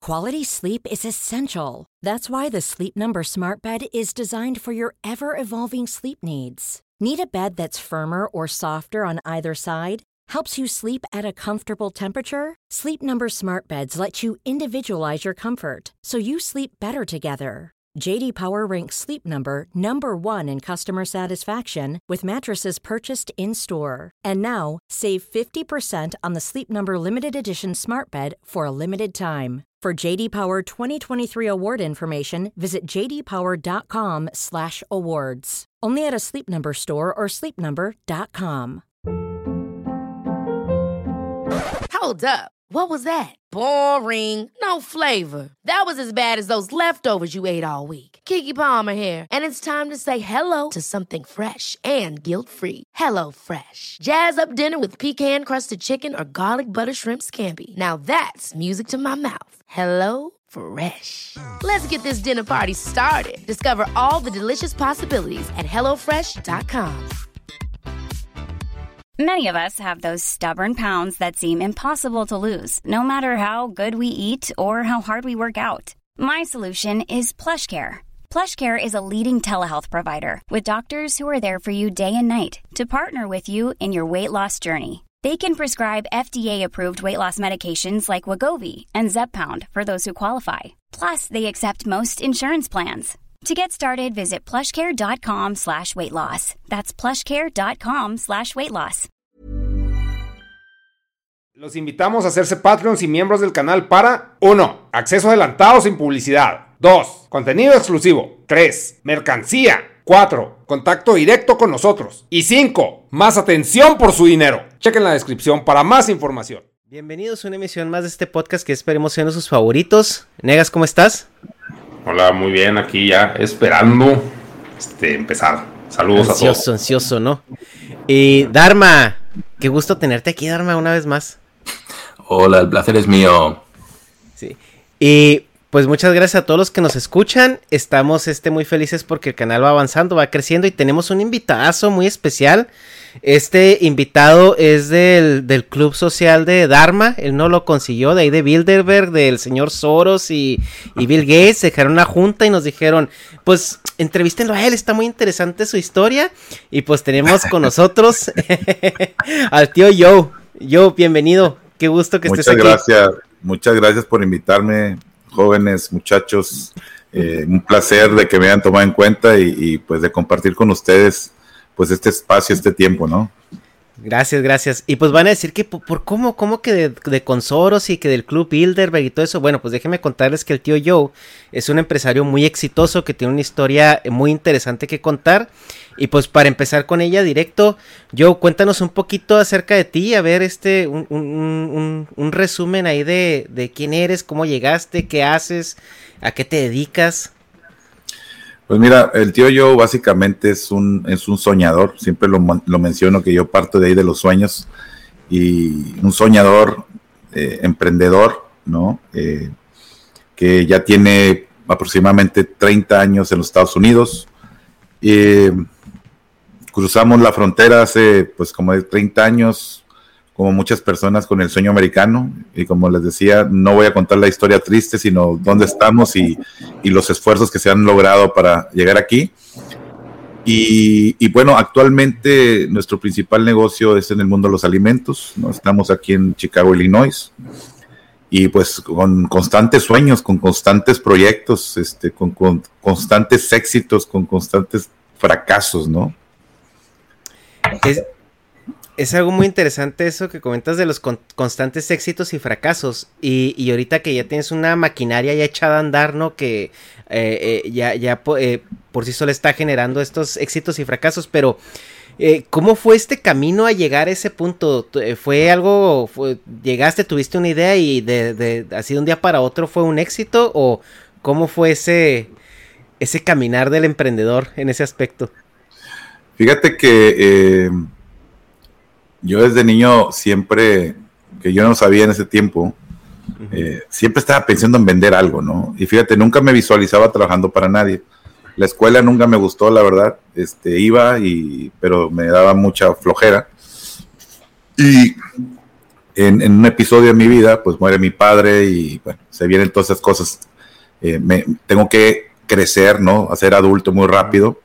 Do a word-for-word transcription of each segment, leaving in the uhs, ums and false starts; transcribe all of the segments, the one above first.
Quality sleep is essential. That's why the Sleep Number Smart Bed is designed for your ever-evolving sleep needs. Need a bed that's firmer or softer on either side? Helps you sleep at a comfortable temperature? Sleep Number Smart Beds let you individualize your comfort, so you sleep better together. J D Power ranks Sleep Number number one in customer satisfaction with mattresses purchased in-store. And now, save fifty percent on the Sleep Number Limited Edition Smart Bed for a limited time. For J D Power twenty twenty-three award information, visit j d power dot com slash awards. Only at a Sleep Number store or sleep number dot com. Hold up. What was that? Boring. No flavor. That was as bad as those leftovers you ate all week. Keke Palmer here, and it's time to say hello to something fresh and guilt-free. Hello Fresh. Jazz up dinner with pecan-crusted chicken or garlic butter shrimp scampi. Now that's music to my mouth. Hello Fresh. Let's get this dinner party started. Discover all the delicious possibilities at hello fresh dot com. Many of us have those stubborn pounds that seem impossible to lose, no matter how good we eat or how hard we work out. My solution is PlushCare. PlushCare is a leading telehealth provider with doctors who are there for you day and night to partner with you in your weight loss journey. They can prescribe F D A-approved weight loss medications like Wegovy and Zepbound for those who qualify. Plus, they accept most insurance plans. To get started, visit plushcare.com slash weight loss. That's plushcare.com slash weight loss. Los invitamos a hacerse Patreons y miembros del canal para uno. Acceso adelantado sin publicidad. dos. Contenido exclusivo. tres. Mercancía. cuatro. Contacto directo con nosotros. Y cinco. Más atención por su dinero. Chequen la descripción para más información. Bienvenidos a una emisión más de este podcast que esperemos sean sus favoritos. Negas, ¿cómo estás? Hola, muy bien, aquí ya esperando este, empezar. Saludos ansioso, a todos. Ansioso, ¿no? Y Dharma, qué gusto tenerte aquí, Dharma, una vez más. Hola, el placer es mío. Sí. Y pues muchas gracias a todos los que nos escuchan. Estamos este, muy felices porque el canal va avanzando, va creciendo y tenemos un invitadazo muy especial. Este invitado es del, del club social de Dharma. Él no lo consiguió, de ahí de Bilderberg, del señor Soros y, y Bill Gates. Se dejaron una junta y nos dijeron, pues entrevístenlo a él, está muy interesante su historia. Y pues tenemos con nosotros al tío Joe. Joe, bienvenido, qué gusto que muchas estés aquí. Muchas gracias, muchas gracias por invitarme, jóvenes, muchachos. Eh, un placer de que me hayan tomado en cuenta y, y pues de compartir con ustedes pues este espacio, este tiempo, ¿no? Gracias, gracias. Y pues van a decir que por, por cómo, cómo que de, de Consoros y que del Club Bilderberg y todo eso. Bueno, pues déjenme contarles que el tío Joe es un empresario muy exitoso que tiene una historia muy interesante que contar. Y pues para empezar con ella directo, Joe, cuéntanos un poquito acerca de ti, a ver este, un, un, un, un resumen ahí de, de quién eres, cómo llegaste, qué haces, a qué te dedicas. Pues mira, el tío Joe básicamente es un, es un soñador, siempre lo, lo menciono que yo parto de ahí de los sueños, y un soñador, eh, emprendedor, ¿no? Eh, que ya tiene aproximadamente treinta años en los Estados Unidos. Eh, cruzamos la frontera hace pues como de treinta años, como muchas personas con el sueño americano, y como les decía, no voy a contar la historia triste, sino dónde estamos y, y los esfuerzos que se han logrado para llegar aquí. Y, y bueno, actualmente nuestro principal negocio es en el mundo de los alimentos, ¿no? Estamos aquí en Chicago, Illinois, y pues con constantes sueños, con constantes proyectos, este, con, con constantes éxitos, con constantes fracasos, ¿no? Es... Es algo muy interesante eso que comentas de los con- constantes éxitos y fracasos, y, y ahorita que ya tienes una maquinaria ya echada a andar, ¿no? Que eh, eh, ya, ya eh, por sí sola está generando estos éxitos y fracasos, pero eh, ¿cómo fue este camino a llegar a ese punto? ¿Fue algo, fue, llegaste, tuviste una idea y de, de así de un día para otro fue un éxito, o cómo fue ese, ese caminar del emprendedor en ese aspecto? Fíjate que... Eh... Yo desde niño siempre, que yo no sabía en ese tiempo, eh, siempre estaba pensando en vender algo, ¿no? Y fíjate, nunca me visualizaba trabajando para nadie. La escuela nunca me gustó, la verdad. Este, iba, y, pero me daba mucha flojera. Y en, en un episodio de mi vida, pues muere mi padre y bueno, se vienen todas esas cosas. Eh, me, tengo que crecer, ¿no? A ser adulto muy rápido.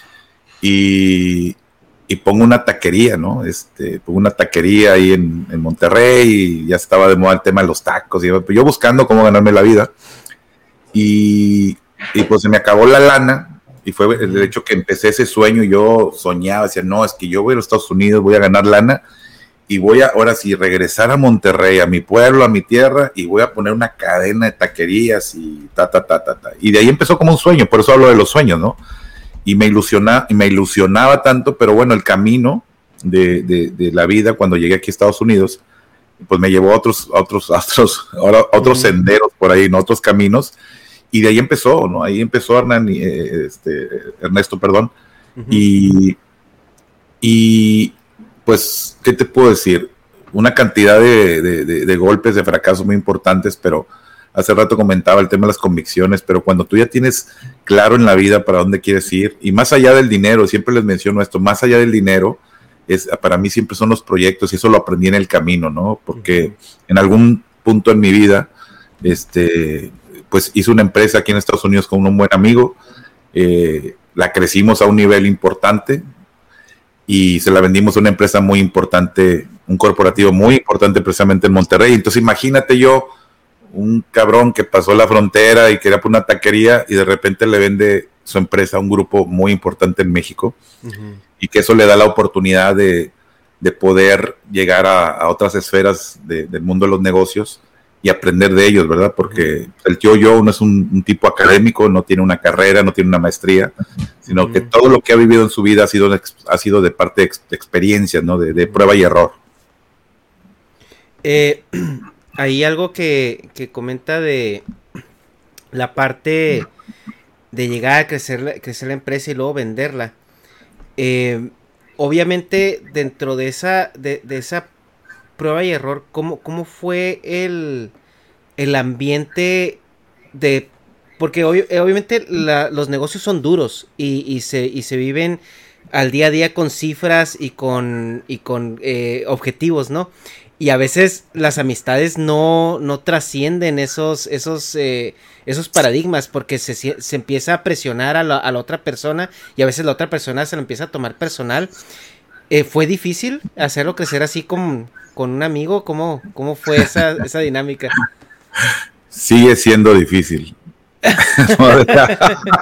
Y, y pongo una taquería, ¿no? Este, pongo una taquería ahí en, en Monterrey y ya estaba de moda el tema de los tacos. Y yo buscando cómo ganarme la vida. Y, y pues se me acabó la lana. Y fue el hecho que empecé ese sueño. Yo soñaba, decía, no, es que yo voy a los Estados Unidos, voy a ganar lana. Y voy a, ahora sí, regresar a Monterrey, a mi pueblo, a mi tierra, y voy a poner una cadena de taquerías y ta, ta, ta, ta, ta. Y de ahí empezó como un sueño, por eso hablo de los sueños, ¿no? Y me ilusionaba, y me ilusionaba tanto, pero bueno, el camino de, de, de la vida cuando llegué aquí a Estados Unidos, pues me llevó a otros, a otros, a otros, a otros uh-huh. senderos por ahí, ¿no? Otros caminos, y de ahí empezó, ¿no? Ahí empezó Hernán, eh, este, Ernesto, perdón, uh-huh. y, y pues, ¿qué te puedo decir? Una cantidad de, de, de, de golpes, de fracasos muy importantes, pero hace rato comentaba el tema de las convicciones, pero cuando tú ya tienes claro en la vida para dónde quieres ir, y más allá del dinero, siempre les menciono esto, más allá del dinero, es, para mí siempre son los proyectos, y eso lo aprendí en el camino, ¿no? Porque uh-huh. en algún punto en mi vida, este, pues hice una empresa aquí en Estados Unidos con un buen amigo, eh, la crecimos a un nivel importante, y se la vendimos a una empresa muy importante, un corporativo muy importante precisamente en Monterrey. Entonces imagínate yo, un cabrón que pasó la frontera y quería poner una taquería y de repente le vende su empresa a un grupo muy importante en México, uh-huh. y que eso le da la oportunidad de, de poder llegar a, a otras esferas de, del mundo de los negocios y aprender de ellos, ¿verdad? Porque uh-huh. el tío Joe no es un, un tipo académico, no tiene una carrera, no tiene una maestría, sino uh-huh. que todo lo que ha vivido en su vida ha sido, ha sido de parte de, ex, de experiencias, ¿no? De, de prueba y error. Eh, hay algo que, que comenta de la parte de llegar a crecer, crecer la empresa y luego venderla. Eh, obviamente, dentro de esa, de, de esa prueba y error, ¿cómo, cómo fue el, el ambiente de...? Porque ob, obviamente la, los negocios son duros y, y, se, y se viven al día a día con cifras y con, y con eh, objetivos, ¿no? Y a veces las amistades no, no trascienden esos, esos, eh, esos paradigmas porque se, se empieza a presionar a la, a la otra persona y a veces la otra persona se lo empieza a tomar personal. Eh, ¿Fue difícil hacerlo crecer así con, con un amigo? ¿Cómo, cómo fue esa, esa dinámica? Sigue siendo difícil. No ha, dejado,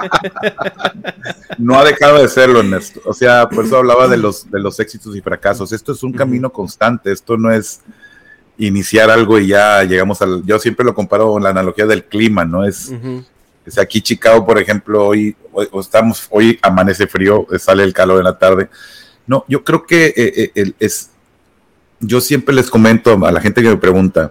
no ha dejado de serlo, Ernesto. O sea, por eso hablaba de los, de los éxitos y fracasos. Esto es un uh-huh. camino constante. Esto no es iniciar algo y ya llegamos al... Yo siempre lo comparo con la analogía del clima, ¿no? Es, uh-huh. es aquí Chicago, por ejemplo, hoy, hoy estamos, hoy amanece frío, sale el calor en la tarde. No, yo creo que eh, eh, es... Yo siempre les comento a la gente que me pregunta,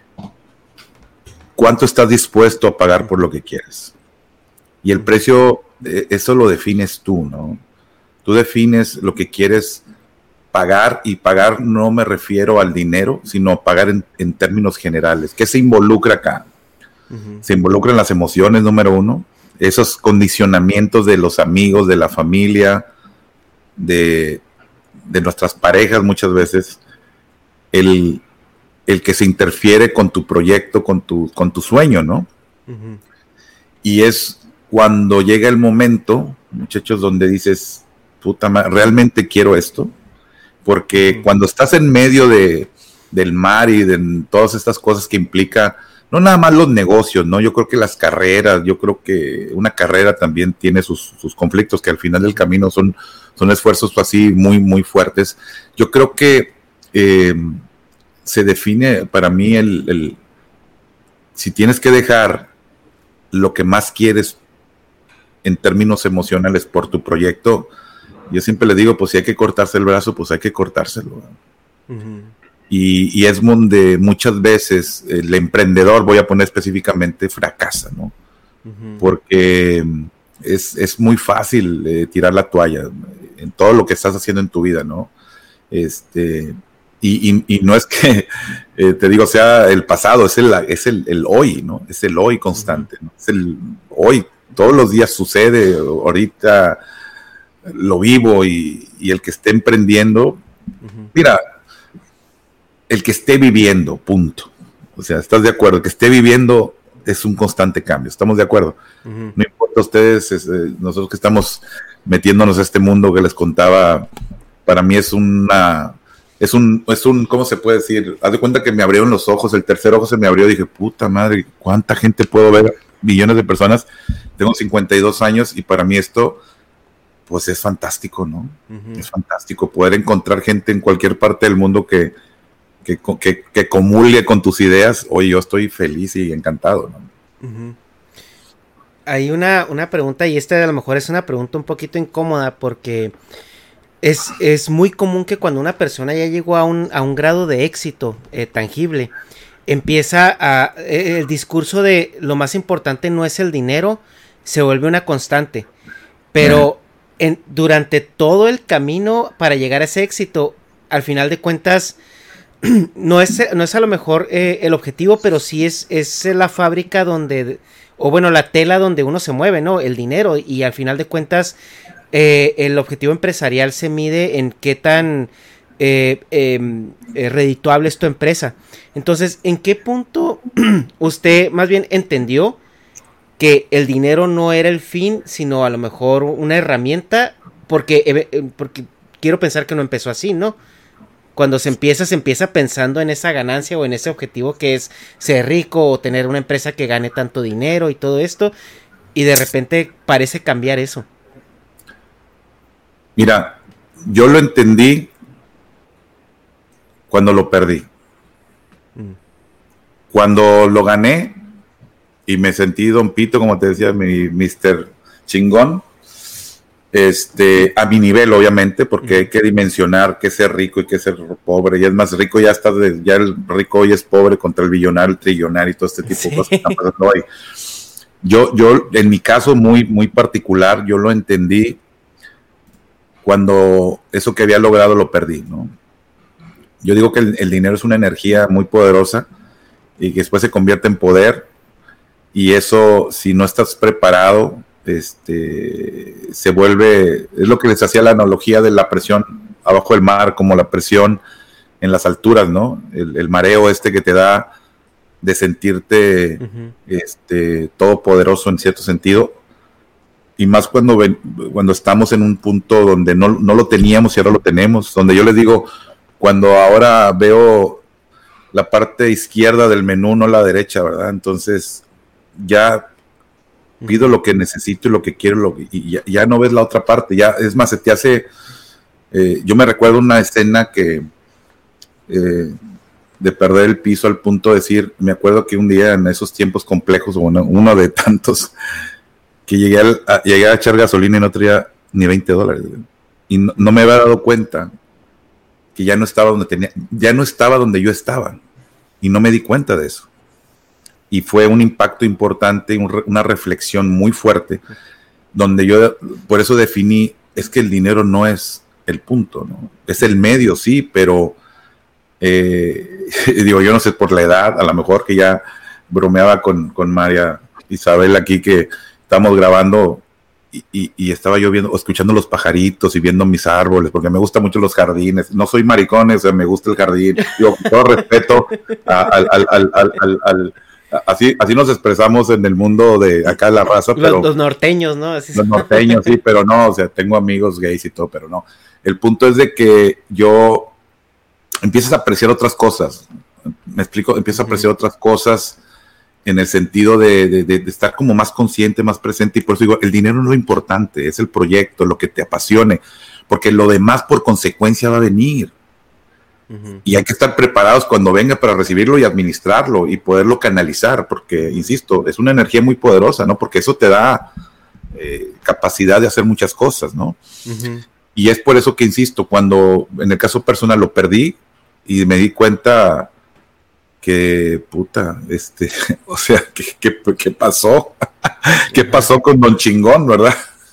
¿cuánto estás dispuesto a pagar por lo que quieres? Y el precio, eso lo defines tú, ¿no? Tú defines lo que quieres pagar, y pagar no me refiero al dinero, sino pagar en, en términos generales. ¿Qué se involucra acá? Uh-huh. Se involucran las emociones, número uno, esos condicionamientos de los amigos, de la familia, de, de nuestras parejas muchas veces, el... el que se interfiere con tu proyecto, con tu, con tu sueño, ¿no? Uh-huh. Y es cuando llega el momento, muchachos, donde dices, puta madre, ¿realmente quiero esto? Porque uh-huh. cuando estás en medio de, del mar y de todas estas cosas que implica, no nada más los negocios, ¿no? Yo creo que las carreras, yo creo que una carrera también tiene sus, sus conflictos, que al final del camino son, son esfuerzos así muy, muy fuertes. Yo creo que... Eh, se define para mí el, el si tienes que dejar lo que más quieres en términos emocionales por tu proyecto, yo siempre le digo, pues si hay que cortarse el brazo, pues hay que cortárselo. Uh-huh. Y, y es donde muchas veces el emprendedor, voy a poner específicamente, fracasa, ¿no? Uh-huh. Porque es, es muy fácil eh, tirar la toalla en todo lo que estás haciendo en tu vida, ¿no? Este... Y, y, y no es que, eh, te digo, sea el pasado, es el, es el, el hoy, ¿no? Es el hoy constante, ¿no? Es el hoy, todos los días sucede, ahorita lo vivo y, y el que esté emprendiendo, uh-huh. mira, el que esté viviendo, punto. O sea, ¿estás de acuerdo? El que esté viviendo es un constante cambio, ¿estamos de acuerdo? Uh-huh. No importa ustedes, es, eh, nosotros que estamos metiéndonos a este mundo que les contaba, para mí es una, es un, es un, ¿cómo se puede decir? Haz de cuenta que me abrieron los ojos, el tercer ojo se me abrió, dije, puta madre, ¿cuánta gente puedo ver? Millones de personas, tengo cincuenta y dos años y para mí esto, pues es fantástico, ¿no? Uh-huh. Es fantástico poder encontrar gente en cualquier parte del mundo que, que, que, que comulgue con tus ideas. Oye, yo estoy feliz y encantado, ¿no? Uh-huh. Hay una, una pregunta, y esta a lo mejor es una pregunta un poquito incómoda, porque es, es muy común que cuando una persona ya llegó a un, a un grado de éxito eh, tangible, empieza a, eh, el discurso de lo más importante no es el dinero, se vuelve una constante, pero en, durante todo el camino para llegar a ese éxito, al final de cuentas, no es, no es a lo mejor eh, el objetivo, pero sí es, es la fábrica donde, o bueno, la tela donde uno se mueve, ¿no? El dinero, y al final de cuentas, eh, el objetivo empresarial se mide en qué tan eh, eh, eh, redituable es tu empresa. Entonces, ¿en qué punto usted más bien entendió que el dinero no era el fin, sino a lo mejor una herramienta? Porque, eh, porque quiero pensar que no empezó así, ¿no? Cuando se empieza, se empieza pensando en esa ganancia o en ese objetivo que es ser rico o tener una empresa que gane tanto dinero y todo esto, y de repente parece cambiar eso. Mira, yo lo entendí cuando lo perdí. Mm. Cuando lo gané y me sentí Don Pito, como te decía, mi mister Chingón, este, a mi nivel, obviamente, porque hay que dimensionar qué es ser rico y qué es ser pobre, y es más rico, ya está, de, ya el rico hoy es pobre contra el billonario, el trillonario y todo este tipo sí. de cosas que están pasando hoy. Yo, yo, en mi caso muy, muy particular, yo lo entendí cuando eso que había logrado lo perdí, ¿no? Yo digo que el, el dinero es una energía muy poderosa y que después se convierte en poder, y eso, si no estás preparado, este, se vuelve, es lo que les hacía la analogía de la presión abajo del mar, como la presión en las alturas, ¿no? El, el mareo este que te da de sentirte uh-huh. este, todopoderoso en cierto sentido, y más cuando, ven, cuando estamos en un punto donde no, no lo teníamos y ahora lo tenemos, donde yo les digo, cuando ahora veo la parte izquierda del menú, no la derecha, ¿verdad? Entonces ya pido lo que necesito y lo que quiero, lo que, y ya, ya no ves la otra parte, ya, es más, se te hace, eh, yo me recuerdo una escena que, eh, de perder el piso al punto de decir, me acuerdo que un día en esos tiempos complejos, uno, uno de tantos, que llegué, al, a, llegué a echar gasolina y no traía ni veinte dólares, y no, no me había dado cuenta que ya no estaba donde tenía, ya no estaba donde yo estaba, y no me di cuenta de eso. Y fue un impacto importante, un, una reflexión muy fuerte, donde yo por eso definí, es que el dinero no es el punto, ¿no? Es el medio, sí, pero eh, digo, yo no sé por la edad, a lo mejor que ya bromeaba con, con María Isabel aquí, que estamos grabando y, y, y estaba yo viendo, escuchando los pajaritos y viendo mis árboles, porque me gustan mucho los jardines, no soy maricón, o sea, me gusta el jardín, yo con todo respeto al, al, al, al, al, al Así, así nos expresamos en el mundo de acá de la raza. Pero, los, los norteños, ¿no? Así los norteños, sí, pero no, o sea, tengo amigos gays y todo, pero no. El punto es de que yo empiezas a apreciar otras cosas, me explico, empiezo a apreciar uh-huh. otras cosas en el sentido de, de, de, de estar como más consciente, más presente, y por eso digo, el dinero no es lo importante, es el proyecto, lo que te apasione, porque lo demás por consecuencia va a venir. Uh-huh. Y hay que estar preparados cuando venga para recibirlo y administrarlo y poderlo canalizar, porque, insisto, es una energía muy poderosa, ¿no? Porque eso te da eh, capacidad de hacer muchas cosas, ¿no? Uh-huh. Y es por eso que, insisto, cuando en el caso personal lo perdí y me di cuenta que, puta, este, o sea, ¿qué, qué, qué pasó? ¿Qué pasó con Don Chingón, verdad?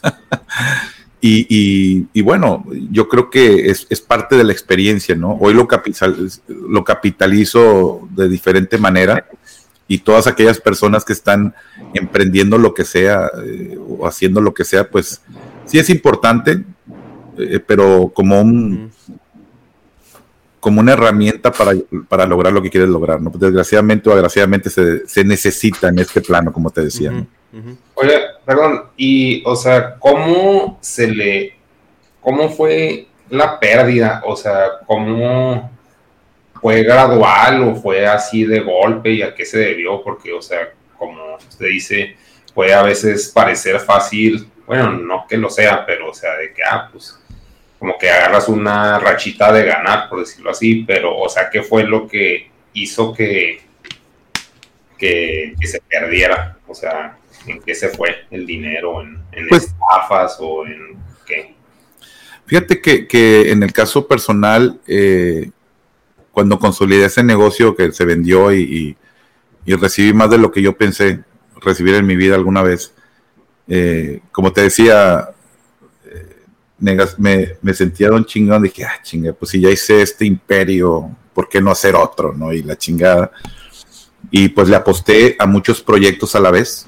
Y, y, y bueno, yo creo que es, es parte de la experiencia, ¿no? Hoy lo, capital, lo capitalizo de diferente manera, y todas aquellas personas que están emprendiendo lo que sea eh, o haciendo lo que sea, pues sí es importante, eh, pero como un como una herramienta para, para lograr lo que quieres lograr, ¿no? Desgraciadamente o agraciadamente se, se necesita en este plano, como te decía, ¿no? Uh-huh. Oye, perdón, y, o sea, ¿cómo se le, cómo fue la pérdida? O sea, ¿cómo fue gradual o fue así de golpe y a qué se debió? Porque, o sea, como usted dice, puede a veces parecer fácil, bueno, no que lo sea, pero, o sea, de que, ah, pues, como que agarras una rachita de ganar, por decirlo así, pero, o sea, ¿qué fue lo que hizo que, que, que se perdiera? O sea, ¿en qué se fue el dinero? ¿En, en pues, estafas o en qué? Fíjate que, que en el caso personal, eh, cuando consolidé ese negocio que se vendió y, y, y recibí más de lo que yo pensé recibir en mi vida alguna vez, eh, como te decía, eh, negas, me, me sentía un chingón, dije, ah, chinga, pues si ya hice este imperio, ¿por qué no hacer otro? ¿No? Y la chingada. Y pues le aposté a muchos proyectos a la vez.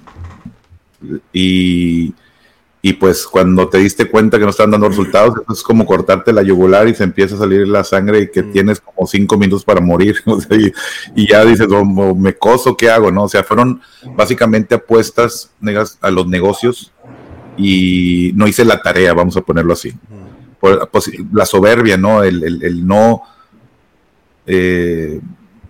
Y, y pues cuando te diste cuenta que no estaban dando resultados, es como cortarte la yugular y se empieza a salir la sangre y que mm. tienes como cinco minutos para morir, o sea, y, y ya dices, oh, me coso, ¿qué hago? ¿No? O sea, fueron básicamente apuestas negas, a los negocios y no hice la tarea, vamos a ponerlo así. Mm. Por, pues, la soberbia, ¿no? El, el, el no eh,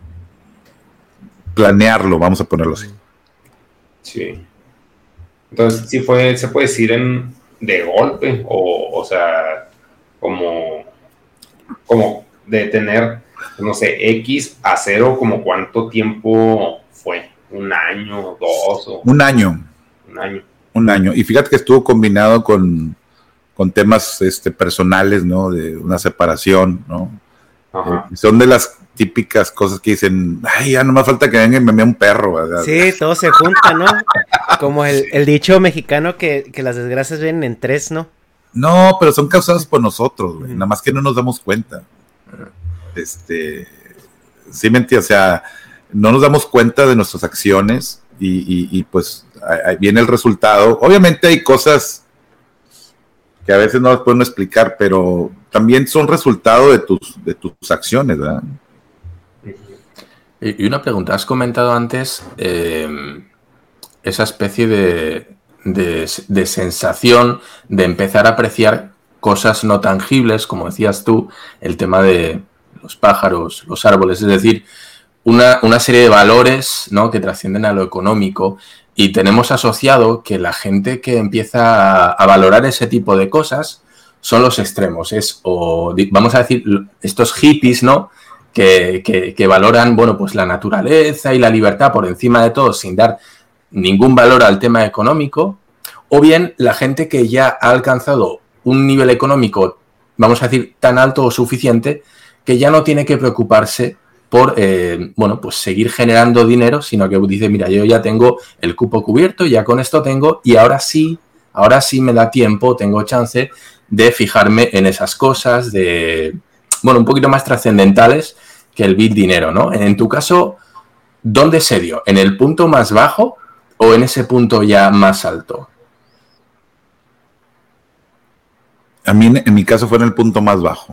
planearlo, vamos a ponerlo así. Sí. Entonces, sí fue, se puede decir en de golpe, o, o sea, como, como de tener, no sé, X a cero, como cuánto tiempo fue, un año, dos, o un año, un año, un año, y fíjate que estuvo combinado con, con temas este, personales, ¿no? De una separación, ¿no? Ajá. Eh, son de las típicas cosas que dicen, ay, ya no me falta que venga y me mea un perro, ¿verdad? Sí, todo se junta, ¿no? Como el, el dicho mexicano que, que las desgracias vienen en tres, ¿no? No, pero son causadas por nosotros, güey. Nada más que no nos damos cuenta. Este, sí, me entiendes, o sea, no nos damos cuenta de nuestras acciones y, y, y pues ahí viene el resultado. Obviamente hay cosas que a veces no las pueden explicar, pero también son resultado de tus, de tus acciones, ¿verdad? Y una pregunta, has comentado antes eh, esa especie de, de, de sensación de empezar a apreciar cosas no tangibles, como decías tú, el tema de los pájaros, los árboles, es decir, una, una serie de valores, ¿no?, que trascienden a lo económico, y tenemos asociado que la gente que empieza a, a valorar ese tipo de cosas son los extremos, es o vamos a decir estos hippies, ¿no?, Que, que, que valoran, bueno, pues la naturaleza y la libertad por encima de todo sin dar ningún valor al tema económico, o bien la gente que ya ha alcanzado un nivel económico, vamos a decir, tan alto o suficiente que ya no tiene que preocuparse por, eh, bueno, pues seguir generando dinero, sino que dice, mira, yo ya tengo el cupo cubierto, ya con esto tengo, y ahora sí, ahora sí me da tiempo, tengo chance de fijarme en esas cosas, de, bueno, un poquito más trascendentales que el bit dinero, ¿no? En tu caso, ¿dónde se dio? ¿En el punto más bajo o en ese punto ya más alto? A mí, en mi caso, fue en el punto más bajo.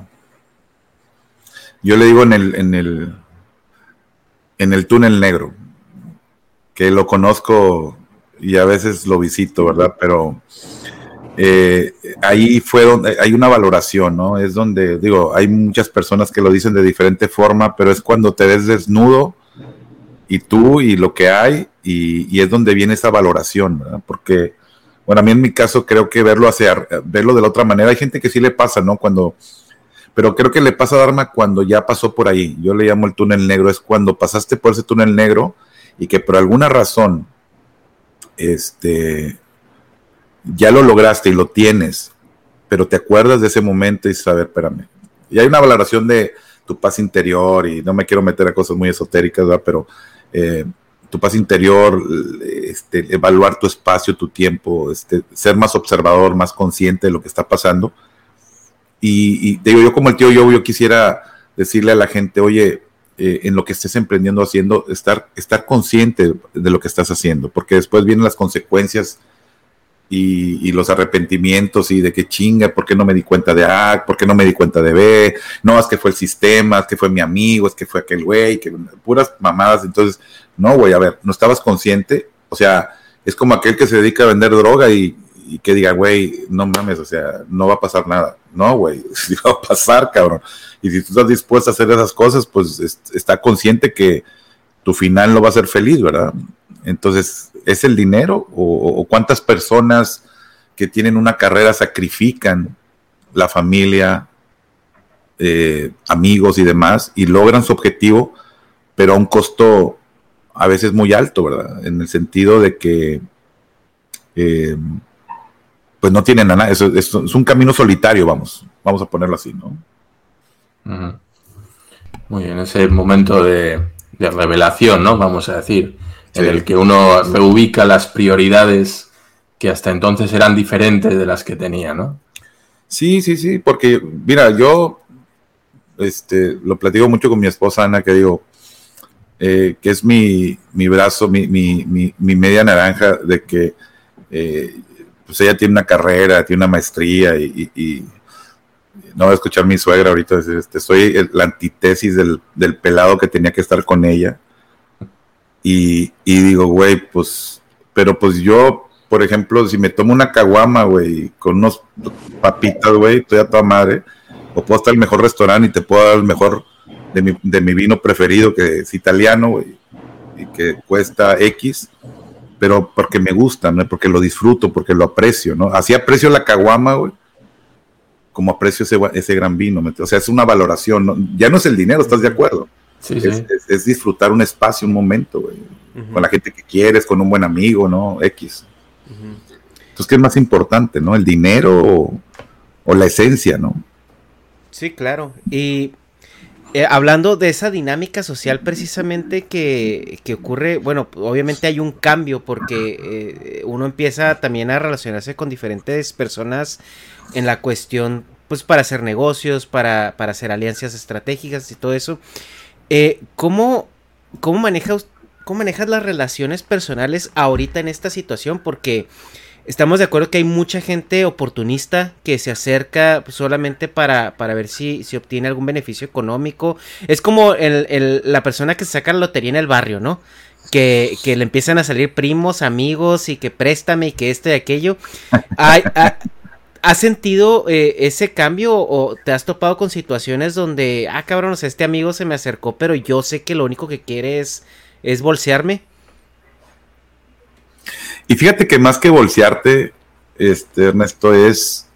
Yo le digo en el, en el, en el túnel negro, que lo conozco y a veces lo visito, ¿verdad? Pero eh, ahí fue donde hay una valoración, ¿no? Es donde, digo, hay muchas personas que lo dicen de diferente forma, pero es cuando te ves desnudo y tú y lo que hay, y, y es donde viene esa valoración, ¿verdad? Porque, bueno, a mí en mi caso creo que verlo hacia, verlo de la otra manera, hay gente que sí le pasa, ¿no? Cuando, pero creo que le pasa a Dharma cuando ya pasó por ahí. Yo le llamo el túnel negro, es cuando pasaste por ese túnel negro y que por alguna razón, este... ya lo lograste y lo tienes, pero te acuerdas de ese momento y dices, a ver, espérame. Y hay una valoración de tu paz interior, y no me quiero meter a cosas muy esotéricas, ¿verdad? Pero eh, tu paz interior, este, evaluar tu espacio, tu tiempo, este, ser más observador, más consciente de lo que está pasando. Y, y digo, yo como el tío yo, yo quisiera decirle a la gente, oye, eh, en lo que estés emprendiendo, haciendo, estar, estar consciente de lo que estás haciendo, porque después vienen las consecuencias y, y los arrepentimientos y de que chinga, ¿por qué no me di cuenta de A? ¿Por qué no me di cuenta de B? No, es que fue el sistema, es que fue mi amigo, es que fue aquel güey, que puras mamadas. Entonces, no, güey, a ver, no estabas consciente. O sea, es como aquel que se dedica a vender droga y, y que diga, güey, no mames, o sea, no va a pasar nada. No, güey, sí va a pasar, cabrón. Y si tú estás dispuesto a hacer esas cosas, pues es, está consciente que tu final no va a ser feliz, ¿verdad? Entonces, ¿es el dinero o, o cuántas personas que tienen una carrera sacrifican la familia, eh, amigos y demás y logran su objetivo, pero a un costo a veces muy alto, ¿verdad? En el sentido de que eh, pues no tienen nada, es, es, es un camino solitario, vamos, vamos a ponerlo así, ¿no? Uh-huh. Muy bien, ese momento de, de revelación, ¿no? Vamos a decir, sí, en el que uno reubica las prioridades que hasta entonces eran diferentes de las que tenía, ¿no? Sí, sí, sí, porque, mira, yo este, lo platico mucho con mi esposa Ana, que digo, eh, que es mi, mi brazo, mi, mi, mi, mi media naranja, de que eh, pues ella tiene una carrera, tiene una maestría y, y, y no voy a escuchar a mi suegra ahorita decir, este, soy el, la antítesis del, del pelado que tenía que estar con ella. Y, y digo, güey, pues, pero pues yo, por ejemplo, si me tomo una caguama, güey, con unos papitas, güey, estoy a toda madre, o puedo estar en el mejor restaurante y te puedo dar el mejor de mi, de mi vino preferido, que es italiano, güey, y que cuesta X, pero porque me gusta, ¿no? Porque lo disfruto, porque lo aprecio, ¿no? Así aprecio la caguama, güey, como aprecio ese, ese gran vino, ¿no? O sea, es una valoración, ¿no? Ya no es el dinero, ¿estás de acuerdo? Sí, es, sí. Es, es disfrutar un espacio, un momento, güey, Uh-huh. con la gente que quieres, con un buen amigo, ¿no? X. Uh-huh. Entonces, ¿qué es más importante, no? ¿El dinero o, o la esencia, no? Sí, claro. Y eh, hablando de esa dinámica social precisamente que, que ocurre, bueno, obviamente hay un cambio porque eh, uno empieza también a relacionarse con diferentes personas en la cuestión, pues para hacer negocios, para, para hacer alianzas estratégicas y todo eso. Eh, ¿cómo, cómo maneja, cómo manejas las relaciones personales ahorita en esta situación? Porque estamos de acuerdo que hay mucha gente oportunista que se acerca solamente para, para ver si, si obtiene algún beneficio económico. Es como el, el, la persona que se saca la lotería en el barrio, ¿no? Que, que le empiezan a salir primos, amigos y que préstame y que esto y aquello. Hay, hay, ¿Has sentido eh, ese cambio o te has topado con situaciones donde, ah, cabrón, o sea, este amigo se me acercó, pero yo sé que lo único que quiere es, es bolsearme? Y fíjate que más que bolsearte, este, Ernesto, es,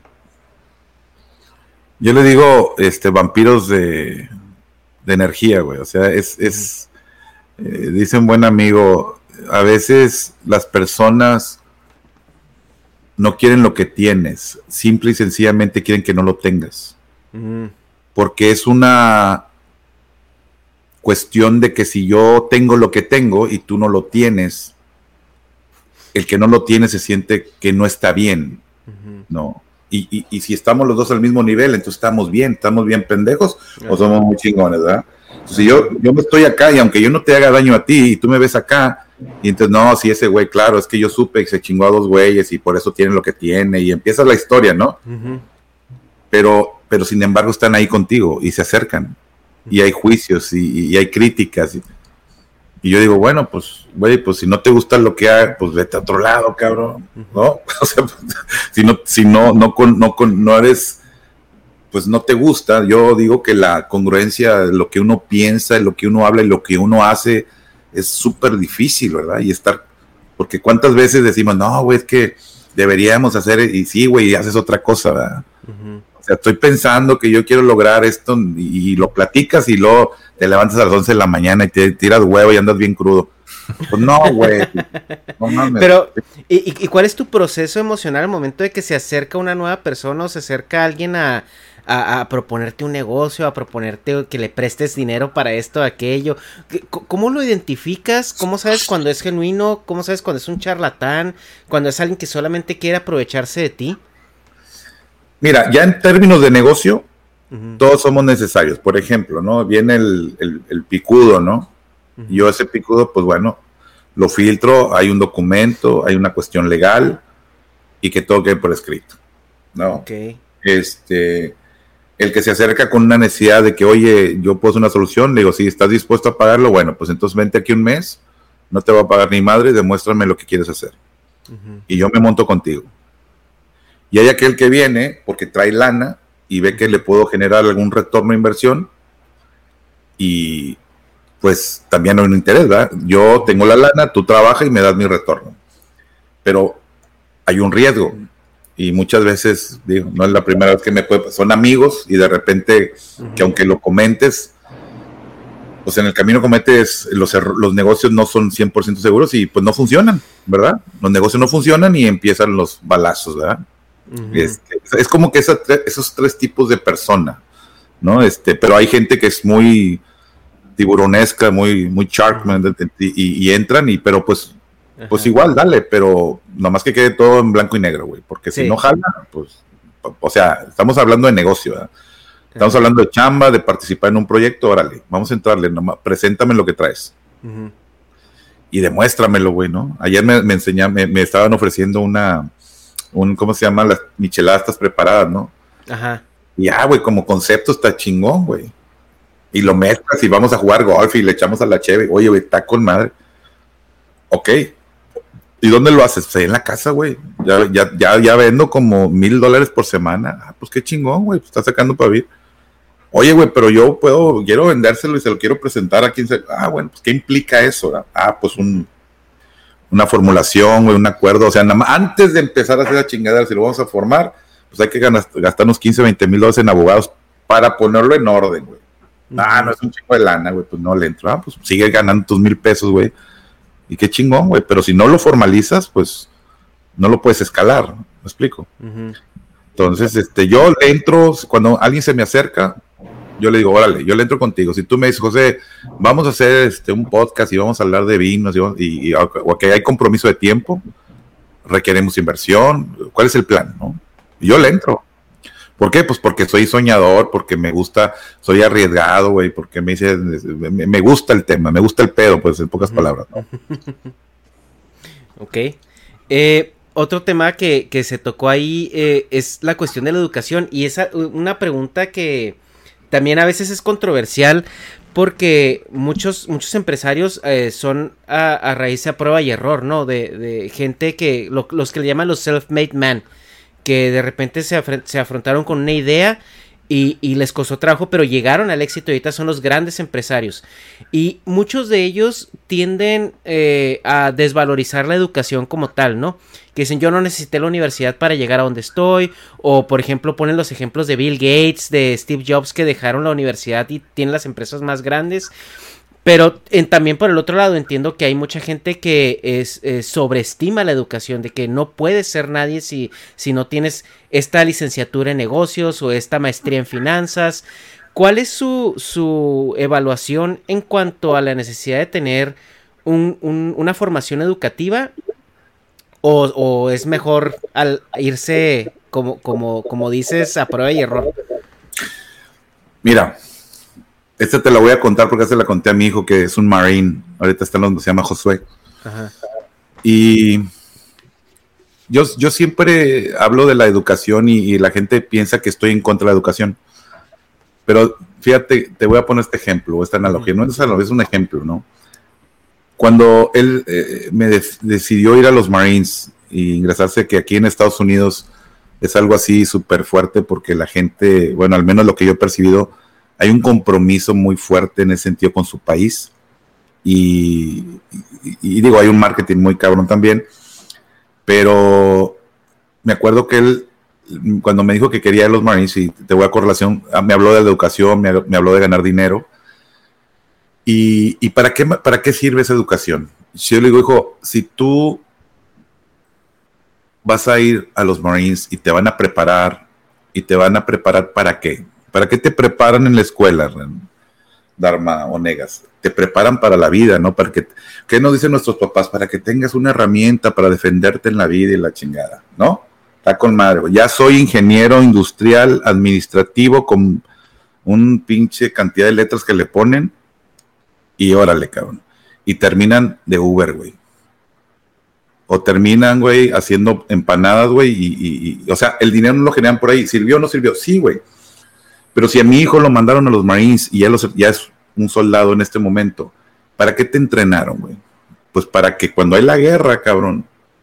yo le digo, este, vampiros de, de energía, güey. O sea, es, es eh, dice un buen amigo, a veces las personas no quieren lo que tienes, simple y sencillamente quieren que no lo tengas. Uh-huh. Porque es una cuestión de que si yo tengo lo que tengo y tú no lo tienes, el que no lo tiene se siente que no está bien, uh-huh. ¿no? Y, y, y si estamos los dos al mismo nivel, entonces estamos bien, estamos bien pendejos, uh-huh. o somos muy chingones, ¿verdad? Entonces, si yo, yo me estoy acá y aunque yo no te haga daño a ti y tú me ves acá, y entonces, no, si ese güey, claro, es que yo supe que se chingó a dos güeyes y por eso tiene lo que tiene, y empieza la historia, ¿no? Uh-huh. Pero, pero sin embargo están ahí contigo y se acercan, uh-huh. y hay juicios y, y hay críticas, y, y yo digo, bueno, pues, güey, pues si no te gusta lo que hay, pues vete a otro lado, cabrón, ¿no? Uh-huh. O sea, si no, si no, no, con, no, con, no eres, pues no te gusta, yo digo que la congruencia, lo que uno piensa, lo que uno habla y lo que uno hace, es súper difícil, ¿verdad? Y estar, porque cuántas veces decimos, no, güey, es que deberíamos hacer, y sí, güey, y haces otra cosa, ¿verdad? Uh-huh. O sea, estoy pensando que yo quiero lograr esto, y, y lo platicas, y luego te levantas a las once de la mañana y te tiras huevo y andas bien crudo. Pues no, güey. No mames. Pero, ¿y, ¿y cuál es tu proceso emocional al momento de que se acerca una nueva persona o se acerca alguien a... A, a proponerte un negocio, a proponerte que le prestes dinero para esto, aquello? ¿Cómo lo identificas? ¿Cómo sabes cuando es genuino? ¿Cómo sabes cuando es un charlatán? ¿Cuando es alguien que solamente quiere aprovecharse de ti? Mira, ya en términos de negocio, uh-huh. todos somos necesarios. Por ejemplo, ¿no? Viene el, el, el picudo, ¿no? Uh-huh. Yo ese picudo, pues bueno, lo filtro, hay un documento, hay una cuestión legal, y que todo quede por escrito, ¿no? Okay. Este, el que se acerca con una necesidad de que, oye, yo puedo hacer una solución, le digo, si estás dispuesto a pagarlo, bueno, pues entonces vente aquí un mes, no te va a pagar ni madre, demuéstrame lo que quieres hacer. Uh-huh. Y yo me monto contigo. Y hay aquel que viene porque trae lana y ve que le puedo generar algún retorno de inversión y pues también hay un interés, ¿verdad? Yo tengo la lana, tú trabajas y me das mi retorno. Pero hay un riesgo y muchas veces, digo, no es la primera vez que me puede, son amigos y de repente, uh-huh. que aunque lo comentes, pues en el camino cometes, los, los negocios no son cien por ciento seguros y pues no funcionan, ¿verdad? Los negocios no funcionan y empiezan los balazos, ¿verdad? Uh-huh. Este, es como que esa, esos tres tipos de persona, ¿no? Este, pero hay gente que es muy tiburonesca, muy, muy Sharkman, y, y entran, y pero pues, Ajá. pues igual, dale, pero nomás que quede todo en blanco y negro, güey, porque sí. si no jala, pues, o sea, estamos hablando de negocio, ¿verdad? Estamos Ajá. hablando de chamba, de participar en un proyecto, órale, vamos a entrarle, nomás, preséntame lo que traes. Uh-huh. Y demuéstramelo, güey, ¿no? Ayer me, me enseñaban, me, me estaban ofreciendo una, un, ¿cómo se llama? Las micheladas estas preparadas, ¿no? Ajá. Y ya, güey, como concepto está chingón, güey. Y lo mezclas y vamos a jugar golf y le echamos a la cheve. Oye, güey, está con madre. Ok. ¿Y dónde lo haces? Pues ahí en la casa, güey. Ya, ya, ya, ya vendo como mil dólares por semana. Ah, pues qué chingón, güey. Pues está sacando para vivir. Oye, güey, pero yo puedo, quiero vendérselo y se lo quiero presentar a quien se... Ah, bueno, pues ¿qué implica eso? ¿Verdad? Ah, pues un, una formulación, güey, un acuerdo. O sea, nada más, antes de empezar a hacer la chingada, si lo vamos a formar, pues hay que ganar, gastarnos quince, veinte mil dólares en abogados para ponerlo en orden, güey. Ah, no es un chingo de lana, güey, pues no le entro. Ah, pues sigue ganando tus mil pesos, güey. Y qué chingón, güey. Pero si no lo formalizas, pues no lo puedes escalar. ¿Me explico? Uh-huh. Entonces, este, yo le entro, cuando alguien se me acerca, yo le digo, órale, yo le entro contigo. Si tú me dices, José, vamos a hacer este un podcast y vamos a hablar de vinos, y, y, y o que hay compromiso de tiempo, requeremos inversión, ¿cuál es el plan, no? Y yo le entro. ¿Por qué? Pues porque soy soñador, porque me gusta, soy arriesgado, güey, porque me dice, me, me gusta el tema, me gusta el pedo, pues en pocas palabras, ¿no? Ok. Eh, otro tema que, que se tocó ahí eh, es la cuestión de la educación, y es una pregunta que también a veces es controversial, porque muchos, muchos empresarios eh, son a, a raíz de prueba y error, ¿no? De, de gente que, lo, los que le llaman los self-made man, que de repente se, afr- se afrontaron con una idea y, y les costó trabajo, pero llegaron al éxito y ahorita son los grandes empresarios. Y muchos de ellos tienden eh, a desvalorizar la educación como tal, ¿no? Que dicen, yo no necesité la universidad para llegar a donde estoy, o por ejemplo ponen los ejemplos de Bill Gates, de Steve Jobs, que dejaron la universidad y tienen las empresas más grandes. Pero en, también por el otro lado entiendo que hay mucha gente que es, eh, sobreestima la educación, de que no puedes ser nadie si, si no tienes esta licenciatura en negocios o esta maestría en finanzas. ¿Cuál es su, su evaluación en cuanto a la necesidad de tener un, un, una formación educativa? ¿O, o es mejor al irse, como, como, como dices, a prueba y error? Mira, esta te la voy a contar porque se la conté a mi hijo, que es un Marine. Ahorita está en donde se llama Josué. Ajá. Y yo, yo siempre hablo de la educación y, y la gente piensa que estoy en contra de la educación. Pero fíjate, te voy a poner este ejemplo, esta analogía. No es analogía, es un ejemplo, ¿no? Cuando él eh, me de- decidió ir a los Marines y ingresarse, que aquí en Estados Unidos es algo así súper fuerte porque la gente, bueno, al menos lo que yo he percibido, hay un compromiso muy fuerte en ese sentido con su país y, y, y digo, hay un marketing muy cabrón también, pero me acuerdo que él, cuando me dijo que quería ir a los Marines, y te voy a correlación, me habló de la educación, me, me habló de ganar dinero, y, y ¿para qué, para qué sirve esa educación? Yo le digo, hijo, si tú vas a ir a los Marines y te van a preparar, y te van a preparar ¿para qué? ¿Para qué te preparan en la escuela, Dharma Onegas? Te preparan para la vida, ¿no? Para que, ¿qué nos dicen nuestros papás? Para que tengas una herramienta para defenderte en la vida y la chingada, ¿no? Está con madre. Ya soy ingeniero industrial administrativo con un pinche cantidad de letras que le ponen y órale, cabrón. Y terminan de Uber, güey. o terminan, güey, haciendo empanadas, güey, y, y, y, o sea, el dinero no lo generan por ahí. ¿Sirvió o no sirvió? Sí, güey. Pero si a mi hijo lo mandaron a los Marines y ya, los, ya es un soldado en este momento, ¿para qué te entrenaron, güey? Pues para que cuando hay la guerra, cabrón,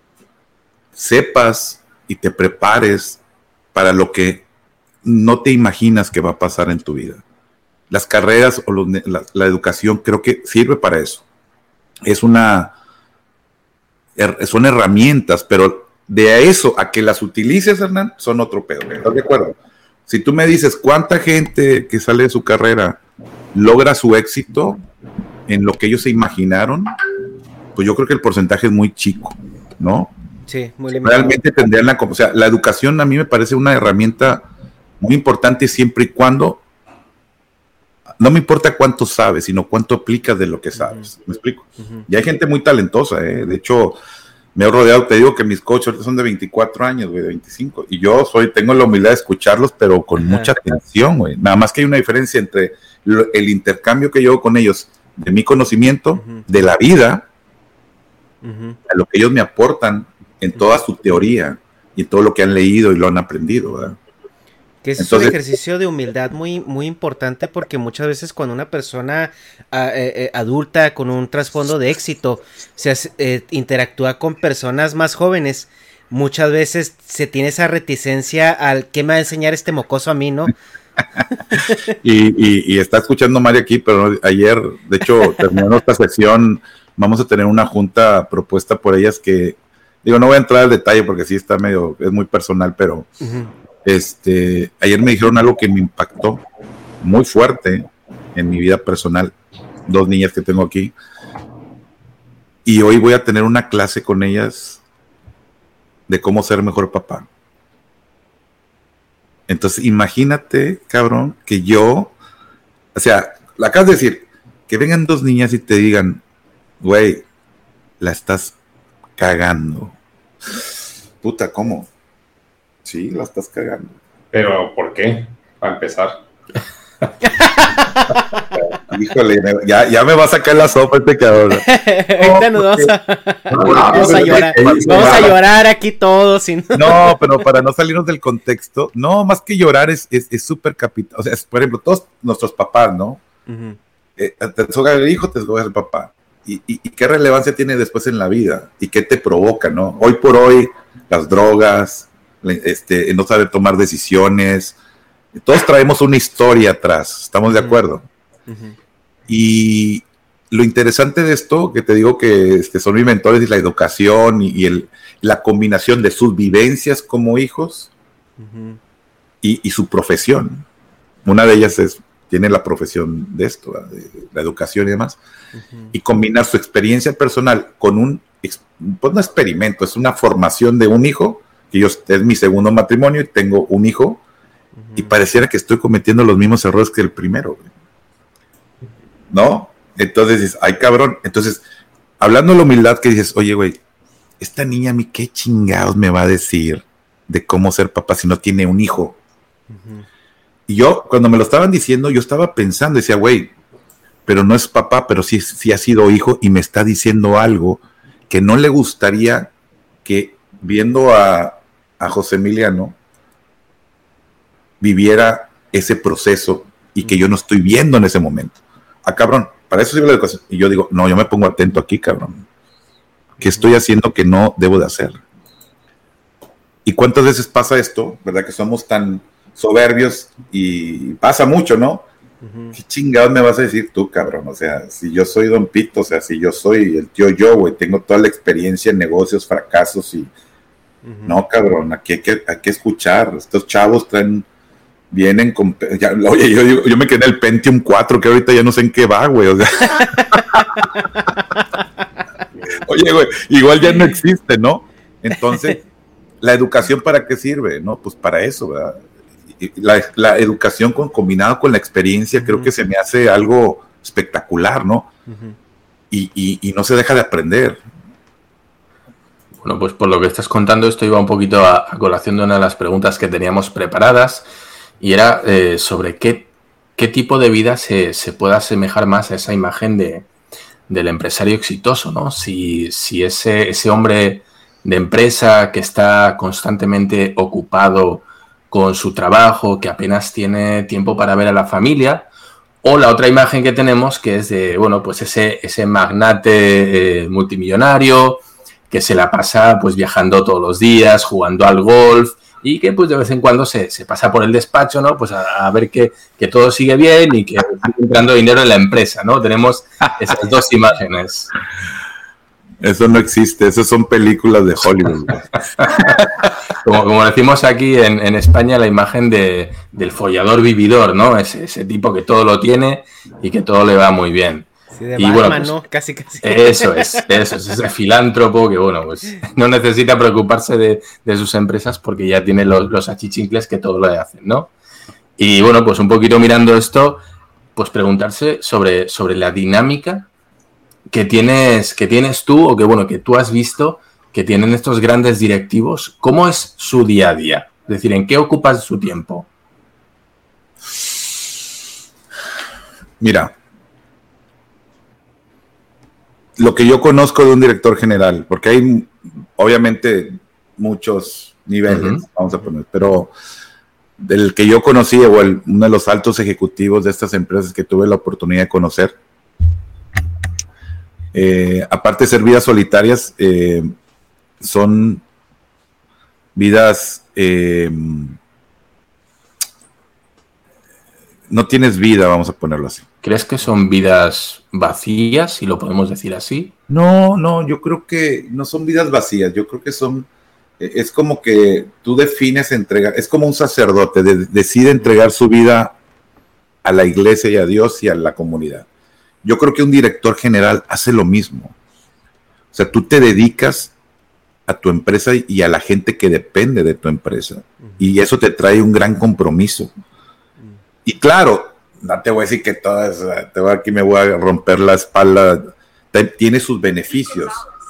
sepas y te prepares para lo que no te imaginas que va a pasar en tu vida. Las carreras o los, la, la educación creo que sirve para eso. Es una... son herramientas, pero de eso a que las utilices, Hernán, son otro pedo. ¿Estás de acuerdo? Si tú me dices cuánta gente que sale de su carrera logra su éxito en lo que ellos se imaginaron, pues yo creo que el porcentaje es muy chico, ¿no? Sí, muy limitado. Realmente tendrían la... O sea, la educación a mí me parece una herramienta muy importante siempre y cuando... No me importa cuánto sabes, sino cuánto aplicas de lo que sabes. Uh-huh. ¿Me explico? Uh-huh. Y hay gente muy talentosa, ¿eh? De hecho, me he rodeado, te digo que mis coaches son de veinticuatro años, güey, de veinticinco. Y yo soy, tengo la humildad de escucharlos, pero con uh-huh. mucha atención, güey. Nada más que hay una diferencia entre lo, el intercambio que yo hago con ellos, de mi conocimiento, uh-huh. de la vida, uh-huh. a lo que ellos me aportan en toda su teoría y en todo lo que han leído y lo han aprendido, ¿verdad? Que es Entonces, un ejercicio de humildad muy, muy importante, porque muchas veces cuando una persona uh, eh, adulta con un trasfondo de éxito se hace, eh, interactúa con personas más jóvenes, muchas veces se tiene esa reticencia al ¿qué me va a enseñar este mocoso a mí, no? y, y, y está escuchando Mario aquí, pero ayer, de hecho, terminando esta sesión, vamos a tener una junta propuesta por ellas que, digo, no voy a entrar al detalle porque sí está medio, es muy personal, pero... Uh-huh. Este, ayer me dijeron algo que me impactó muy fuerte en mi vida personal, dos niñas que tengo aquí, y hoy voy a tener una clase con ellas de cómo ser mejor papá. Entonces imagínate, cabrón, que yo, o sea, la acabas de decir, que vengan dos niñas y te digan, güey, la estás cagando. Puta, ¿cómo? Sí, la estás cagando. ¿Pero por qué? Para empezar. Híjole, ya, ya me va a sacar la sopa este cabrón. Ahorita nos vamos a, vamos a llorar. Vamos a llorar aquí todos. Sin... No, pero para no salirnos del contexto, no, más que llorar es es súper capital. O sea, es, por ejemplo, todos nuestros papás, ¿no? Uh-huh. Eh, te toca el hijo, te toca el papá. Y, y, y qué relevancia tiene después en la vida y qué te provoca, ¿no? Hoy por hoy, las drogas, este, no saber tomar decisiones, todos traemos una historia atrás, ¿estamos de acuerdo? Uh-huh. Y lo interesante de esto, que te digo que este, son mis mentores, es la educación y, y el, la combinación de sus vivencias como hijos uh-huh. y, y su profesión. Una de ellas es, tiene la profesión de esto, de, de la educación y demás, uh-huh. y combinar su experiencia personal con un, pues no experimento, es una formación de un hijo, que yo, es mi segundo matrimonio y tengo un hijo, uh-huh. y pareciera que estoy cometiendo los mismos errores que el primero, ¿no? Entonces dices, ay cabrón, entonces, hablando de la humildad que dices, oye güey, esta niña a mí qué chingados me va a decir de cómo ser papá si no tiene un hijo. Uh-huh. Y yo, cuando me lo estaban diciendo, yo estaba pensando, decía, güey, pero no es papá, pero sí, sí ha sido hijo y me está diciendo algo que no le gustaría que, viendo a a José Emiliano, viviera ese proceso y que yo no estoy viendo en ese momento. Ah, cabrón, para eso sirve la educación. Y yo digo, no, yo me pongo atento aquí, cabrón. ¿Qué estoy haciendo que no debo de hacer? ¿Y cuántas veces pasa esto, verdad? Que somos tan soberbios y pasa mucho, ¿no? Uh-huh. ¿Qué chingados me vas a decir tú, cabrón? O sea, si yo soy Don Pito, o sea, si yo soy el tío yo, güey, tengo toda la experiencia en negocios, fracasos y... Uh-huh. No, cabrón, aquí hay que, hay que escuchar. Estos chavos traen, vienen con... Ya, oye, yo, yo, yo me quedé en el Pentium cuatro, que ahorita ya no sé en qué va, güey. O sea. Oye, güey, igual ya no existe, ¿no? Entonces, ¿la educación para qué sirve? No, pues para eso, ¿verdad? La, la educación con, combinado con la experiencia, uh-huh. creo que se me hace algo espectacular, ¿no? Uh-huh. Y, y, y no se deja de aprender. Bueno, pues por lo que estás contando, esto iba un poquito a, a colación de una de las preguntas que teníamos preparadas, y era eh, sobre qué, qué tipo de vida se, se puede asemejar más a esa imagen de, del empresario exitoso, ¿no? Si, si ese, ese hombre de empresa que está constantemente ocupado con su trabajo, que apenas tiene tiempo para ver a la familia, o la otra imagen que tenemos que es de, bueno, pues ese, ese magnate eh, multimillonario que se la pasa pues viajando todos los días, jugando al golf y que pues de vez en cuando se, se pasa por el despacho, ¿no? Pues a, a ver que, que todo sigue bien y que sigue entrando dinero en la empresa, ¿no? Tenemos esas dos imágenes. Eso no existe, esas son películas de Hollywood. como, como decimos aquí en, en España, la imagen de, del follador vividor, ¿no? Ese, ese tipo que todo lo tiene y que todo le va muy bien. Sí, de y Batman, bueno, pues, ¿no? Casi, casi. Eso es, eso es, ese filántropo que, bueno, pues no necesita preocuparse de, de sus empresas porque ya tiene los, los achichincles que todo lo hacen, ¿no? Y bueno, pues un poquito mirando esto, pues preguntarse sobre, sobre la dinámica que tienes, que tienes tú o que, bueno, que tú has visto que tienen estos grandes directivos. ¿Cómo es su día a día? Es decir, ¿en qué ocupas su tiempo? Mira, lo que yo conozco de un director general, porque hay obviamente muchos niveles, uh-huh. vamos a poner, pero del que yo conocí, o el, uno de los altos ejecutivos de estas empresas que tuve la oportunidad de conocer, eh, aparte de ser vidas solitarias, eh, son vidas, eh, no tienes vida, vamos a ponerlo así. ¿Crees que son vidas vacías, si lo podemos decir así? No, no, yo creo que no son vidas vacías, yo creo que son, es como que tú defines entregar, es como un sacerdote, de, decide entregar su vida a la iglesia y a Dios y a la comunidad. Yo creo que un director general hace lo mismo. O sea, tú te dedicas a tu empresa y a la gente que depende de tu empresa. Y eso te trae un gran compromiso. Y claro, no te voy a decir que todas, te voy, aquí me voy a romper la espalda, te, tiene sus beneficios.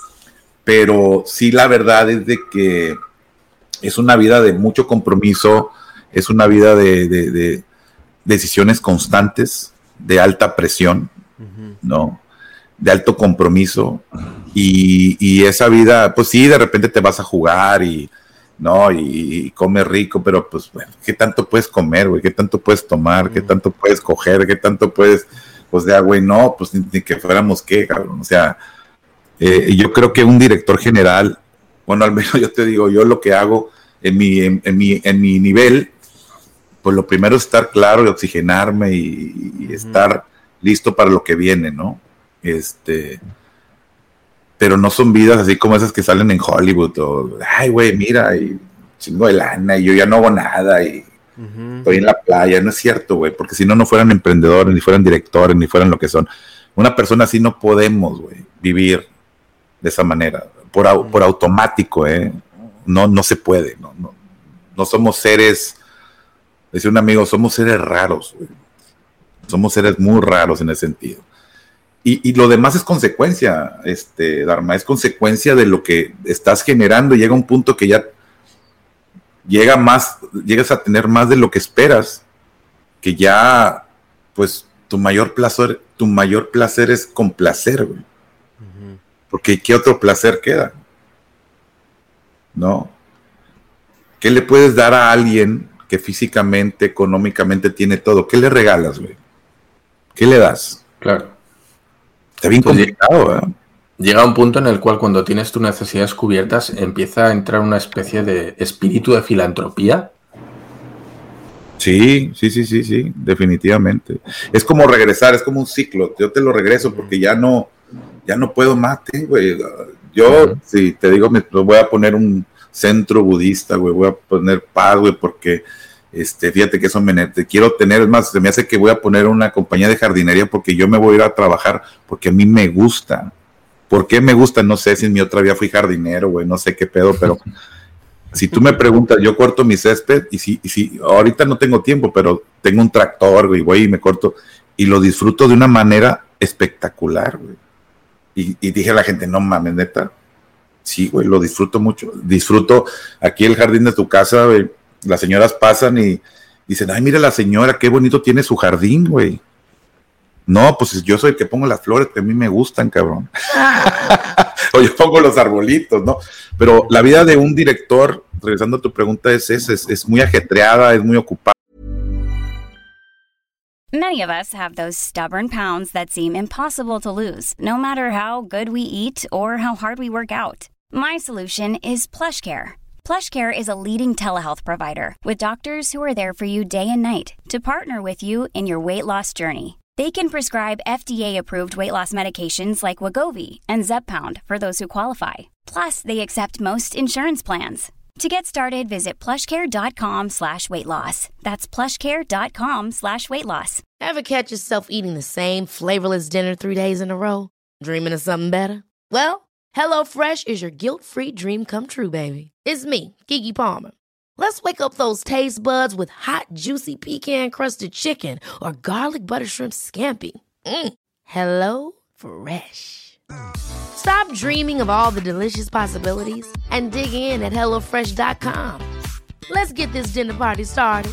Pero sí, la verdad es de que es una vida de mucho compromiso, es una vida de, de, de decisiones constantes, de alta presión, uh-huh. ¿no? De alto compromiso. Y, y esa vida, pues sí, de repente te vas a jugar y, ¿no? Y, y comes rico, pero pues, bueno, ¿qué tanto puedes comer, güey? ¿Qué tanto puedes tomar? ¿Qué tanto puedes coger? ¿Qué tanto puedes, pues, de agua? Y no, pues, ni, ni que fuéramos qué, cabrón. O sea, eh, yo creo que un director general, bueno, al menos yo te digo, yo lo que hago en mi, en, en mi, en mi nivel, pues lo primero es estar claro y oxigenarme y, y estar listo para lo que viene, ¿no? Este... pero no son vidas así como esas que salen en Hollywood, o, ay, güey, mira, y chingo de lana, y yo ya no hago nada, y uh-huh. estoy en la playa. No es cierto, güey, porque si no, no fueran emprendedores, ni fueran directores, ni fueran lo que son. Una persona así no podemos, güey, vivir de esa manera, por, uh-huh. por automático, ¿eh? No, no se puede, no, no, no somos seres, decía un amigo, somos seres raros, güey. Somos seres muy raros en ese sentido. Y, y lo demás es consecuencia, este, Dharma, es consecuencia de lo que estás generando. Llega un punto que ya llega más, llegas a tener más de lo que esperas, que ya, pues, tu mayor placer, tu mayor placer es complacer, güey. Uh-huh. Porque ¿qué otro placer queda? ¿No? ¿Qué le puedes dar a alguien que físicamente, económicamente tiene todo? ¿Qué le regalas, güey? ¿Qué le das? Claro. Está bien complicado, ¿eh? Llega un punto en el cual cuando tienes tus necesidades cubiertas empieza a entrar una especie de espíritu de filantropía. Sí, sí, sí, sí, sí, definitivamente. Es como regresar, es como un ciclo. Yo te lo regreso porque ya no, ya no puedo más, güey. Yo, uh-huh. si te digo, me voy a poner un centro budista, güey, voy a poner paz, güey, porque Este, fíjate que eso me te quiero tener, es más, se me hace que voy a poner una compañía de jardinería porque yo me voy a ir a trabajar porque a mí me gusta. ¿Por qué me gusta? No sé, si en mi otra vida fui jardinero, güey, no sé qué pedo, pero si tú me preguntas, yo corto mi césped y si, y si ahorita no tengo tiempo, pero tengo un tractor, güey, güey, y me corto y lo disfruto de una manera espectacular, güey. Y, y dije a la gente, no mames, neta. Sí, güey, lo disfruto mucho. Disfruto aquí el jardín de tu casa, güey. Las señoras pasan y dicen, ay, mira la señora, qué bonito tiene su jardín, güey. No, pues yo soy el que pongo las flores que a mí me gustan, cabrón. O yo pongo los arbolitos, ¿no? Pero la vida de un director, regresando a tu pregunta, es, es, es, es muy ajetreada, es muy ocupada. Many of us have those stubborn pounds that seem impossible to lose, no matter how good we eat or how hard we work out. My solution is PlushCare. PlushCare is a leading telehealth provider with doctors who are there for you day and night to partner with you in your weight loss journey. They can prescribe F D A-approved weight loss medications like Wegovy and Zepbound for those who qualify. Plus, they accept most insurance plans. To get started, visit plushcare.com slash weight loss. That's plushcare.com slash weight loss. Ever catch yourself eating the same flavorless dinner three days in a row? Dreaming of something better? Well, HelloFresh is your guilt-free dream come true, baby. It's me, Keke Palmer. Let's wake up those taste buds with hot, juicy pecan-crusted chicken or garlic butter shrimp scampi. Mm. Hello Fresh. Stop dreaming of all the delicious possibilities and dig in at hello fresh dot com. Let's get this dinner party started.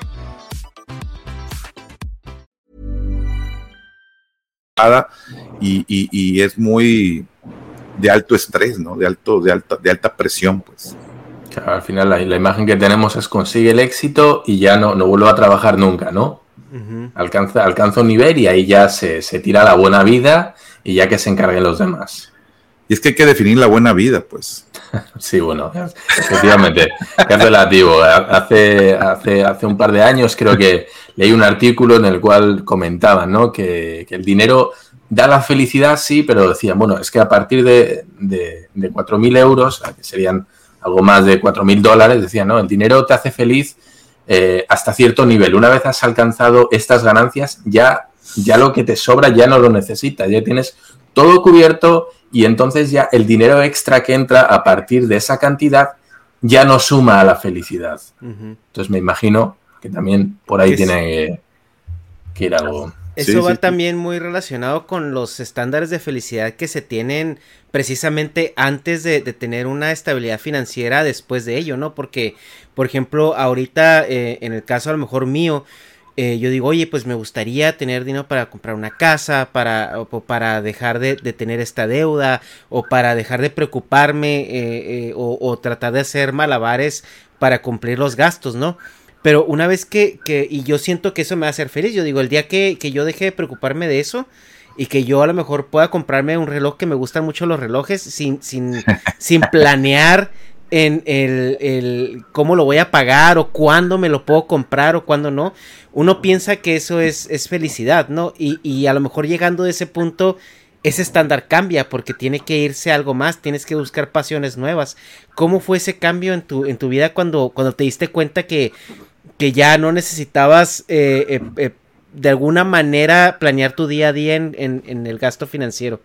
Y, y, y es muy de alto estrés, ¿no? De alto, de alta, de alta presión, pues. Claro, al final la, la imagen que tenemos es consigue el éxito y ya no, no vuelve a trabajar nunca, ¿no? Uh-huh. Alcanza, alcanza un nivel y ahí ya se, se tira la buena vida y ya que se encarguen los demás. Y es que hay que definir la buena vida, pues. Sí, bueno, efectivamente, es relativo. Hace, hace, hace un par de años creo que leí un artículo en el cual comentaban, ¿no? que, que el dinero da la felicidad, sí, pero decían, bueno, es que a partir de, de, de cuatro mil euros, que serían algo más de cuatro mil dólares, decían, no, el dinero te hace feliz eh, hasta cierto nivel. Una vez has alcanzado estas ganancias, ya, ya lo que te sobra ya no lo necesitas, ya tienes todo cubierto y entonces ya el dinero extra que entra a partir de esa cantidad ya no suma a la felicidad. Uh-huh. Entonces me imagino que también por ahí tiene que, que ir algo. Eso sí, va sí, también muy relacionado con los estándares de felicidad que se tienen precisamente antes de, de tener una estabilidad financiera después de ello, ¿no? Porque, por ejemplo, ahorita, eh, en el caso a lo mejor mío, eh, yo digo, oye, pues me gustaría tener dinero para comprar una casa, para, o para dejar de, de tener esta deuda, o para dejar de preocuparme, eh, eh, o, o tratar de hacer malabares para cumplir los gastos, ¿no? Pero una vez que, que, y yo siento que eso me va a hacer feliz, yo digo, el día que, que yo deje de preocuparme de eso y que yo a lo mejor pueda comprarme un reloj, que me gustan mucho los relojes, sin, sin, sin planear en el, el cómo lo voy a pagar o cuándo me lo puedo comprar o cuándo no, uno piensa que eso es, es felicidad, ¿no? Y, y a lo mejor llegando a ese punto, ese estándar cambia porque tiene que irse a algo más, tienes que buscar pasiones nuevas. ¿Cómo fue ese cambio en tu, en tu vida cuando, cuando te diste cuenta que que ya no necesitabas eh, eh, eh, de alguna manera planear tu día a día en, en, en el gasto financiero?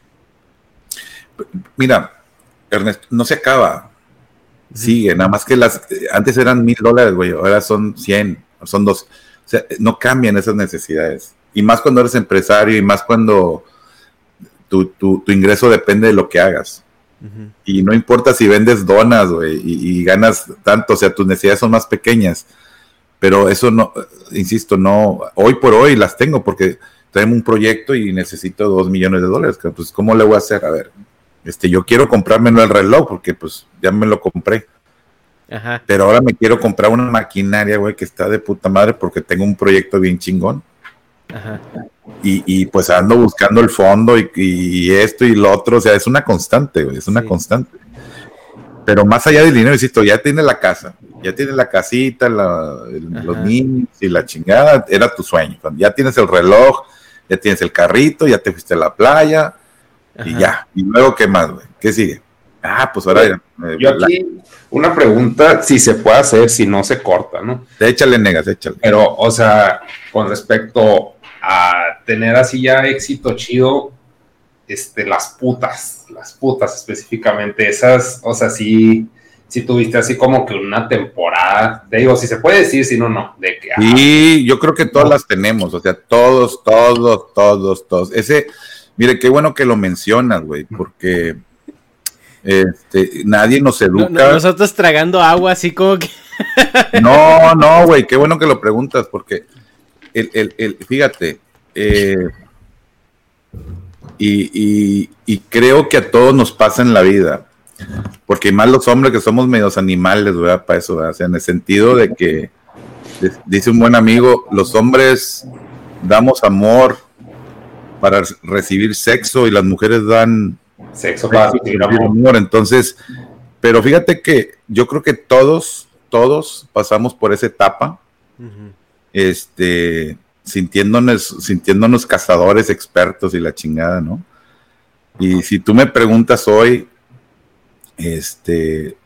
Mira, Ernesto, no se acaba. Sigue, nada más que las antes eran mil dólares, güey, ahora son cien, son dos. O sea, no cambian esas necesidades. Y más cuando eres empresario y más cuando tu, tu, tu ingreso depende de lo que hagas. Uh-huh. Y no importa si vendes donas, güey, y, y ganas tanto, o sea, tus necesidades son más pequeñas. Pero eso no, insisto, no, hoy por hoy las tengo porque tengo un proyecto y necesito dos millones de dólares. Pues, ¿cómo le voy a hacer? A ver, este, yo quiero comprármelo el reloj porque, pues, ya me lo compré. Ajá. Pero ahora me quiero comprar una maquinaria, güey, que está de puta madre porque tengo un proyecto bien chingón. Ajá. Y, y pues ando buscando el fondo y, y esto y lo otro, o sea, es una constante, güey, es una sí. constante. Pero más allá del dinero, insisto, ya tienes la casa, ya tienes la casita, la, el, los niños y la chingada, era tu sueño. Ya tienes el reloj, ya tienes el carrito, ya te fuiste a la playa. Ajá. Y ya. ¿Y luego qué más, güey? ¿Qué sigue? Ah, pues ahora... Eh, yo aquí, la... una pregunta, si se puede hacer, si no se corta, ¿no? Échale, negas, échale. Pero, o sea, con respecto a tener así ya éxito chido, este, las putas, las putas específicamente, esas, o sea, sí, sí tuviste así como que una temporada, te digo, si se puede decir, si no, no, de que... Sí, ah, yo creo que todas no. las tenemos, o sea, todos, todos, todos, todos. Ese, mire, qué bueno que lo mencionas, güey, porque... Este, nadie nos educa. No, no, nosotros tragando agua así como que... No, no, güey, qué bueno que lo preguntas, porque el, el, el, fíjate, eh, y, y, y creo que a todos nos pasa en la vida, porque más los hombres que somos medios animales, ¿verdad? Para eso, ¿verdad? O sea, en el sentido de que, dice un buen amigo, los hombres damos amor para recibir sexo y las mujeres dan sexo para recibir amor. amor. Entonces, pero fíjate que yo creo que todos, todos pasamos por esa etapa, uh-huh. este, sintiéndonos, sintiéndonos cazadores expertos y la chingada, ¿no? Y si tú me preguntas hoy, este,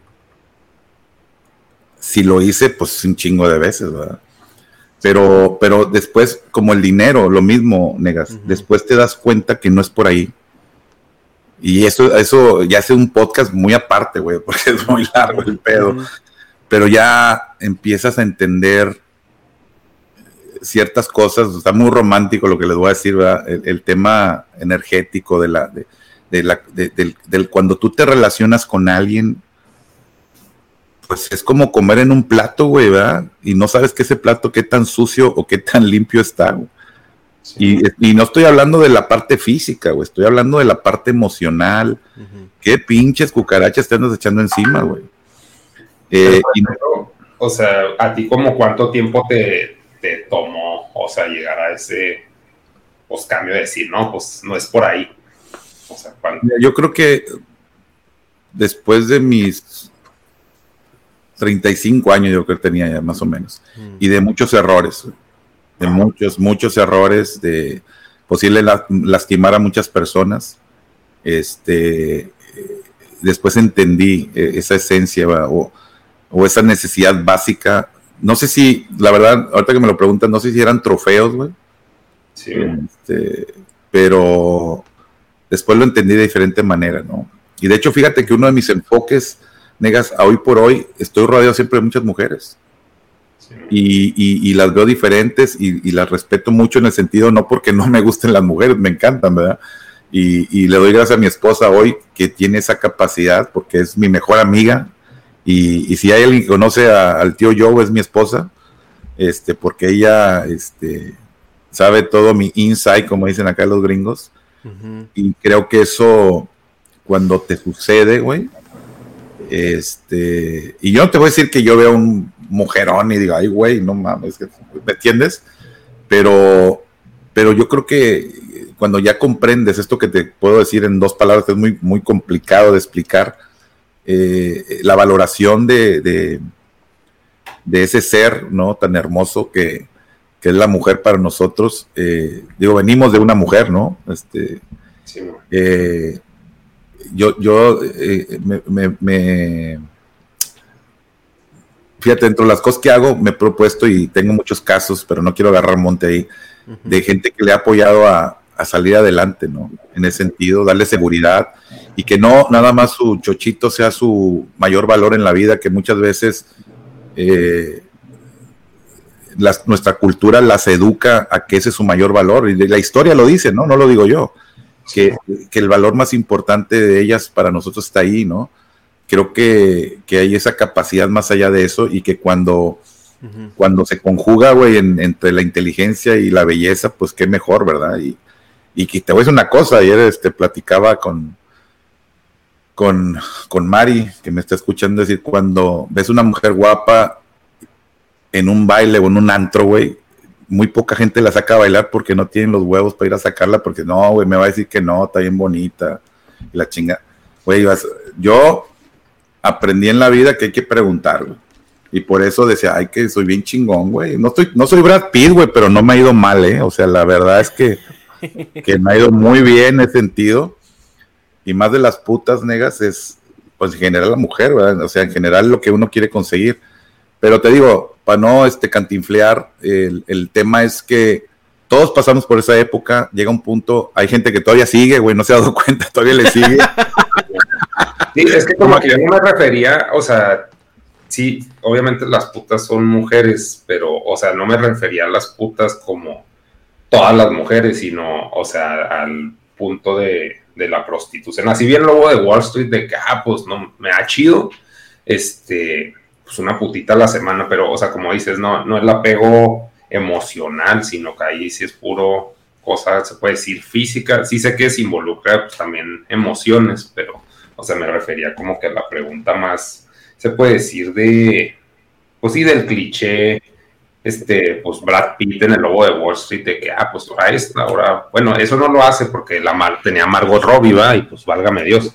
si lo hice, pues un chingo de veces, ¿verdad? Pero, pero después, como el dinero, lo mismo, negas, uh-huh. después te das cuenta que no es por ahí. Y eso, eso ya hace un podcast muy aparte, güey, porque es muy largo el pedo. Uh-huh. Pero ya empiezas a entender ciertas cosas, está muy romántico lo que les voy a decir, ¿verdad? El, el tema energético de la, de, de la, de, del, del cuando tú te relacionas con alguien, pues es como comer en un plato, güey, ¿verdad? Y no sabes que ese plato qué tan sucio o qué tan limpio está, güey. Sí. Y, y no estoy hablando de la parte física, güey, estoy hablando de la parte emocional. Uh-huh. Qué pinches cucarachas te andas echando encima, güey. Eh, y no, o sea, a ti como cuánto tiempo te, te tomó, o sea, llegar a ese pues, cambio de decir, no, pues no es por ahí. O sea, ¿cuánto? Yo creo que después de mis treinta y cinco años, yo creo que tenía ya más o menos, uh-huh. y de muchos errores, güey. de muchos, muchos errores, de posible la, lastimar a muchas personas. Este, eh, después entendí eh, esa esencia o, o esa necesidad básica. No sé si, la verdad, ahorita que me lo preguntan, no sé si eran trofeos, güey. Sí. Este, pero después lo entendí de diferente manera, ¿no? Y de hecho, fíjate que uno de mis enfoques, negas, a hoy por hoy, estoy rodeado siempre de muchas mujeres. Y, y, y las veo diferentes y, y las respeto mucho en el sentido, no porque no me gusten las mujeres, me encantan, ¿verdad? Y, y le doy gracias a mi esposa hoy que tiene esa capacidad porque es mi mejor amiga y, y si hay alguien que conoce a, al tío Joe es mi esposa, este, porque ella este, sabe todo mi insight, como dicen acá los gringos, uh-huh. y creo que eso cuando te sucede, güey, este, y yo no te voy a decir que yo veo un mujerón y digo, ay, güey, no mames, ¿me entiendes? Pero, pero yo creo que cuando ya comprendes esto que te puedo decir en dos palabras, es muy, muy complicado de explicar, eh, la valoración de, de, de ese ser, ¿no? Tan hermoso que, que es la mujer para nosotros. Eh, digo, venimos de una mujer, ¿no? Este, sí. eh, yo, yo eh, me, me, me fíjate, dentro de las cosas que hago, me he propuesto y tengo muchos casos, pero no quiero agarrar monte ahí, uh-huh. de gente que le ha apoyado a, a salir adelante, ¿no? En ese sentido, darle seguridad y que no nada más su chochito sea su mayor valor en la vida, que muchas veces eh, las, nuestra cultura las educa a que ese es su mayor valor y la historia lo dice, ¿no? No lo digo yo, que, que el valor más importante de ellas para nosotros está ahí, ¿no? Creo que, que hay esa capacidad más allá de eso y que cuando, uh-huh. cuando se conjuga, güey, en, entre la inteligencia y la belleza, pues qué mejor, ¿verdad? Y, y que te voy a decir una cosa, ayer este, platicaba con, con, con Mari, que me está escuchando decir, cuando ves una mujer guapa en un baile o en un antro, güey, muy poca gente la saca a bailar porque no tienen los huevos para ir a sacarla, porque no, güey, me va a decir que no, está bien bonita, y la chinga. Güey, yo aprendí en la vida que hay que preguntar, güey. Y por eso decía, ay, que soy bien chingón, güey. No estoy, no soy Brad Pitt, güey, pero no me ha ido mal, ¿eh? O sea, la verdad es que, que me ha ido muy bien en ese sentido. Y más de las putas, negas, es, pues, en general la mujer, ¿verdad? O sea, en general lo que uno quiere conseguir. Pero te digo, para no este, cantinflear, el, el tema es que todos pasamos por esa época, llega un punto, hay gente que todavía sigue, güey, no se ha dado cuenta, todavía le sigue. Sí, es que como que yo no me refería, o sea, sí, obviamente las putas son mujeres, pero, o sea, no me refería a las putas como todas las mujeres, sino, o sea, al punto de, de la prostitución. Así bien lobo de Wall Street, de que, ah, pues, no, me ha chido, este, pues una putita a la semana, pero, o sea, como dices, no, no es el apego emocional, sino que ahí sí es puro cosa, se puede decir, física. Sí sé que se involucra pues, también emociones, pero, o sea, me refería como que a la pregunta más, se puede decir de, pues sí, del cliché, este, pues Brad Pitt en El Lobo de Wall Street, de que, ah, pues ahora esta, ahora, bueno, eso no lo hace porque la mar, tenía Margot Robbie, ¿va? Y pues válgame Dios.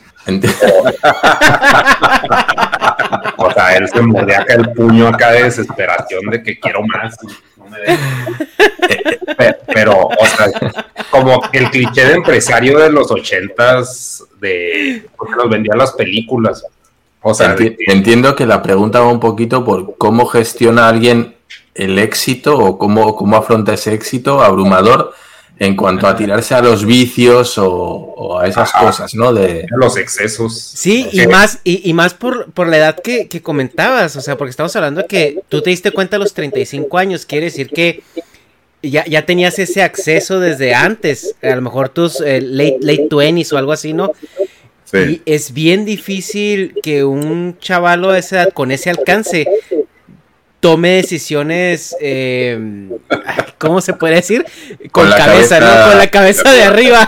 O sea, él se mordía acá el puño acá de desesperación de que quiero más, no me dejes. Pero, pero, o sea, como el cliché de empresario de los ochentas, de porque nos vendían las películas. O sea, Enti- de, entiendo que la pregunta va un poquito por cómo gestiona alguien el éxito o cómo, cómo afronta ese éxito abrumador en cuanto a tirarse a los vicios o, o a esas Ajá. cosas, ¿no? De los excesos. Sí, y Sí. más, y, y más por, por la edad que, que comentabas, o sea, porque estamos hablando de que tú te diste cuenta a los treinta y cinco años, quiere decir que ya, ya tenías ese acceso desde antes, a lo mejor tus eh, late, late twenties o algo así, ¿no? Sí. Y es bien difícil que un chavalo de esa edad, con ese alcance, tome decisiones, eh, ¿cómo se puede decir? Con, Con la cabeza, cabeza- ¿no? Con la cabeza de arriba.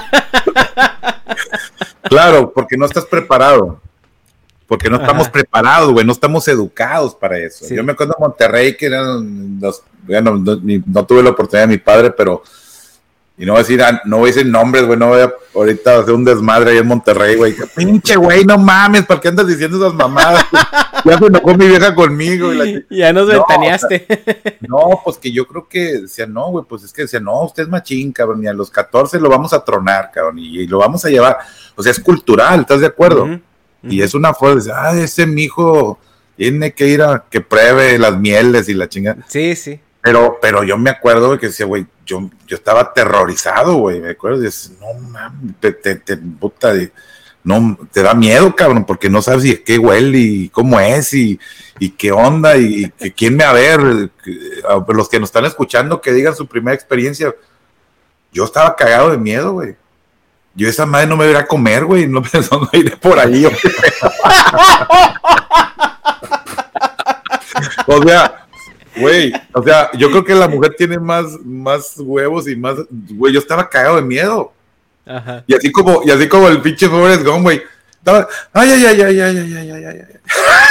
Claro, porque no estás preparado. Porque no estamos Ajá. preparados, güey, no estamos educados para eso. Sí. Yo me acuerdo en Monterrey que eran los, bueno, no, ni- no tuve la oportunidad de mi padre, pero, y no voy a decir, ah, no voy a decir nombres, güey, no voy a ahorita hacer un desmadre ahí en Monterrey, güey. Que, pinche güey, no mames, ¿por qué andas diciendo esas mamadas? Ya se enojó mi vieja conmigo. Y la, Ya nos No, ventaneaste. no, pues que yo creo que decía, no, güey, pues es que decía, no, usted es machín, cabrón, y a los catorce lo vamos a tronar, cabrón, y, y lo vamos a llevar. O sea, es cultural, ¿estás de acuerdo? Ujú, Y ujú. es una forma de, ah, ese mijo tiene que ir a que pruebe las mieles y la chingada. Sí, sí. Pero, pero yo me acuerdo güey, que decía, güey, yo, yo estaba aterrorizado, güey, me acuerdo, y decía, no mames, te, te, te, puta, de- no, te da miedo, cabrón, porque no sabes si qué huele y cómo es y, y qué onda y, que quién me va a ver, que- a los que nos están escuchando que digan su primera experiencia. Yo estaba cagado de miedo, güey. Yo esa madre no me iba a comer, güey, no pensando no iré por ahí. güey. O sea, güey, o sea, yo creo que la mujer tiene más, más huevos y más, güey, yo estaba cagado de miedo. Ajá. Y así como, y así como el pinche Forrest Gump, güey. Estaba, ay, ay, ay, ay, ay, ay, ay, ay, ay, ay.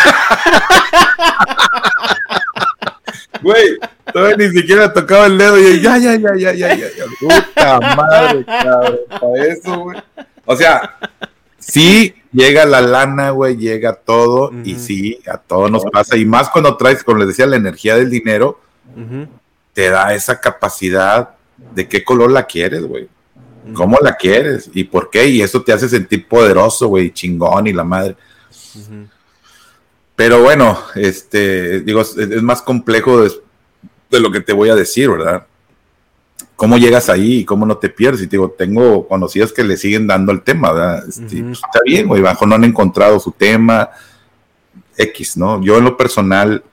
Güey, todavía ni siquiera tocaba el dedo y ya, ya, ya, ya, ya, ya, ya. Puta madre, cabrón, para eso, güey. O sea, sí llega la lana, güey, llega todo, Ujú. y sí, a todo nos pasa. Y más cuando traes, como les decía, la energía del dinero, Ujú. te da esa capacidad de qué color la quieres, güey. ¿Cómo la quieres? ¿Y por qué? Y eso te hace sentir poderoso, güey, chingón y la madre. Ujú. Pero bueno, este, digo, es, es más complejo de, de lo que te voy a decir, ¿verdad? ¿Cómo llegas ahí y cómo no te pierdes? Y te digo, tengo conocidas que le siguen dando el tema, ¿verdad? Este, Ujú. pues, está bien, güey, bajo no han encontrado su tema X, ¿no? Yo en lo personal,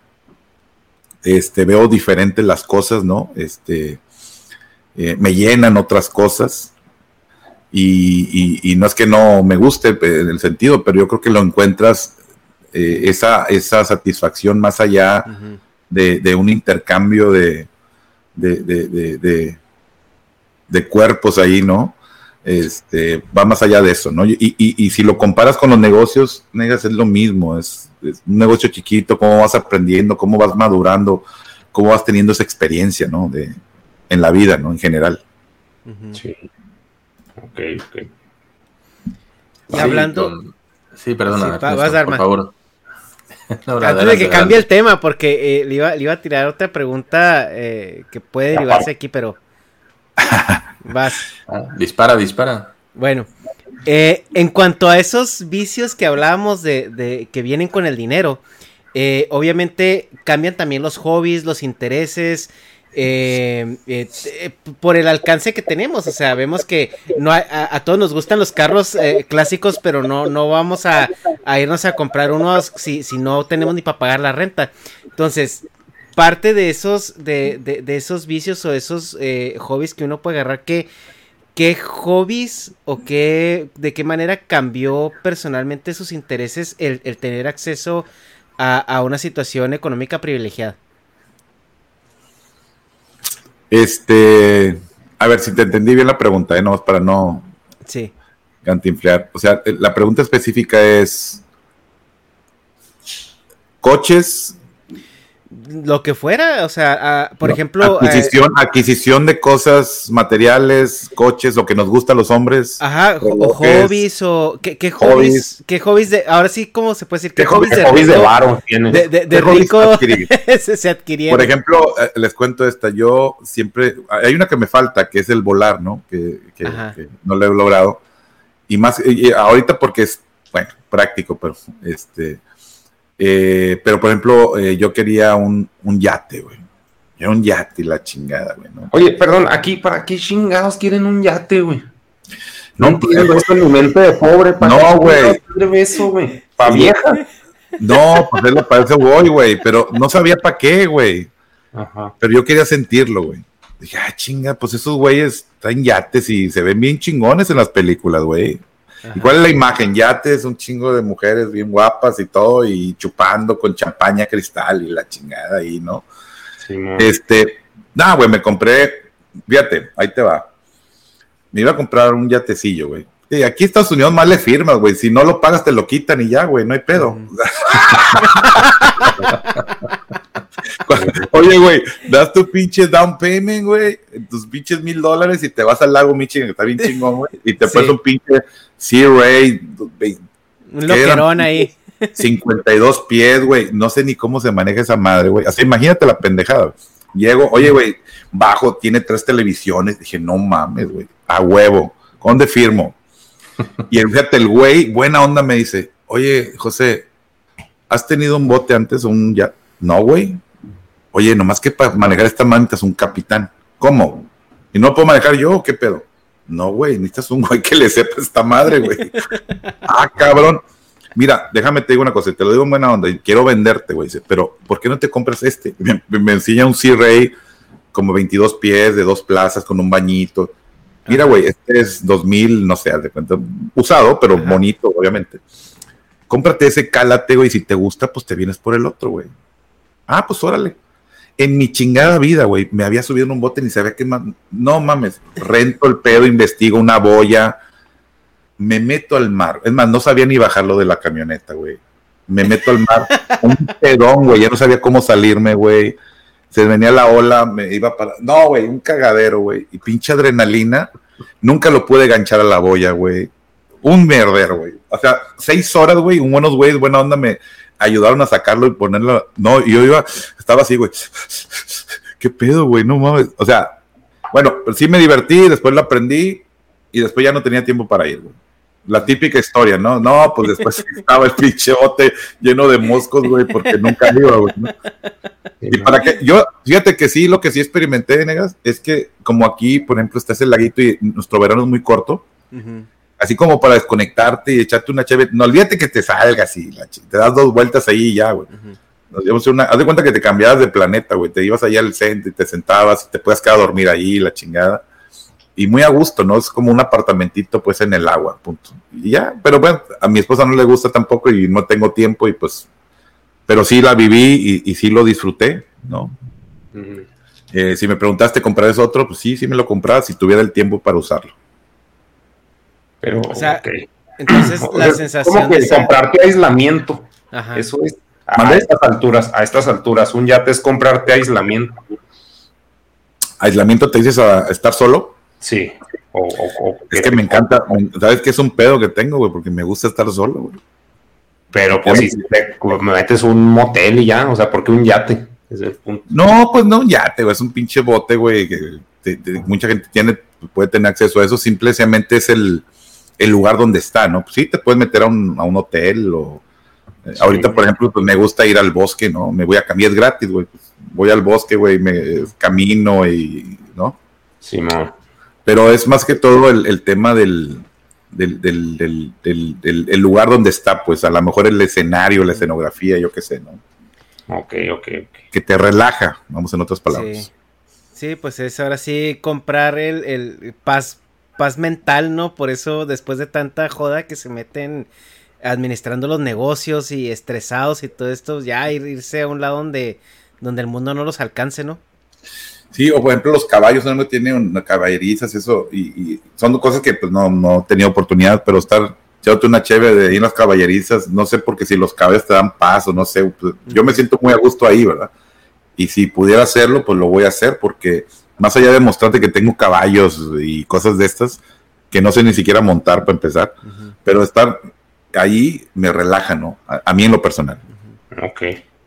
este, veo diferentes las cosas, ¿no? Este, eh, me llenan otras cosas. Y, y, y no es que no me guste en el sentido, pero yo creo que lo encuentras eh, esa, esa satisfacción más allá Ujú. de, de un intercambio de, de, de, de, de, de cuerpos ahí, ¿no? Este, va más allá de eso, ¿no? Y, y, y si lo comparas con los negocios, negas, es lo mismo, es, es un negocio chiquito, cómo vas aprendiendo, cómo vas madurando, cómo vas teniendo esa experiencia, ¿no? De, en la vida, ¿no? En general. Ujú. Sí. Ok, ok. Y hablando- con- Sí, perdona, Sí, va- Ernesto, vas, Dharma. por favor. No, no, Antes de adelante, que cambie el adelante. tema, porque eh, le, iba, le iba a tirar otra pregunta eh, que puede derivarse aquí, pero vas. Ah, dispara, dispara. Bueno, eh, en cuanto a esos vicios que hablábamos de, de que vienen con el dinero, eh, obviamente cambian también los hobbies, los intereses, eh, eh, eh, por el alcance que tenemos. O sea, vemos que no hay- a, a todos nos gustan los carros eh, clásicos, pero no, no vamos a, a irnos a comprar unos si, si no tenemos ni para pagar la renta. Entonces, parte de esos, de, de, de esos vicios o esos eh, hobbies que uno puede agarrar, que ¿qué hobbies o qué, de qué manera cambió personalmente sus intereses el, el tener acceso a, a una situación económica privilegiada? Este, A ver si te entendí bien la pregunta, ¿eh? No, para no sí. cantinflear. O sea, la pregunta específica es coches. Lo que fuera, o sea, uh, por no, ejemplo... Adquisición, eh, adquisición de cosas, materiales, coches, lo que nos gusta a los hombres. Ajá, o hobbies, o... ¿Qué, qué hobbies, hobbies? ¿Qué hobbies de...? Ahora sí, ¿cómo se puede decir? ¿Qué, ¿Qué hobbies de hobbies de varo tienes? De, de, de rico se, se adquirieron. Por ejemplo, eh, les cuento esta, yo siempre... Hay una que me falta, que es el volar, ¿no? Que, que, que no lo he logrado. Y más, y ahorita porque es, bueno, práctico, pero este... Eh, pero, por ejemplo, eh, yo quería un, un yate, güey. Era un yate y la chingada, güey, ¿no? Oye, perdón, aquí, ¿para qué chingados quieren un yate, güey? No, no entiendo esto en mi mente de pobre. ¿Para no, güey. eso, güey? ¿Para vieja? No, pues es lo para eso voy, güey. Pero no sabía para qué, güey. Ajá. Pero yo quería sentirlo, güey. Dije, ah, chinga, pues esos güeyes traen yates y se ven bien chingones en las películas, güey. Ajá. ¿Y cuál es la imagen? Yates, un chingo de mujeres bien guapas y todo, y chupando con champaña cristal y la chingada ahí, ¿no? Sí, no. Este, nada, güey, me compré, fíjate, ahí te va. Me iba a comprar un yatecillo, güey. Y aquí en Estados Unidos más le firmas, güey. Si no lo pagas, te lo quitan y ya, güey, no hay pedo. Mm. Oye, güey, das tu pinche down payment, güey, tus pinches mil dólares y te vas al lago Michigan, que está bien chingón, güey, y te sí. pones un pinche Sea Ray, un loquerón ahí. cincuenta y dos pies, güey, no sé ni cómo se maneja esa madre, güey. O sea, imagínate la pendejada, güey. Llego, oye, güey, bajo, tiene tres televisiones. Dije, no mames, güey, a huevo, ¿dónde firmo? Y fíjate, el güey, buena onda, me dice, oye, José, ¿has tenido un bote antes o un ya? No, güey. Oye, nomás que para manejar esta madre necesitas un capitán. ¿Cómo? ¿Y no puedo manejar yo o qué pedo? No, güey, necesitas un güey que le sepa esta madre, güey. Ah, cabrón. Mira, déjame te digo una cosa, te lo digo en buena onda y quiero venderte, güey. Pero, ¿por qué no te compras este? Me, me enseña un Sea Ray como veintidós pies, de dos plazas, con un bañito. Mira, güey, este es dos mil, no sé, de cuenta, usado, pero Ajá. bonito, obviamente. Cómprate ese, cálate, güey, si te gusta, pues te vienes por el otro, güey. Ah, pues órale. En mi chingada vida, güey, me había subido en un bote ni sabía qué más. No mames, rento el pedo, investigo una boya, me meto al mar. Es más, no sabía ni bajarlo de la camioneta, güey. Me meto al mar, un pedón, güey, ya no sabía cómo salirme, güey. Se venía la ola, me iba para... No, güey, un cagadero, güey. Y pinche adrenalina, nunca lo pude ganchar a la boya, güey. Un merdero, güey. O sea, seis horas, güey, un buenos güeyes, buena onda, me ayudaron a sacarlo y ponerlo. No, y yo iba, estaba así, güey. ¿Qué pedo, güey? No mames. O sea, bueno, sí me divertí, después lo aprendí y después ya no tenía tiempo para ir, güey. La típica historia, ¿no? No, pues después estaba el pinche bote lleno de moscos, güey, porque nunca iba, güey, ¿no? Y para que, yo, fíjate que sí, lo que sí experimenté, negas, es que como aquí, por ejemplo, está ese laguito y nuestro verano es muy corto, uh-huh. así como para desconectarte y echarte una chévere, no olvídate que te salgas y la ch- te das dos vueltas ahí y ya, güey. Uh-huh. Una, haz de cuenta que te cambiabas de planeta, güey, te ibas allá al centro y te sentabas y te puedes quedar a dormir ahí, la chingada. Y muy a gusto, ¿no? Es como un apartamentito, pues, en el agua, punto. Y ya, pero bueno, a mi esposa no le gusta tampoco y no tengo tiempo y pues, pero sí la viví y, y sí lo disfruté, ¿no? Uh-huh. Eh, si me preguntaste, ¿comprarías otro? Pues sí, sí me lo compraba si tuviera el tiempo para usarlo. Pero, o sea, okay. entonces la o sea, sensación como que de comprarte aislamiento. Ajá. Eso es, a estas alturas, a estas alturas, un yate es comprarte aislamiento. ¿Aislamiento te dices a estar solo? Sí. O, o, o es que me encanta, ¿sabes qué es un pedo que tengo, güey? Porque me gusta estar solo, güey. Pero pues si te, me metes un motel y ya, o sea, ¿por qué un yate? Es el punto. No, pues no un yate, güey, es un pinche bote, güey, que te, te, mucha gente tiene, puede tener acceso a eso, simplemente es el, el lugar donde está, ¿no? Pues sí, te puedes meter a un, a un hotel o... Sí. Ahorita, por ejemplo, pues me gusta ir al bosque, ¿no? Me voy a caminar, es gratis, güey. Pues voy al bosque, güey, me camino y, ¿no? Sí, no. Pero es más que todo el, el tema del del, del, del, del, del el lugar donde está, pues a lo mejor el escenario, la escenografía, yo qué sé, ¿no? Ok, ok, ok. Que te relaja, vamos en otras palabras. Sí, sí, pues es ahora sí comprar el, el paz, paz mental, ¿no? Por eso después de tanta joda que se meten administrando los negocios y estresados y todo esto, ya ir, irse a un lado donde, donde el mundo no los alcance, ¿no? Sí, o por ejemplo los caballos, no tiene una caballerizas, eso, y, y son cosas que pues no, no he tenido oportunidad, pero estar echándote una chévere de ahí en las caballerizas, no sé porque si los caballos te dan paz o no sé, pues, yo me siento muy a gusto ahí, ¿verdad? Y si pudiera hacerlo, pues lo voy a hacer, porque más allá de mostrarte que tengo caballos y cosas de estas, que no sé ni siquiera montar para empezar, uh-huh. pero estar ahí me relaja, ¿no? A, a mí en lo personal. Uh-huh. Ok.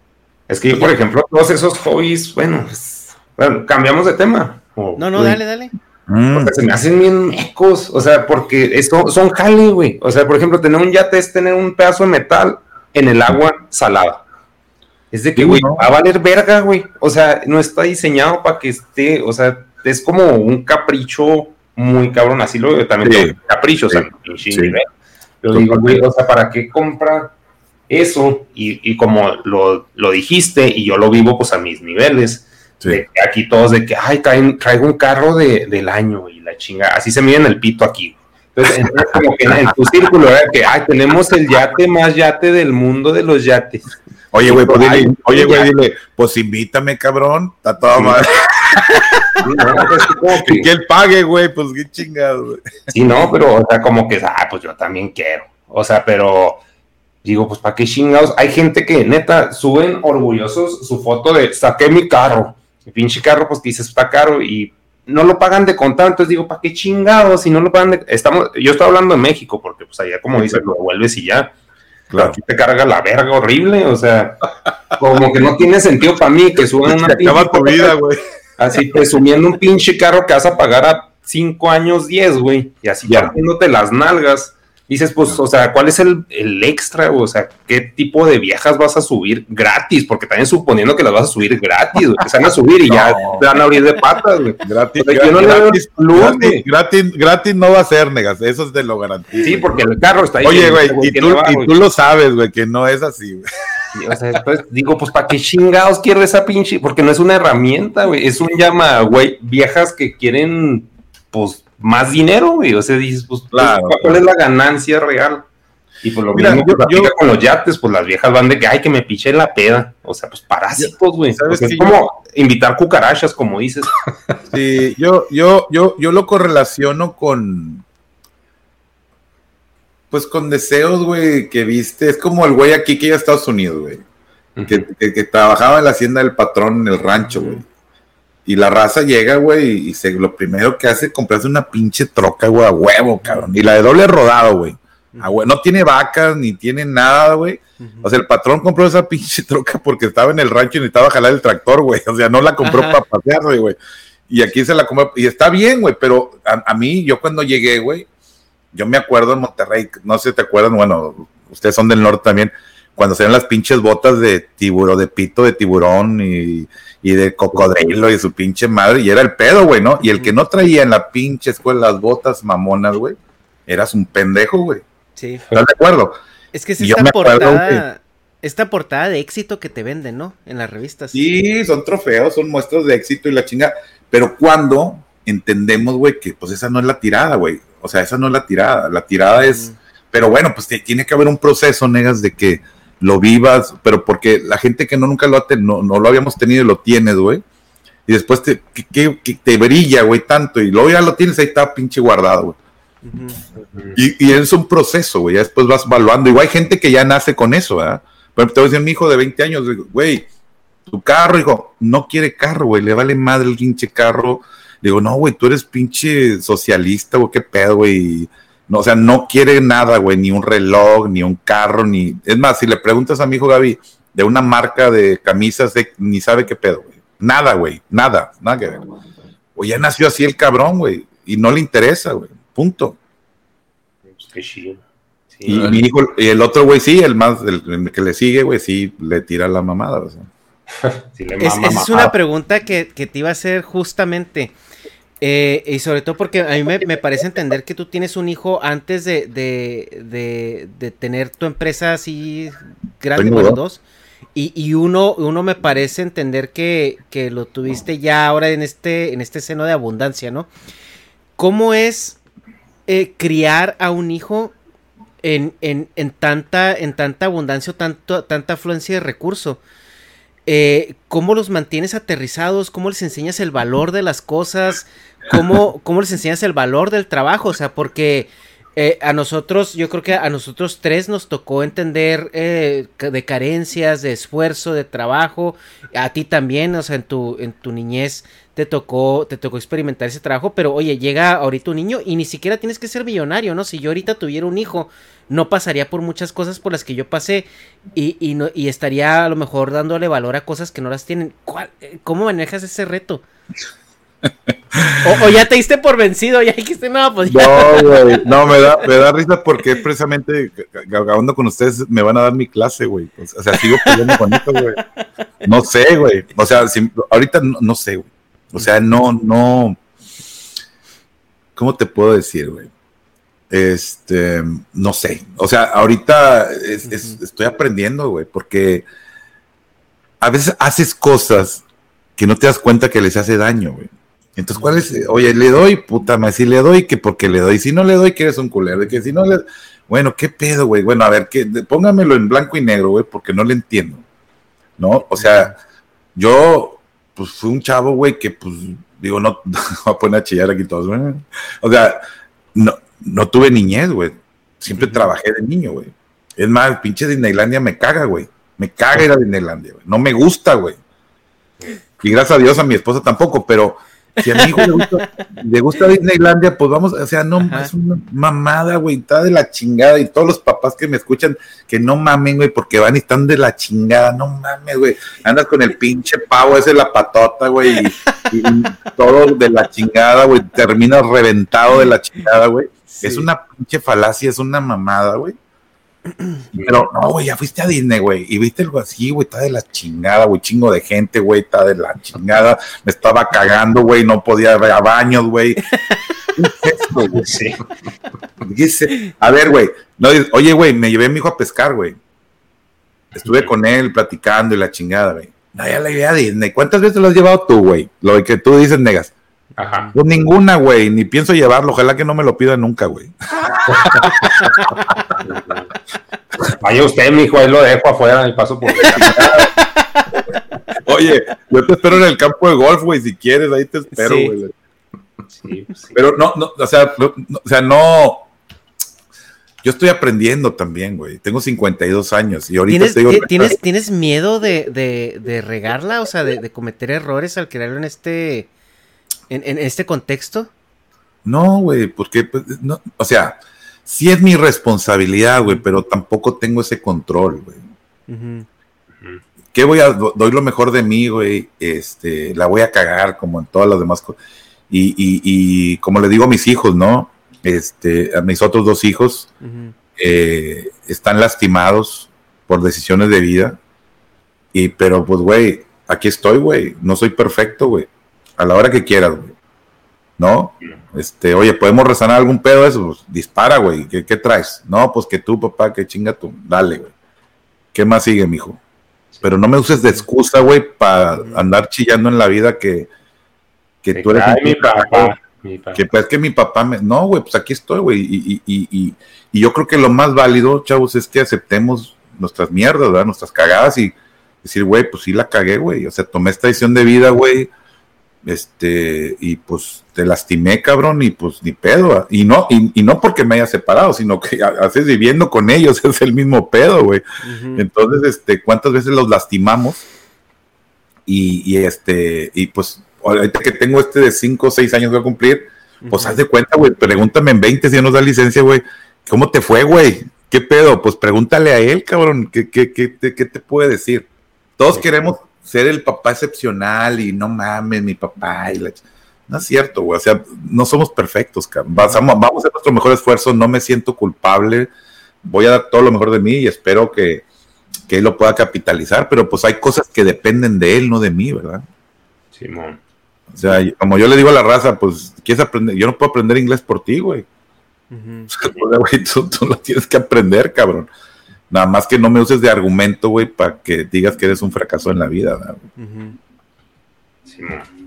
Es que yo, por ejemplo, todos esos hobbies, bueno, pues, bueno cambiamos de tema. O, no, no, wey. dale, dale. Mm. O sea, se me hacen bien mecos, o sea, porque esto son jale, güey. O sea, por ejemplo, tener un yate es tener un pedazo de metal en el agua salada. Es de que, güey, no. va a valer verga, güey. O sea, no está diseñado para que esté, o sea, es como un capricho muy cabrón, así lo veo también, sí. capricho, sí. o sea, no, sí. nivel. Yo digo, güey, o sea, ¿para qué compra eso? Y, y como lo, lo dijiste, y yo lo vivo, pues, a mis niveles, sí. de que aquí todos de que, ay, traigo, traigo un carro de, del año, y la chinga, así se miden el pito aquí. Entonces, entonces como que en, en tu círculo, era que, ay, tenemos el yate más yate del mundo de los yates. Oye, güey, pues, dile, oye, güey, dile, pues invítame, cabrón, está todo sí. mal. Sí, no, pues, que... que él pague, güey, pues qué chingado, güey. Sí, no, pero, o sea, como que, ah, pues yo también quiero. O sea, pero, digo, pues, ¿para qué chingados? Hay gente que, neta, suben orgullosos su foto de, saqué mi carro. Mi pinche carro, pues, dices, está caro y no lo pagan de contado. Entonces digo, ¿para qué chingados? Si no lo pagan de... Estamos... Yo estoy hablando de México, porque, pues, allá, como dices, lo devuelves y ya. Claro. Aquí te carga la verga horrible, o sea, como que no tiene sentido para mí que suban una pinche acaba tu vida, güey. Así presumiendo un pinche carro que vas a pagar a cinco años, diez, güey, y así ya partiéndote las nalgas. Dices, pues, o sea, ¿cuál es el, el extra? O sea, ¿qué tipo de viejas vas a subir gratis? Porque también suponiendo que las vas a subir gratis, güey, que se van a subir y no. ya te van a abrir de patas, güey. Gratis, o sea, gratis, no gratis, plus, gratis, gratis, gratis no va a ser, negas, eso es de lo garantizo. Sí, porque el carro está ahí. Oye, güey, y, tú, va, y tú lo sabes, güey, que no es así, güey. Sí, o sea, después digo, pues, ¿para qué chingados quiero esa pinche? Porque no es una herramienta, güey, es un llama, güey, viejas que quieren, pues, más dinero, güey, o sea, dices, pues, claro, ¿cuál claro. es la ganancia real? Y pues lo Mira, mismo yo, que yo, con los yates, pues las viejas van de que, ay, que me piché la peda, o sea, pues parásitos, güey, o sea, es como yo, invitar cucarachas, como dices. Sí, yo, yo, yo, yo lo correlaciono con, pues con deseos, güey, que viste, es como el güey aquí que iba a Estados Unidos, güey, uh-huh. que, que, que trabajaba en la hacienda del patrón en el rancho, güey. Y la raza llega, güey, y se, lo primero que hace es comprarse una pinche troca, güey, a huevo, cabrón. Y la de doble rodado, güey. Uh-huh. No tiene vacas, ni tiene nada, güey. Uh-huh. O sea, el patrón compró esa pinche troca porque estaba en el rancho y necesitaba jalar el tractor, güey. O sea, no la compró para pasearse, güey. Y aquí se la compró. Y está bien, güey, pero a, a mí, yo cuando llegué, güey, yo me acuerdo en Monterrey, no sé si te acuerdan, bueno, ustedes son del norte también, cuando se ven las pinches botas de tiburón, de pito de tiburón y... y de cocodrilo y su pinche madre, y era el pedo, güey, ¿no? Y el que no traía en la pinche escuela las botas mamonas, güey, eras un pendejo, güey. Sí. ¿Estás de acuerdo? Es que es esta portada, que... esta portada de éxito que te venden, ¿no? En las revistas. Sí, son trofeos, son muestras de éxito y la chinga, pero cuando entendemos, güey, que pues esa no es la tirada, güey, o sea, esa no es la tirada, la tirada es, mm. pero bueno, pues te, tiene que haber un proceso, negas, de que lo vivas, pero porque la gente que no nunca lo ha tenido, no, no lo habíamos tenido y lo tienes, güey, y después te, que, que, que te brilla, güey, tanto, y luego ya lo tienes, ahí está pinche guardado, güey. Uh-huh. Y, y es un proceso, güey, ya después vas evaluando, igual hay gente que ya nace con eso, ¿verdad? Por ejemplo, te voy a decir, mi hijo de veinte años, güey, tu carro, hijo, no quiere carro, güey, le vale madre el pinche carro, le digo, no, güey, tú eres pinche socialista, güey, qué pedo, güey. No, o sea, no quiere nada, güey, ni un reloj, ni un carro, ni... Es más, si le preguntas a mi hijo Gaby de una marca de camisas, de... ni sabe qué pedo, güey. Nada, güey, nada, nada que ver. O ya nació así el cabrón, güey, y no le interesa, güey, punto. Pues qué chido. Sí, y mi hijo, y el otro güey sí, el más, el, el que le sigue, güey, sí le tira la mamada, o sea. Sí, le es, esa es una pregunta que, que te iba a hacer justamente... Eh, y sobre todo porque a mí me, me parece entender que tú tienes un hijo antes de, de, de, de tener tu empresa así grande, bueno, dos, y, y uno, uno me parece entender que, que lo tuviste ya ahora en este, en este seno de abundancia, ¿no? ¿Cómo es eh, criar a un hijo en, en, en, tanta, en tanta abundancia o tanto, tanta afluencia de recursos? eh, ¿cómo los mantienes aterrizados? ¿Cómo les enseñas el valor de las cosas? ¿Cómo, cómo les enseñas el valor del trabajo? O sea, porque eh, a nosotros, yo creo que a nosotros tres nos tocó entender eh, de carencias, de esfuerzo, de trabajo. A ti también, o sea, en tu, en tu niñez te tocó, te tocó experimentar ese trabajo, pero oye, llega ahorita un niño y ni siquiera tienes que ser millonario, ¿no? Si yo ahorita tuviera un hijo, no pasaría por muchas cosas por las que yo pasé y, y, no, y estaría a lo mejor dándole valor a cosas que no las tienen. ¿Cuál, ¿Cómo manejas ese reto? O, o ya te diste por vencido, ya dijiste, no, pues ya. No, güey, no, me da, me da risa porque precisamente acabando con ustedes me van a dar mi clase, güey. O sea, sigo peleando con esto, güey. No sé, güey. O sea, si, ahorita no, no sé, güey. O sea, no, no. ¿Cómo te puedo decir, güey? Este, no sé. O sea, ahorita es, es, estoy aprendiendo, güey, porque a veces haces cosas que no te das cuenta que les hace daño, güey. Entonces, ¿cuál es? Oye, le doy, puta madre, si le doy, que porque le doy, si no le doy, que eres un culero, de que si no le, bueno, ¿qué pedo, güey? Bueno, a ver, que póngamelo en blanco y negro, güey, porque no le entiendo, ¿no? O sea, yo, pues, fui un chavo, güey, que, pues, digo, no, no voy a poner a chillar aquí todos, güey. O sea, no, no tuve niñez, güey, siempre uh-huh. trabajé de niño, güey. Es más, pinche Disneylandia me caga, güey, me caga ir a Disneylandia, güey, no me gusta, güey. Y gracias a Dios a mi esposa tampoco, pero si a mi hijo le gusta, le gusta Disneylandia, pues vamos, o sea, no, Ajá. es una mamada, güey, está de la chingada, y todos los papás que me escuchan, que no mamen, güey, porque van y están de la chingada, no mames, güey, andas con el pinche pavo ese, la patota, güey, y, y todo de la chingada, güey, terminas reventado de la chingada, güey, sí. Es una pinche falacia, es una mamada, güey. Pero no, güey, ya fuiste a Disney, güey, y viste algo así, güey, está de la chingada, güey, chingo de gente, güey, está de la chingada, me estaba cagando, güey, no podía ir a baños, güey. Sí. Dice, a ver, güey, no, oye, güey, me llevé a mi hijo a pescar, güey, estuve con él platicando y la chingada, güey. No, ya la llevé a Disney. ¿Cuántas veces lo has llevado tú, güey? Lo que tú dices, negas. Ajá. Pues ninguna, güey, ni pienso llevarlo, ojalá que no me lo pida nunca, güey. Vaya usted, mijo, ahí lo dejo afuera y paso por. Oye, yo te espero en el campo de golf, güey, si quieres, ahí te espero, güey. Sí. Sí, sí. Pero no, no, o sea, no, o sea, no. Yo estoy aprendiendo también, güey. Tengo cincuenta y dos años y ahorita ¿Tienes, te digo, ¿tienes, ¿Tienes miedo de, de, de regarla? O sea, de, de cometer errores al crearlo en este, en, en este contexto. No, güey, porque, pues, no, o sea, sí es mi responsabilidad, güey, pero tampoco tengo ese control, güey. Uh-huh. ¿Qué voy a, doy lo mejor de mí, güey, este, la voy a cagar como en todas las demás cosas. Y, y, y como le digo a mis hijos, ¿no? Este, a mis otros dos hijos, uh-huh. eh, están lastimados por decisiones de vida. Y, pero, pues, güey, aquí estoy, güey, no soy perfecto, güey. A la hora que quieras, güey. ¿No? Este, oye, ¿podemos resanar algún pedo de eso? Pues, dispara, güey. ¿Qué, ¿Qué traes? No, pues que tú, papá, que chinga tú. Dale, güey. ¿Qué más sigue, mijo? Pero no me uses de excusa, güey, para andar chillando en la vida que, que tú eres un mi papá, mi papá. Que pues que mi papá me... No, güey, pues aquí estoy, güey. Y, y, y, y, y yo creo que lo más válido, chavos, es que aceptemos nuestras mierdas, ¿verdad? Nuestras cagadas y decir, güey, pues sí la cagué, güey. O sea, tomé esta decisión de vida, güey. Este, y pues te lastimé, cabrón, y pues ni pedo, y no, y, y no porque me haya separado, sino que haces viviendo con ellos, es el mismo pedo, güey. Uh-huh. Entonces, este, ¿cuántas veces los lastimamos? Y, y este, y pues, ahorita que tengo este de cinco o seis años que voy a cumplir, pues uh-huh. haz de cuenta, güey, pregúntame en veinte si ya nos da licencia, güey, ¿cómo te fue, güey? ¿Qué pedo? Pues pregúntale a él, cabrón, ¿qué, qué, qué, qué, qué te puede decir? Todos uh-huh. queremos ser el papá excepcional y no mames, mi papá. Y la... No es cierto, güey. O sea, no somos perfectos, cabrón. Vamos, vamos a hacer nuestro mejor esfuerzo. No me siento culpable. Voy a dar todo lo mejor de mí y espero que, que él lo pueda capitalizar. Pero pues hay cosas que dependen de él, no de mí, ¿verdad? Simón. O sea, como yo le digo a la raza, pues, ¿quieres aprender? Yo no puedo aprender inglés por ti, güey. Uh-huh. O sea, güey, tú, tú lo tienes que aprender, cabrón. Nada más que no me uses de argumento, güey, para que digas que eres un fracaso en la vida, ¿verdad? Uh-huh. Sí,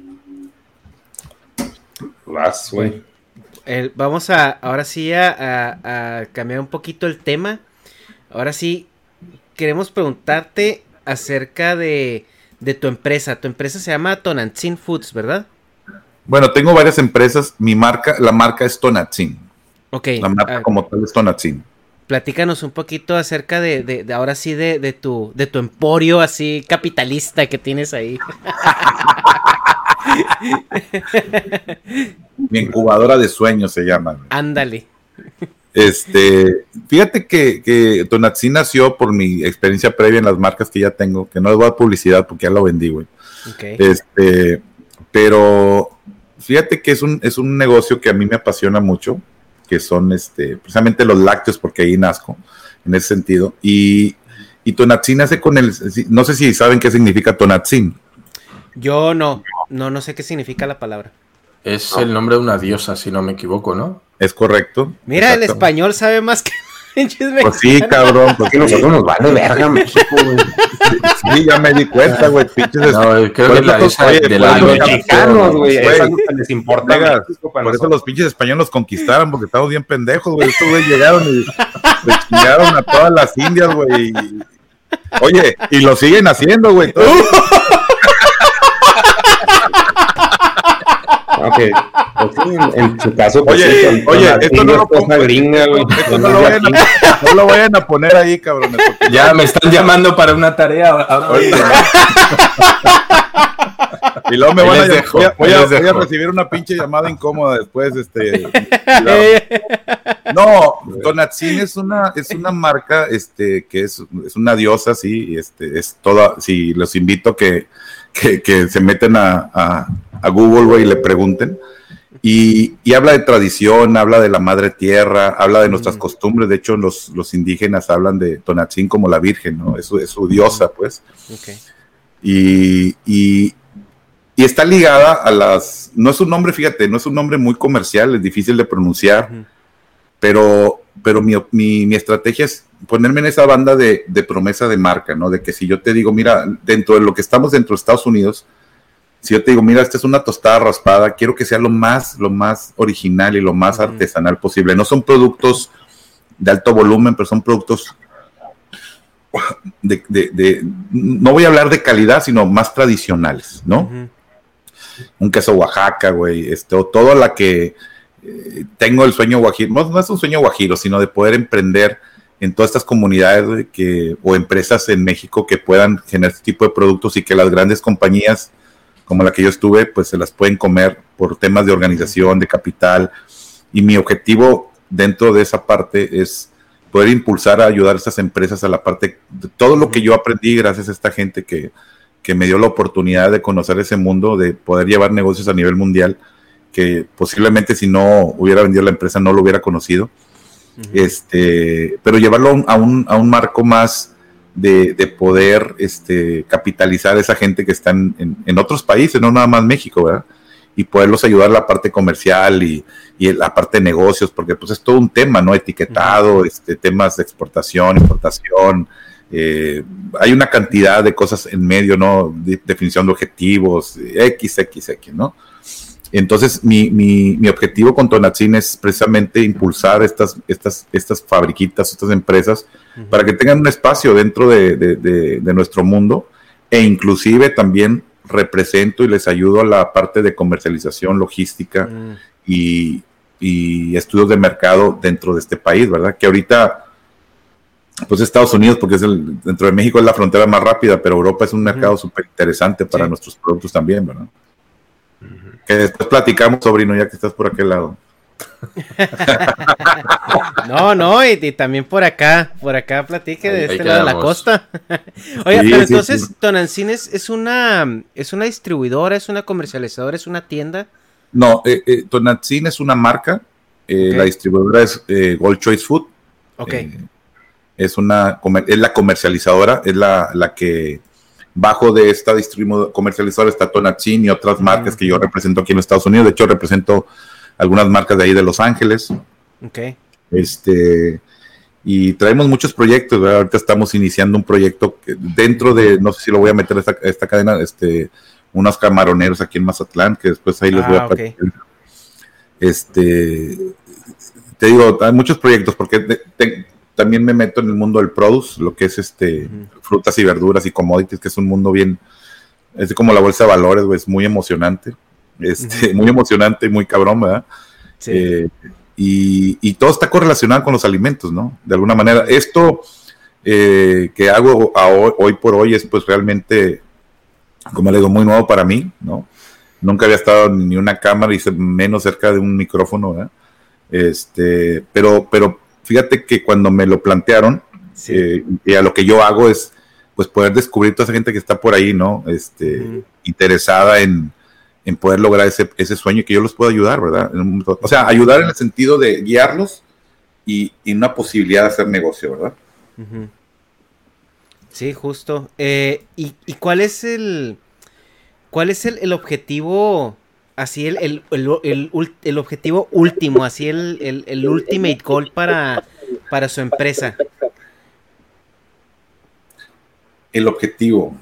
vas, güey. Vamos a, ahora sí, a, a, a cambiar un poquito el tema. Ahora sí, queremos preguntarte acerca de, de tu empresa. Tu empresa se llama Tonantzin Foods, ¿verdad? Bueno, tengo varias empresas. Mi marca, la marca es Tonantzin. Ok. La marca uh, como tal es Tonantzin. Platícanos un poquito acerca de, de, de ahora sí, de, de, tu, de tu emporio así capitalista que tienes ahí. Mi incubadora de sueños se llama. Ándale. Este, fíjate que, que Tonantzin nació por mi experiencia previa en las marcas que ya tengo, que no les voy a dar publicidad porque ya lo vendí, güey. Okay. Este, pero fíjate que es un, es un negocio que a mí me apasiona mucho, que son este, precisamente los lácteos, porque ahí nazco, en ese sentido. Y, y Tonantzin hace con el, no sé si saben qué significa Tonantzin. Yo no, no, no sé qué significa la palabra. Es el nombre de una diosa, si no me equivoco, ¿no? Es correcto. Mira, exacto. El español sabe más que Pues sí, cabrón, porque nosotros nos vale verga México, güey. Sí, ya me di cuenta, güey, pinches. No, creo que la diosa de la los mexicanos, güey, güey, es algo que les importa. Venga, México, por nosotros. eso los pinches españoles nos conquistaron, porque estamos bien pendejos, güey. Estos güey llegaron y se chingaron a todas las indias, güey. Oye, y lo siguen haciendo, güey. Todo... Ok, pues sí, en, en su caso, pues Oye, sí, con- con oye, la esto no india lo esposa pongo- gringa, güey. Esto no lo, vayan a, no lo vayan a poner ahí, cabrones. porque- Ya me están llamando para una tarea. ahorita. Y luego me Ahí van a, les dejo, voy a, voy ahí a- les voy a dejo. recibir una pinche llamada incómoda después, este. No, Tonantzin es una, es una marca, este, que es, es una diosa, sí, este, es toda, sí, los invito que, que, que se meten a, a, a Google, güey, y le pregunten. Y, y habla de tradición, habla de la madre tierra, habla de nuestras mm. costumbres. De hecho, los, los indígenas hablan de Tonantzin como la virgen, ¿no? Es, es su diosa, pues. Okay. Y, y, y está ligada a las... No es un nombre, fíjate, no es un nombre muy comercial, es difícil de pronunciar, uh-huh. pero, pero mi, mi, mi estrategia es ponerme en esa banda de, de promesa de marca, ¿no? De que si yo te digo, mira, dentro de lo que estamos dentro de Estados Unidos, si yo te digo, mira, esta es una tostada raspada, quiero que sea lo más, lo más original y lo más uh-huh. artesanal posible. No son productos de alto volumen, pero son productos de, de, de no voy a hablar de calidad, sino más tradicionales, ¿no? Uh-huh. Un queso Oaxaca, güey, este, o todo la que eh, tengo el sueño guajiro, no, no es un sueño guajiro, sino de poder emprender en todas estas comunidades wey, que, o empresas en México que puedan generar este tipo de productos y que las grandes compañías como la que yo estuve, pues se las pueden comer por temas de organización, de capital, y mi objetivo dentro de esa parte es poder impulsar a ayudar a estas empresas a la parte de todo lo que yo aprendí gracias a esta gente que, que me dio la oportunidad de conocer ese mundo, de poder llevar negocios a nivel mundial, que posiblemente si no hubiera vendido la empresa no lo hubiera conocido, uh-huh. este, pero llevarlo a un, a un marco más De, de poder este, capitalizar a esa gente que está en, en, en otros países, no nada más México, ¿verdad? Y poderlos ayudar a la parte comercial y, y la parte de negocios, porque pues es todo un tema, ¿no? Etiquetado, uh-huh. este, temas de exportación, importación, eh, hay una cantidad de cosas en medio, ¿no? De, definición de objetivos, X, X, X, ¿no? Entonces, mi, mi, mi objetivo con Tonantzin es precisamente impulsar estas, estas, estas fabriquitas, estas empresas, uh-huh. para que tengan un espacio dentro de, de, de, de nuestro mundo, e inclusive también represento y les ayudo a la parte de comercialización, logística uh-huh. y, y estudios de mercado dentro de este país, ¿verdad? Que ahorita, pues Estados Unidos, porque es el, dentro de México es la frontera más rápida, pero Europa es un mercado uh-huh. súper interesante para sí. nuestros productos también, ¿verdad? Que después platicamos, sobrino, ya que estás por aquel lado. No, no, y, y también por acá, por acá platique de ahí, este ahí lado de la costa. Oiga, sí, pero sí, entonces sí. Tonantzin es, es una es una distribuidora, es una comercializadora, es una tienda. No, eh, eh, Tonantzin es una marca, eh, okay. La distribuidora es eh, Gold Choice Food. Ok. Eh, es una es la comercializadora, es la, la que bajo de esta distribuidora comercializadora está Tonantzin y otras marcas uh-huh. que yo represento aquí en los Estados Unidos. De hecho, represento algunas marcas de ahí de Los Ángeles. Ok. Este, y traemos muchos proyectos, ¿verdad? Ahorita estamos iniciando un proyecto que dentro de, no sé si lo voy a meter a esta, a esta cadena, este, unos camaroneros aquí en Mazatlán, que después ahí les ah, voy a okay. Este, te digo, hay muchos proyectos, porque te, te, también me meto en el mundo del produce, lo que es este, uh-huh. frutas y verduras y commodities, que es un mundo bien, es como la bolsa de valores, güey, es muy emocionante, este, uh-huh. muy emocionante y muy cabrón, ¿verdad? Sí. Eh, y, y todo está correlacionado con los alimentos, ¿no? De alguna manera, esto eh, que hago a hoy, hoy por hoy es pues realmente, como le digo, muy nuevo para mí, ¿no? Nunca había estado en ni una cámara y menos cerca de un micrófono, ¿verdad? Este, pero, pero fíjate que cuando me lo plantearon, sí. eh, y a lo que yo hago es pues poder descubrir toda esa gente que está por ahí, ¿no? Este, uh-huh. interesada en, en poder lograr ese, ese sueño y que yo los pueda ayudar, ¿verdad? O sea, ayudar en el sentido de guiarlos y, y una posibilidad de hacer negocio, ¿verdad? Uh-huh. Sí, justo. Eh, ¿y, ¿Y cuál es el cuál es el, el objetivo, así el, el, el, el, el objetivo último, así el, el, el ultimate goal para, para su empresa? El objetivo.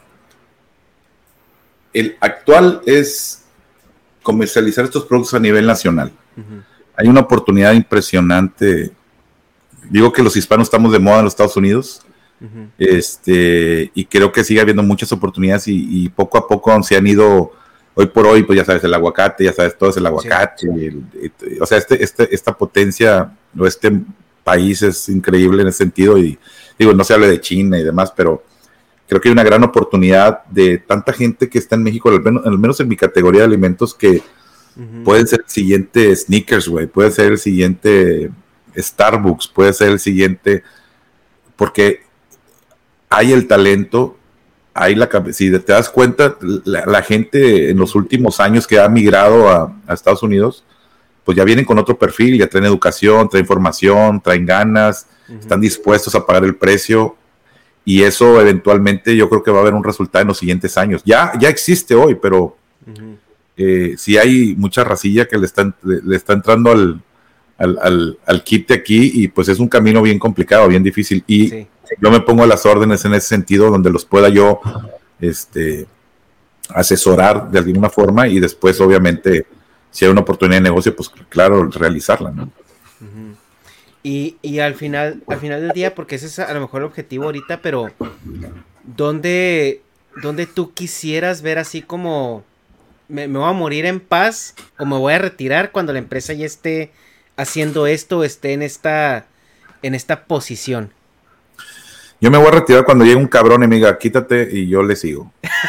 El actual es comercializar estos productos a nivel nacional. Uh-huh. Hay una oportunidad impresionante. Digo que los hispanos estamos de moda en los Estados Unidos. Uh-huh. Este, y creo que sigue habiendo muchas oportunidades y, y poco a poco se han ido, hoy por hoy, pues ya sabes, el aguacate, ya sabes, todo es el aguacate. Sí. El, el, o sea, este, este, esta potencia o este país es increíble en ese sentido y digo, no se habla de China y demás, pero creo que hay una gran oportunidad de tanta gente que está en México, al menos, al menos en mi categoría de alimentos, que uh-huh. pueden ser el siguiente Snickers, güey, puede ser el siguiente Starbucks, puede ser el siguiente, porque hay el talento, hay la capacidad. Si te das cuenta, la, la gente en los últimos años que ha migrado a, a Estados Unidos, pues ya vienen con otro perfil, ya traen educación, traen información, traen ganas, uh-huh. están dispuestos a pagar el precio. Y eso eventualmente yo creo que va a haber un resultado en los siguientes años. Ya, ya existe hoy, pero uh-huh. eh, sí hay mucha racilla que le está, le, le está entrando al, al, al, al kit de aquí y pues es un camino bien complicado, bien difícil. Y sí. yo me pongo a las órdenes en ese sentido donde los pueda yo este, asesorar de alguna forma y después obviamente si hay una oportunidad de negocio, pues claro, realizarla, ¿no? Uh-huh. Y, y al final, al final del día, porque ese es a lo mejor el objetivo ahorita, pero ¿dónde, dónde tú quisieras ver así como me, me voy a morir en paz o me voy a retirar cuando la empresa ya esté haciendo esto, esté en esta, en esta posición? Yo me voy a retirar cuando llegue un cabrón y me diga, quítate y yo le sigo.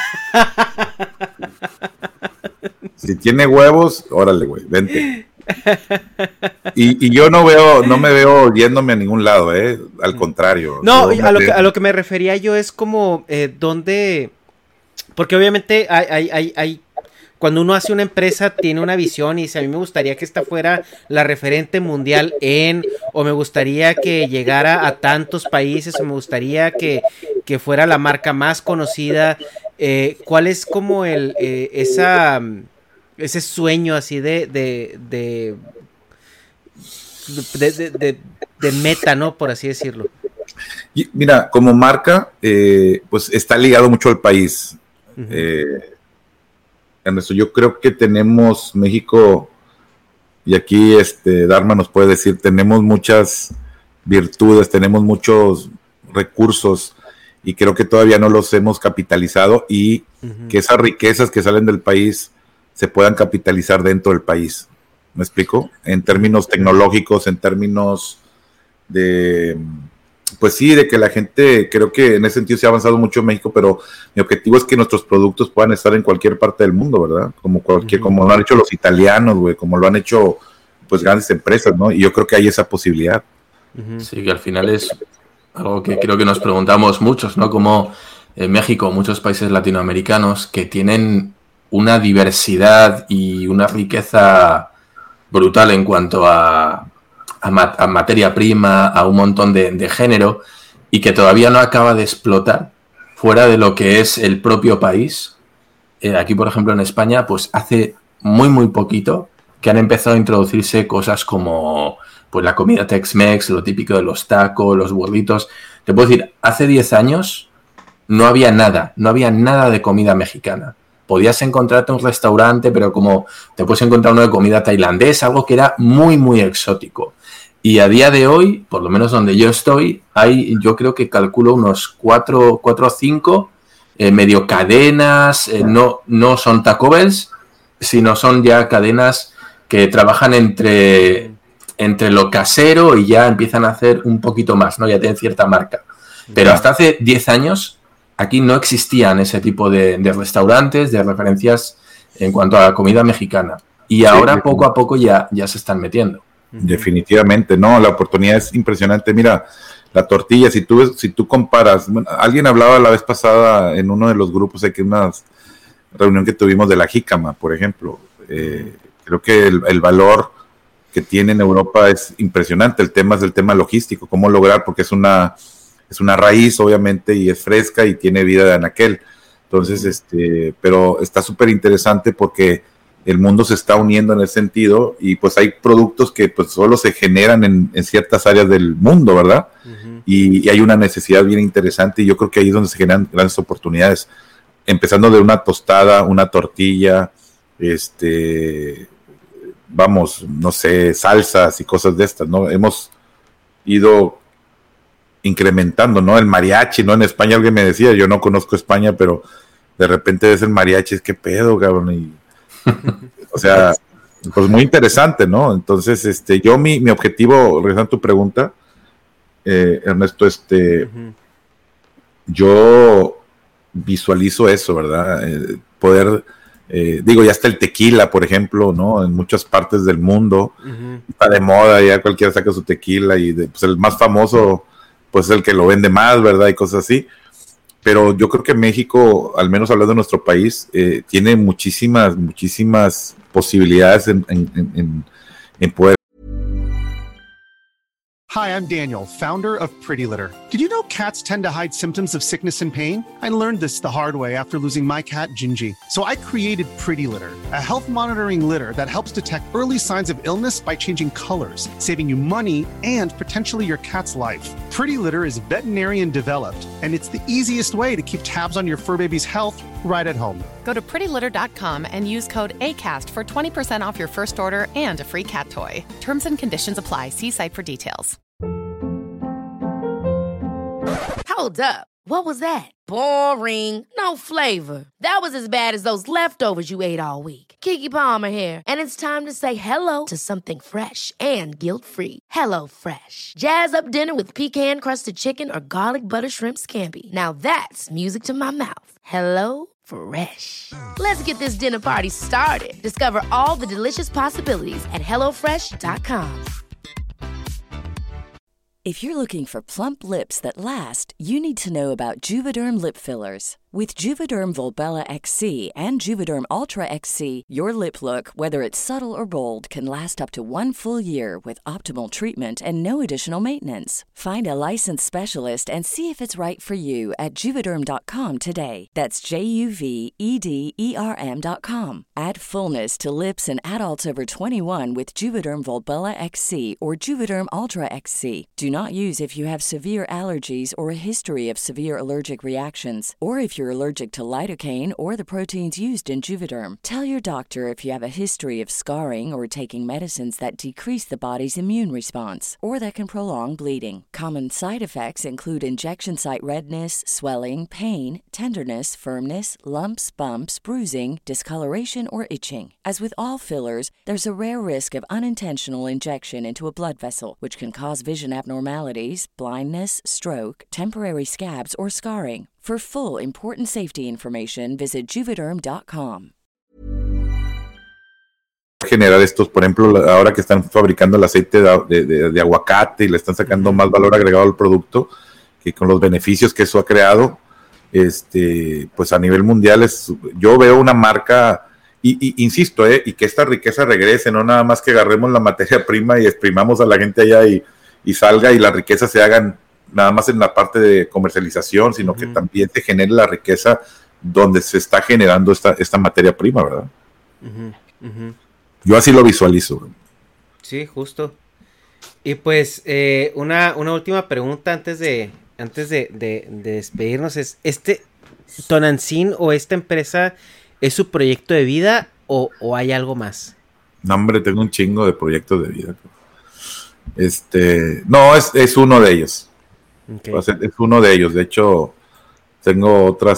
Si tiene huevos, órale, güey, vente. Y, y yo no veo, no me veo yéndome a ningún lado, eh, al contrario. No, a lo, que, a lo que me refería yo es como eh, donde, porque obviamente hay, hay, hay, hay, cuando uno hace una empresa tiene una visión y dice, a mí me gustaría que esta fuera la referente mundial en, o me gustaría que llegara a tantos países, o me gustaría que, que fuera la marca más conocida. Eh, ¿cuál es como el, eh, esa... ese sueño así de de de, de, de, de, de meta, ¿no? Por así decirlo. Y mira, como marca, eh, pues está ligado mucho al país. Uh-huh. Eh, en eso yo creo que tenemos México, y aquí este Dharma nos puede decir, tenemos muchas virtudes, tenemos muchos recursos, y creo que todavía no los hemos capitalizado, y uh-huh. que esas riquezas que salen del país se puedan capitalizar dentro del país. ¿Me explico? En términos tecnológicos, en términos de, pues sí, de que la gente, creo que en ese sentido se ha avanzado mucho en México, pero mi objetivo es que nuestros productos puedan estar en cualquier parte del mundo, ¿verdad? Como cualquier, uh-huh. como lo han hecho los italianos, güey, como lo han hecho, pues, grandes empresas, ¿no? Y yo creo que hay esa posibilidad. Uh-huh. Sí, que al final es algo que creo que nos preguntamos muchos, ¿no? Como en México, muchos países latinoamericanos que tienen una diversidad y una riqueza brutal en cuanto a, a, mat- a materia prima, a un montón de, de género, y que todavía no acaba de explotar fuera de lo que es el propio país. Eh, aquí, por ejemplo, en España, pues hace muy, muy poquito que han empezado a introducirse cosas como pues la comida Tex-Mex, lo típico de los tacos, los burritos. Te puedo decir, hace diez años no había nada, no había nada de comida mexicana. Podías encontrarte un restaurante, pero como te puedes encontrar uno de comida tailandesa, algo que era muy, muy exótico. Y a día de hoy, por lo menos donde yo estoy, hay, yo creo que calculo unos cuatro o cinco eh, medio cadenas, eh, no, no son Taco Bells, sino son ya cadenas que trabajan entre, entre lo casero y ya empiezan a hacer un poquito más, ¿no? Ya tienen cierta marca. Pero hasta hace diez años aquí no existían ese tipo de, de restaurantes, de referencias en cuanto a la comida mexicana. Y ahora sí, poco a poco ya, ya se están metiendo. Definitivamente, no, la oportunidad es impresionante. Mira, la tortilla, si tú, si tú comparas, bueno, alguien hablaba la vez pasada en uno de los grupos, hay que una reunión que tuvimos de la jícama, por ejemplo. Eh, creo que el, el valor que tiene en Europa es impresionante. El tema es el tema logístico, cómo lograr, porque es una... es una raíz, obviamente, y es fresca y tiene vida de anaquel. Entonces, este, pero está súper interesante porque el mundo se está uniendo en ese sentido y pues hay productos que pues solo se generan en, en ciertas áreas del mundo, ¿verdad? Uh-huh. Y, y hay una necesidad bien interesante y yo creo que ahí es donde se generan grandes oportunidades. Empezando de una tostada, una tortilla, este, vamos, no sé, salsas y cosas de estas, ¿no? Hemos ido incrementando, ¿no? El mariachi, ¿no? En España alguien me decía, yo no conozco España, pero de repente ves el mariachi, es que pedo, cabrón, y o sea, pues muy interesante, ¿no? Entonces, este, yo mi, mi objetivo, regresando a tu pregunta, eh, Ernesto, este, uh-huh. yo visualizo eso, ¿verdad? Eh, poder, eh, digo, ya está el tequila, por ejemplo, ¿no? En muchas partes del mundo, uh-huh. está de moda, ya cualquiera saca su tequila y de, pues el más famoso pues es el que lo vende más, ¿verdad? Y cosas así. Pero yo creo que México, al menos hablando de nuestro país, eh, tiene muchísimas, muchísimas posibilidades en, en, en, en poder. Hi, I'm Daniel, founder of Pretty Litter. Did you know cats tend to hide symptoms of sickness and pain? I learned this the hard way after losing my cat, Gingy. So I created Pretty Litter, a health monitoring litter that helps detect early signs of illness by changing colors, saving you money and potentially your cat's life. Pretty Litter is veterinarian developed, and it's the easiest way to keep tabs on your fur baby's health right at home. Go to pretty litter dot com and use code ACAST for twenty percent off your first order and a free cat toy. Terms and conditions apply. See site for details. Hold up. What was that? Boring. No flavor. That was as bad as those leftovers you ate all week. Keke Palmer here, and it's time to say hello to something fresh and guilt-free. Hello Fresh. Jazz up dinner with pecan-crusted chicken or garlic butter shrimp scampi. Now that's music to my mouth. Hello Fresh. Let's get this dinner party started. Discover all the delicious possibilities at hello fresh dot com. If you're looking for plump lips that last, you need to know about Juvederm lip fillers. With Juvederm Volbella X C and Juvederm Ultra X C, your lip look, whether it's subtle or bold, can last up to one full year with optimal treatment and no additional maintenance. Find a licensed specialist and see if it's right for you at Juvederm dot com today. That's J U V E D E R M dot com. Add fullness to lips in adults over twenty-one with Juvederm Volbella X C or Juvederm Ultra X C. Do not use if you have severe allergies or a history of severe allergic reactions, or if you're allergic to lidocaine or the proteins used in Juvederm. Tell your doctor if you have a history of scarring or taking medicines that decrease the body's immune response or that can prolong bleeding. Common side effects include injection site redness, swelling, pain, tenderness, firmness, lumps, bumps, bruising, discoloration, or itching. As with all fillers, there's a rare risk of unintentional injection into a blood vessel, which can cause vision abnormalities, blindness, stroke, temporary scabs, or scarring. For full important safety information, visit Juvederm dot com. Generar estos, por ejemplo, ahora que están fabricando el aceite de, de, de, de aguacate y le están sacando más valor agregado al producto, que con los beneficios que eso ha creado, este, pues a nivel mundial es, yo veo una marca, y, y insisto, eh, y que esta riqueza regrese, no nada más que agarremos la materia prima y exprimamos a la gente allá y, y salga y la riqueza se hagan nada más en la parte de comercialización, sino uh-huh. que también se genere la riqueza donde se está generando esta, esta materia prima, ¿verdad? Uh-huh. Uh-huh. Yo así lo visualizo. Sí, justo. Y pues, eh, una, una última pregunta antes de antes de, de, de despedirnos es, ¿este Tonantzin o esta empresa es su proyecto de vida o, o hay algo más? No, hombre, tengo un chingo de proyectos de vida. Este, no, es, es uno de ellos. Okay. Es uno de ellos. De hecho, tengo otras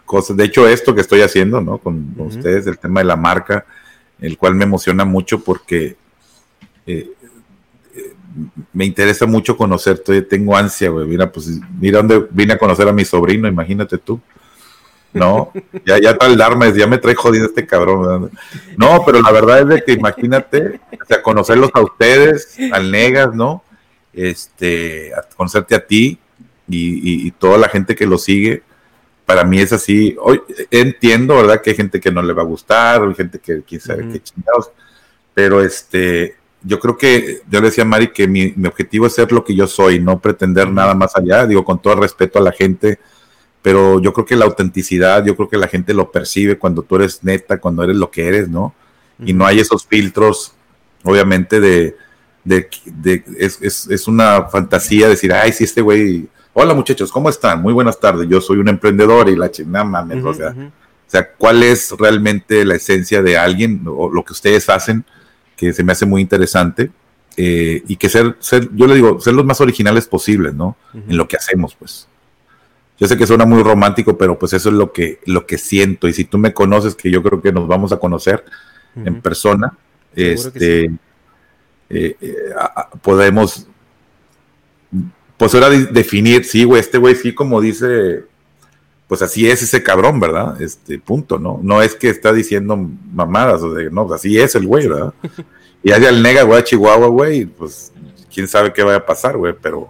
cosas. De hecho, esto que estoy haciendo, ¿no? Con, con uh-huh. ustedes, el tema de la marca, el cual me emociona mucho porque eh, eh, me interesa mucho conocerte. Tengo ansia, güey. Mira, pues, mira dónde vine a conocer a mi sobrino, imagínate tú. No, ya, ya tal Dharma, ya me trae jodido este cabrón, ¿verdad? No, pero la verdad es de que imagínate, o sea, conocerlos a ustedes, al Negas, ¿no? Este, a conocerte a ti y, y, y toda la gente que lo sigue, para mí es así. Hoy entiendo, ¿verdad? Que hay gente que no le va a gustar, hay gente que quién sabe uh-huh. qué chingados, pero este, yo creo que, yo le decía a Mari que mi, mi objetivo es ser lo que yo soy, no pretender uh-huh. nada más allá, digo, con todo el respeto a la gente. Pero yo creo que la autenticidad, yo creo que la gente lo percibe cuando tú eres neta, cuando eres lo que eres, ¿no? Uh-huh. Y no hay esos filtros, obviamente, de... de, de es, es, es una fantasía decir, ay, sí, este güey... Hola, muchachos, ¿cómo están? Muy buenas tardes, yo soy un emprendedor y la chingada, mames, uh-huh, o sea... Uh-huh. O sea, ¿cuál es realmente la esencia de alguien o lo que ustedes hacen? Que se me hace muy interesante. Eh, y que ser, ser, yo le digo, ser los más originales posibles, ¿no? Uh-huh. En lo que hacemos, pues. Yo sé que suena muy romántico, pero pues eso es lo que, lo que siento. Y si tú me conoces, que yo creo que nos vamos a conocer uh-huh. en persona, este, sí. eh, eh, a, podemos, pues ahora de, definir, sí, güey, este güey sí, como dice, pues así es ese cabrón, ¿verdad? Este punto, ¿no? No es que está diciendo mamadas, o sea, no, así es el güey, ¿verdad? Y allá el Nega, güey, a Chihuahua, güey, pues quién sabe qué vaya a pasar, güey, pero...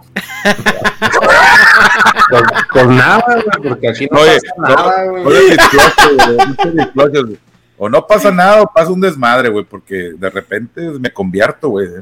Pues, pues nada, güey, porque aquí no Oye, pasa nada, güey. No, no o no pasa nada o pasa un desmadre, güey, porque de repente me convierto, güey.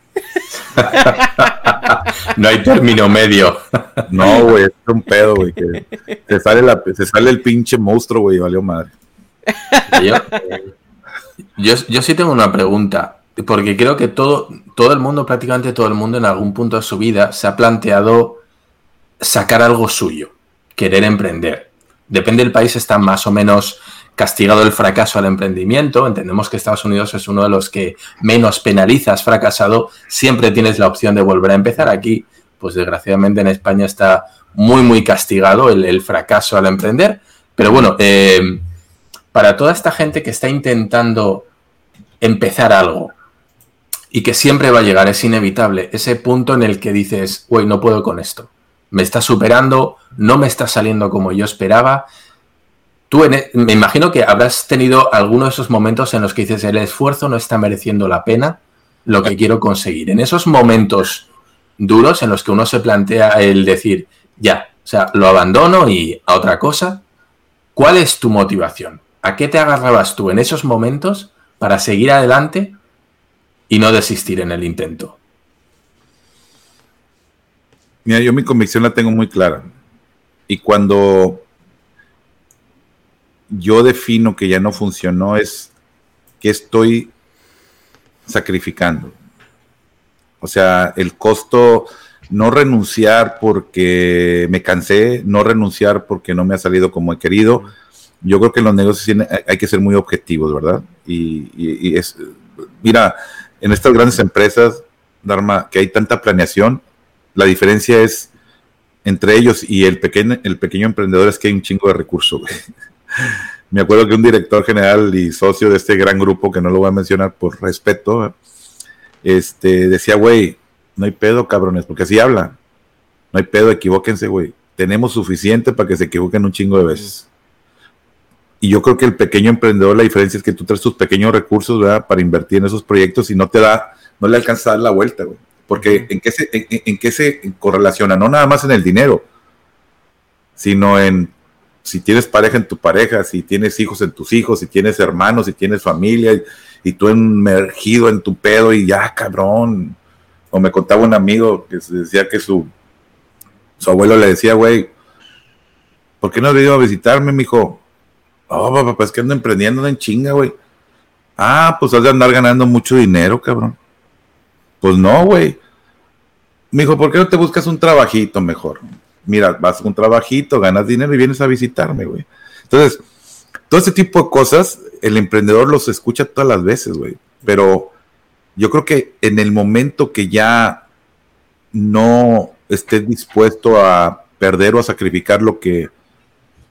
No hay término medio. No, güey, es un pedo, güey, que se sale, la, se sale el pinche monstruo, güey, valió madre. Yo, yo, yo sí tengo una pregunta, porque creo que todo, todo el mundo, prácticamente todo el mundo en algún punto de su vida se ha planteado sacar algo suyo, querer emprender. Depende del país, está más o menos castigado el fracaso al emprendimiento. Entendemos que Estados Unidos es uno de los que menos penaliza. Has fracasado, siempre tienes la opción de volver a empezar. Aquí, pues desgraciadamente en España está muy, muy castigado el, el fracaso al emprender. Pero bueno, eh, para toda esta gente que está intentando empezar algo y que siempre va a llegar, es inevitable, ese punto en el que dices, güey, no puedo con esto. Me está superando, no me está saliendo como yo esperaba. Tú en e- me imagino que habrás tenido alguno de esos momentos en los que dices, el esfuerzo no está mereciendo la pena lo que quiero conseguir. En esos momentos duros en los que uno se plantea el decir, ya, o sea, lo abandono y a otra cosa, ¿cuál es tu motivación? ¿A qué te agarrabas tú en esos momentos para seguir adelante y no desistir en el intento? Mira, yo mi convicción la tengo muy clara. Y cuando yo defino que ya no funcionó es que estoy sacrificando. O sea, el costo, no renunciar porque me cansé, no renunciar porque no me ha salido como he querido. Yo creo que en los negocios hay que ser muy objetivos, ¿verdad? Y, y, y es, mira, en estas grandes empresas, Dharma, que hay tanta planeación, la diferencia es entre ellos y el pequeño, el pequeño emprendedor es que hay un chingo de recursos. Me acuerdo que un director general y socio de este gran grupo, que no lo voy a mencionar por respeto, este, decía, güey, no hay pedo, cabrones, porque así habla. No hay pedo, equivóquense, güey. Tenemos suficiente para que se equivoquen un chingo de veces. Y yo creo que el pequeño emprendedor, la diferencia es que tú traes tus pequeños recursos, ¿verdad?, para invertir en esos proyectos y no te da, no le alcanza a dar la vuelta, güey. Porque ¿en qué, se, en, en qué se correlaciona? No nada más en el dinero, sino en si tienes pareja en tu pareja, si tienes hijos en tus hijos, si tienes hermanos, si tienes familia, y, y tú emergido en tu pedo y ya, cabrón. O me contaba un amigo que decía que su, su abuelo le decía, güey, ¿por qué no has venido a visitarme, mijo? Oh, papá, es que ando emprendiendo en chinga, güey. Ah, pues has de andar ganando mucho dinero, cabrón. Pues no, güey. Me dijo, ¿por qué no te buscas un trabajito mejor? Mira, vas a un trabajito, ganas dinero y vienes a visitarme, güey. Entonces, todo ese tipo de cosas, el emprendedor los escucha todas las veces, güey. Pero yo creo que en el momento que ya no estés dispuesto a perder o a sacrificar lo que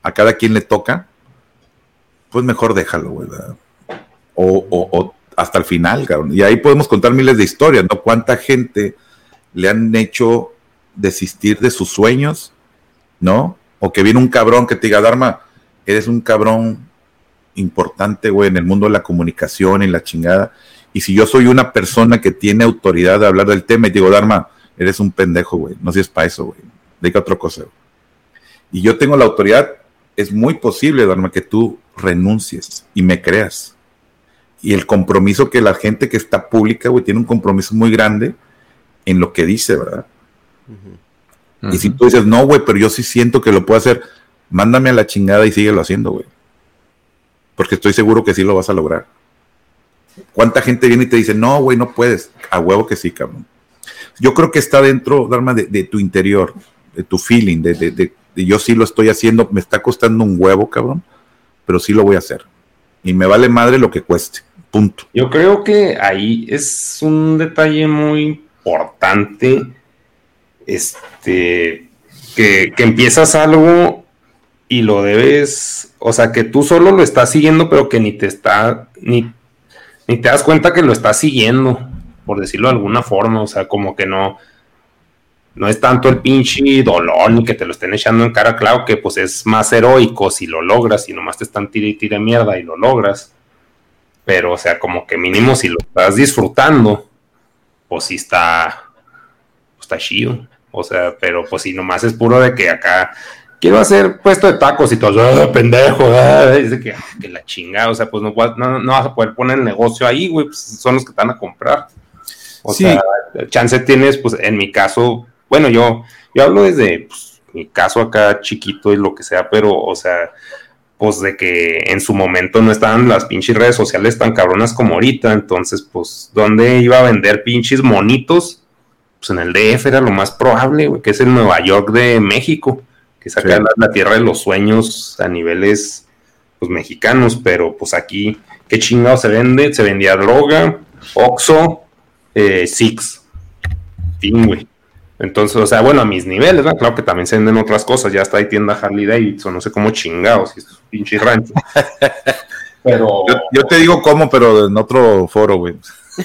a cada quien le toca, pues mejor déjalo, güey, ¿verdad? O, o, o hasta el final, cabrón. Y ahí podemos contar miles de historias, ¿no? Cuánta gente le han hecho desistir de sus sueños, ¿no? O que viene un cabrón que te diga, Dharma, eres un cabrón importante, güey, en el mundo de la comunicación y la chingada. Y si yo soy una persona que tiene autoridad de hablar del tema y digo, Dharma, eres un pendejo, güey, no sirves para eso, güey, dedica a otra cosa, güey. Y yo tengo la autoridad, es muy posible, Dharma, que tú renuncies y me creas. Y el compromiso que la gente que está pública, güey, tiene un compromiso muy grande en lo que dice, ¿verdad? Uh-huh. Y si tú dices, no, güey, pero yo sí siento que lo puedo hacer, mándame a la chingada y síguelo haciendo, güey. Porque estoy seguro que sí lo vas a lograr. ¿Cuánta gente viene y te dice, no, güey, no puedes? A huevo que sí, cabrón. Yo creo que está dentro, Dharma, de, de tu interior, de tu feeling, de, de, de, de yo sí lo estoy haciendo, me está costando un huevo, cabrón, pero sí lo voy a hacer. Y me vale madre lo que cueste. Punto. Yo creo que ahí es un detalle muy importante, este, que, que empiezas algo y lo debes, o sea, que tú solo lo estás siguiendo, pero que ni te está, ni, ni te das cuenta que lo estás siguiendo, por decirlo de alguna forma, o sea, como que no, no es tanto el pinche dolor ni que te lo estén echando en cara, claro que pues es más heroico si lo logras y nomás te están tira y tira mierda y lo logras. Pero, o sea, como que mínimo si lo estás disfrutando, pues sí está, pues está chido. O sea, pero pues si nomás es puro de que acá quiero hacer puesto de tacos y todo, ¡ah, pendejo! Ah", dice que, ah, que la chingada, o sea, pues no, no, no vas a poder poner el negocio ahí, güey, pues son los que te van a comprar. O sí. sea, chance tienes, pues en mi caso, bueno, yo, yo hablo desde pues, mi caso acá chiquito y lo que sea, pero, o sea, pues de que en su momento no estaban las pinches redes sociales tan cabronas como ahorita, entonces pues ¿dónde iba a vender pinches monitos? Pues en el D F era lo más probable, güey, que es el Nueva York de México, que es acá sí. la, la tierra de los sueños a niveles pues mexicanos, pero pues aquí ¿qué chingado se vende? Se vendía droga, Oxxo, eh, Six, fin, güey. Entonces, o sea, bueno, a mis niveles, ¿no? Claro que también se venden otras cosas, ya está ahí tienda Harley Davidson, no sé cómo chingados, si es un pinche rancho. Pero... Yo, yo te digo cómo, pero en otro foro, güey.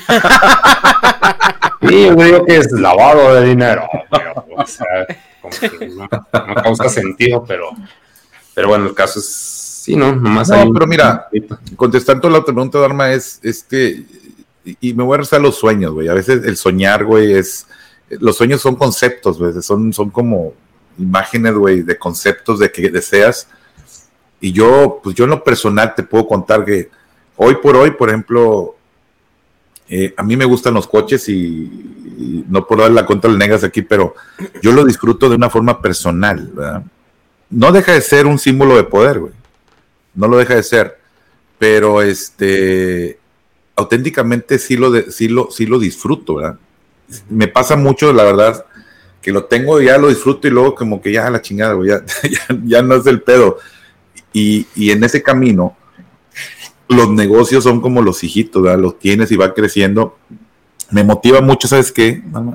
Sí, yo digo que es lavado de dinero, pero, o sea, como que no, no causa sentido, pero, pero bueno, el caso es, sí, ¿no? Nomás no, hay pero un... mira, contestando la otra pregunta, Dharma, es, es que, y, y me voy a rezar los sueños, güey, a veces el soñar, güey, es... Los sueños son conceptos, güey, son, son como imágenes, güey, de conceptos de que deseas. Y yo, pues yo en lo personal te puedo contar que hoy por hoy, por ejemplo, eh, a mí me gustan los coches y, y no por dar la cuenta le negas aquí, pero yo lo disfruto de una forma personal, ¿verdad? No deja de ser un símbolo de poder, güey. No lo deja de ser. Pero este, auténticamente sí lo, de, sí lo, sí lo disfruto, ¿verdad? Me pasa mucho, la verdad, que lo tengo, ya lo disfruto y luego como que ya la chingada, güey, ya, ya, ya no es el pedo. Y, y en ese camino, los negocios son como los hijitos, ¿verdad? Los tienes y va creciendo. Me motiva mucho, ¿sabes qué, mamá?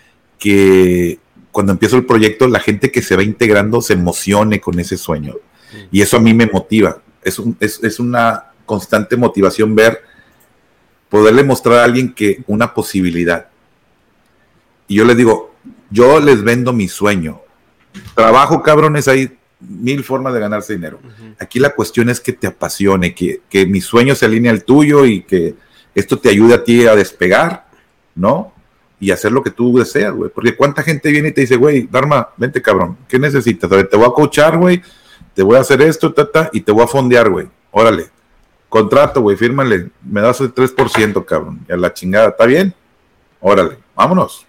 Que cuando empiezo el proyecto, la gente que se va integrando se emocione con ese sueño. Y eso a mí me motiva. Es, un, es, es una constante motivación ver, poderle mostrar a alguien que una posibilidad. Y yo les digo, yo les vendo mi sueño. Trabajo, cabrones, hay mil formas de ganarse dinero. Uh-huh. Aquí la cuestión es que te apasione, que, que mi sueño se alinee al tuyo y que esto te ayude a ti a despegar, ¿no? Y hacer lo que tú deseas, güey. Porque cuánta gente viene y te dice, güey, Dharma, vente, cabrón, ¿qué necesitas? A ver, te voy a coachar, güey, te voy a hacer esto, tata, y te voy a fondear, güey. Órale, contrato, güey, fírmale, me das el tres por ciento, cabrón, y a la chingada, ¿está bien? Órale, vámonos.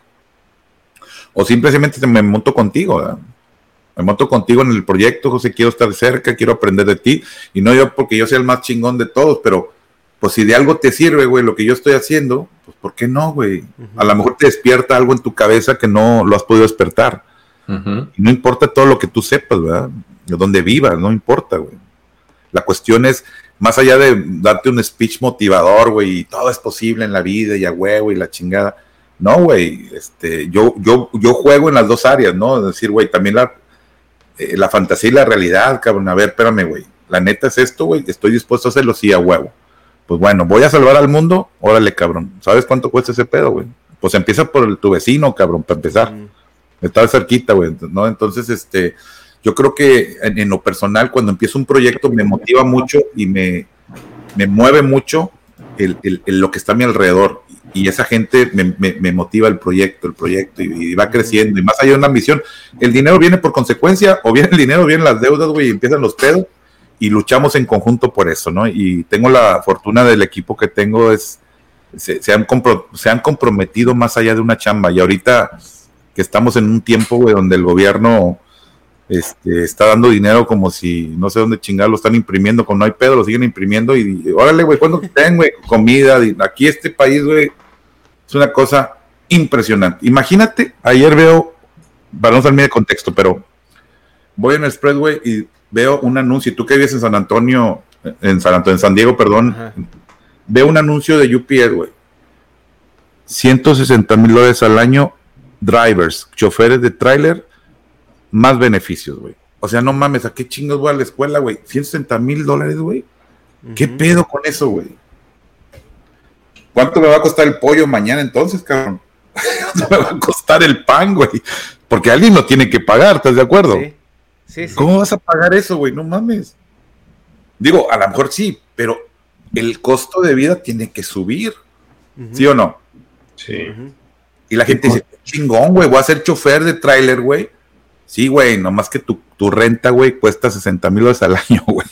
O simplemente me monto contigo, ¿verdad? Me monto contigo en el proyecto, José, quiero estar cerca, quiero aprender de ti, y no yo porque yo sea el más chingón de todos, pero pues si de algo te sirve, güey, lo que yo estoy haciendo, pues ¿por qué no, güey? Uh-huh. A lo mejor te despierta algo en tu cabeza que no lo has podido despertar. Uh-huh. Y no importa todo lo que tú sepas, ¿verdad? De dónde vivas, no importa, güey. La cuestión es, más allá de darte un speech motivador, güey, y todo es posible en la vida, y a huevo, y la chingada. No, güey, este, yo, yo, yo juego en las dos áreas, ¿no? Es decir, güey, también la, eh, la fantasía y la realidad, cabrón. A ver, espérame, güey. La neta es esto, güey. Estoy dispuesto a hacerlo, sí, a huevo. Pues bueno, voy a salvar al mundo. Órale, cabrón. ¿Sabes cuánto cuesta ese pedo, güey? Pues empieza por el, tu vecino, cabrón, para empezar. Mm. Está cerquita, güey, ¿no? Entonces, este, yo creo que en, en lo personal, cuando empiezo un proyecto, me motiva mucho y me, me mueve mucho el, el, el, lo que está a mi alrededor. Y esa gente me, me, me motiva el proyecto, el proyecto, y, y va creciendo. Y más allá de una ambición, el dinero viene por consecuencia, o viene el dinero, vienen las deudas, güey, y empiezan los pedos, y luchamos en conjunto por eso, ¿no? Y tengo la fortuna del equipo que tengo, es se, se, han, compro, se han comprometido más allá de una chamba. Y ahorita que estamos en un tiempo, güey, donde el gobierno este, está dando dinero como si no sé dónde chingar lo están imprimiendo, con no hay pedo, lo siguen imprimiendo, y, y órale, güey, ¿cuándo ten, güey? Comida, aquí este país, güey, es una cosa impresionante. Imagínate, ayer veo, para no salirme de contexto, pero voy en el Expressway y veo un anuncio, y tú que vives en San Antonio, en San Antonio, en San Diego, perdón, ajá, veo un anuncio de U P S, güey, ciento sesenta mil dólares al año, drivers, choferes de tráiler, más beneficios, güey. O sea, no mames, ¿a qué chingos voy a la escuela, güey? ciento sesenta mil dólares, güey. Uh-huh. ¿Qué pedo con eso, güey? ¿Cuánto me va a costar el pollo mañana entonces, cabrón? ¿Cuánto me va a costar el pan, güey? Porque alguien lo tiene que pagar, ¿estás de acuerdo? Sí. Sí, sí. ¿Cómo vas a pagar eso, güey? No mames. Digo, a lo mejor sí, pero el costo de vida tiene que subir. Uh-huh. ¿Sí o no? Sí. Uh-huh. Y la gente dice, chingón, güey, voy a ser chofer de tráiler, güey. Sí, güey, nomás que tu, tu renta, güey, cuesta sesenta mil dólares al año, güey.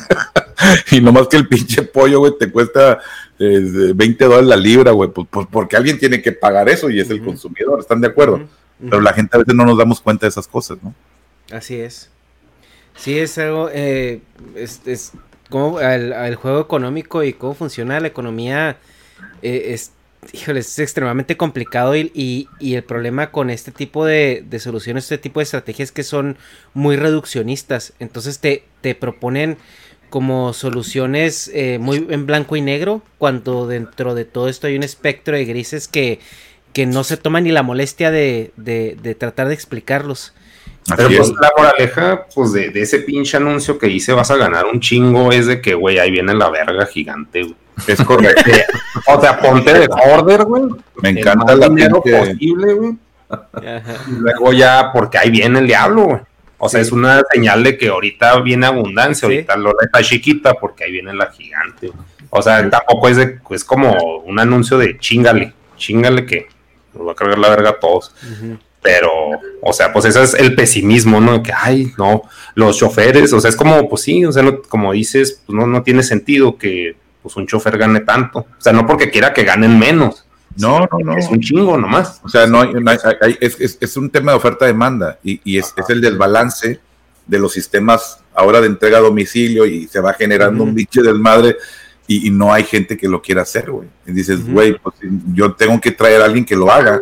Y nomás que el pinche pollo, güey, te cuesta eh, veinte dólares la libra, güey. Pues, pues porque alguien tiene que pagar eso y es el uh-huh. consumidor, ¿están de acuerdo? Uh-huh. Pero la gente a veces no nos damos cuenta de esas cosas, ¿no? Así es. Sí, es algo, eh, es, es como el, el juego económico y cómo funciona la economía, eh, es, híjole, es extremadamente complicado, y, y, y el problema con este tipo de, de soluciones, este tipo de estrategias, que son muy reduccionistas. Entonces te, te proponen como soluciones eh, muy en blanco y negro, cuando dentro de todo esto hay un espectro de grises que, que no se toma ni la molestia de, de, de tratar de explicarlos. Pero pues la moraleja, pues de, de ese pinche anuncio que dice vas a ganar un chingo, es de que, güey, ahí viene la verga gigante, güey. Es correcto. O sea, ponte de order, güey. Me encanta la dinero que... posible, güey. Y luego ya, porque ahí viene el diablo, güey. O sea, sí, es una señal de que ahorita viene abundancia, sí, ahorita Lola está chiquita porque ahí viene la gigante, güey. O sea, sí, tampoco es de, es como un anuncio de chingale, chingale que nos va a cargar la verga a todos. Uh-huh. Pero, o sea, pues ese es el pesimismo, ¿no? Que, ay, no, los choferes, o sea, es como, pues sí, o sea, no, como dices, pues no, no tiene sentido que pues un chofer gane tanto. O sea, no porque quiera que ganen menos. No, no, no. Es un chingo nomás. O sea, no, hay, no hay, hay, es, es, es un tema de oferta-demanda, y, y es, es el desbalance de los sistemas ahora de entrega a domicilio, y se va generando uh-huh. un biche desmadre, y, y no hay gente que lo quiera hacer, güey. Y dices, güey, uh-huh. pues yo tengo que traer a alguien que lo haga.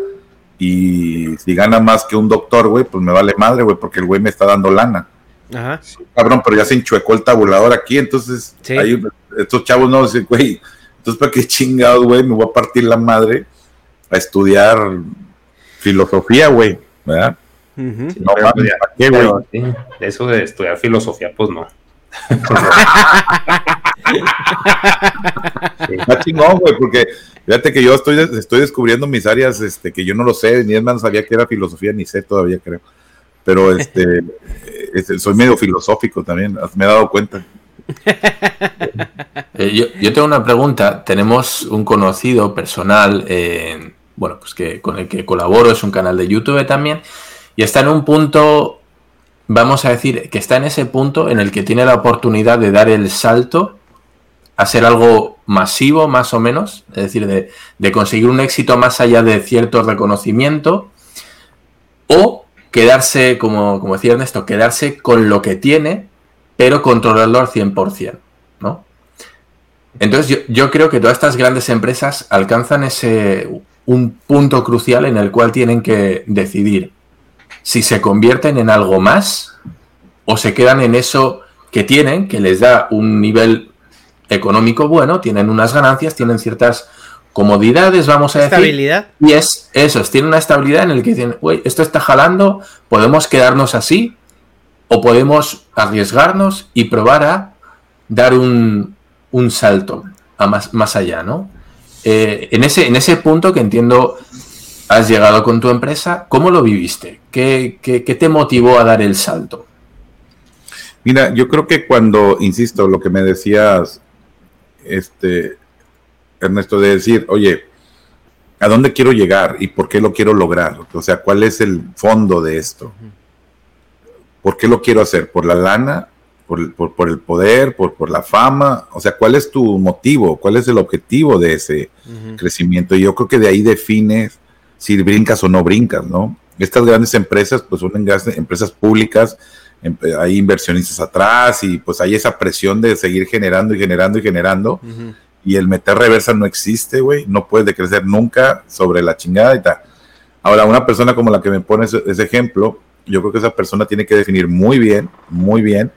Y si gana más que un doctor, güey, pues me vale madre, güey, porque el güey me está dando lana. Ajá. Sí, cabrón, pero ya se enchuecó el tabulador aquí, entonces sí, hay, estos chavos no dicen, güey, entonces para qué chingados, güey, me voy a partir la madre a estudiar filosofía, güey, ¿verdad? Uh-huh. Sí, no, ¿para qué, güey? Sí, eso de estudiar filosofía, pues no. Sí. Está chingón, güey, porque fíjate que yo estoy, estoy descubriendo mis áreas, este, que yo no lo sé, ni es más sabía que era filosofía, ni sé todavía, creo. Pero este, este soy medio filosófico también, me he dado cuenta. Eh, yo, yo tengo una pregunta. Tenemos un conocido personal, eh, bueno, pues que con el que colaboro, es un canal de YouTube también, y está en un punto, vamos a decir, que está en ese punto en el que tiene la oportunidad de dar el salto a ser algo masivo, más o menos, es decir, de, de conseguir un éxito más allá de cierto reconocimiento, o quedarse, como, como decía Ernesto, quedarse con lo que tiene, pero controlarlo al cien por ciento, ¿no? Entonces yo, yo creo que todas estas grandes empresas alcanzan ese un punto crucial en el cual tienen que decidir si se convierten en algo más o se quedan en eso que tienen, que les da un nivel económico bueno, tienen unas ganancias, tienen ciertas comodidades, vamos a decir. Estabilidad. Y es eso, tienen una estabilidad en el que dicen, güey, esto está jalando, podemos quedarnos así, o podemos arriesgarnos y probar a dar un, un salto a más, más allá, ¿no? Eh, en, ese, en ese punto que entiendo has llegado con tu empresa, ¿cómo lo viviste? ¿Qué, qué, qué te motivó a dar el salto? Mira, yo creo que cuando, insisto, lo que me decías, este, Ernesto, de decir, oye, ¿a dónde quiero llegar y por qué lo quiero lograr? O sea, ¿cuál es el fondo de esto? ¿Por qué lo quiero hacer? ¿Por la lana? ¿Por, por, por el poder? Por, ¿Por la fama? O sea, ¿cuál es tu motivo? ¿Cuál es el objetivo de ese uh-huh. crecimiento? Y yo creo que de ahí defines si brincas o no brincas, ¿no? Estas grandes empresas, pues son empresas públicas, hay inversionistas atrás y pues hay esa presión de seguir generando y generando y generando uh-huh. y el meter reversa no existe, güey, no puedes decrecer nunca sobre la chingada y tal. Ahora, una persona como la que me pone ese, ese ejemplo, yo creo que esa persona tiene que definir muy bien, muy bien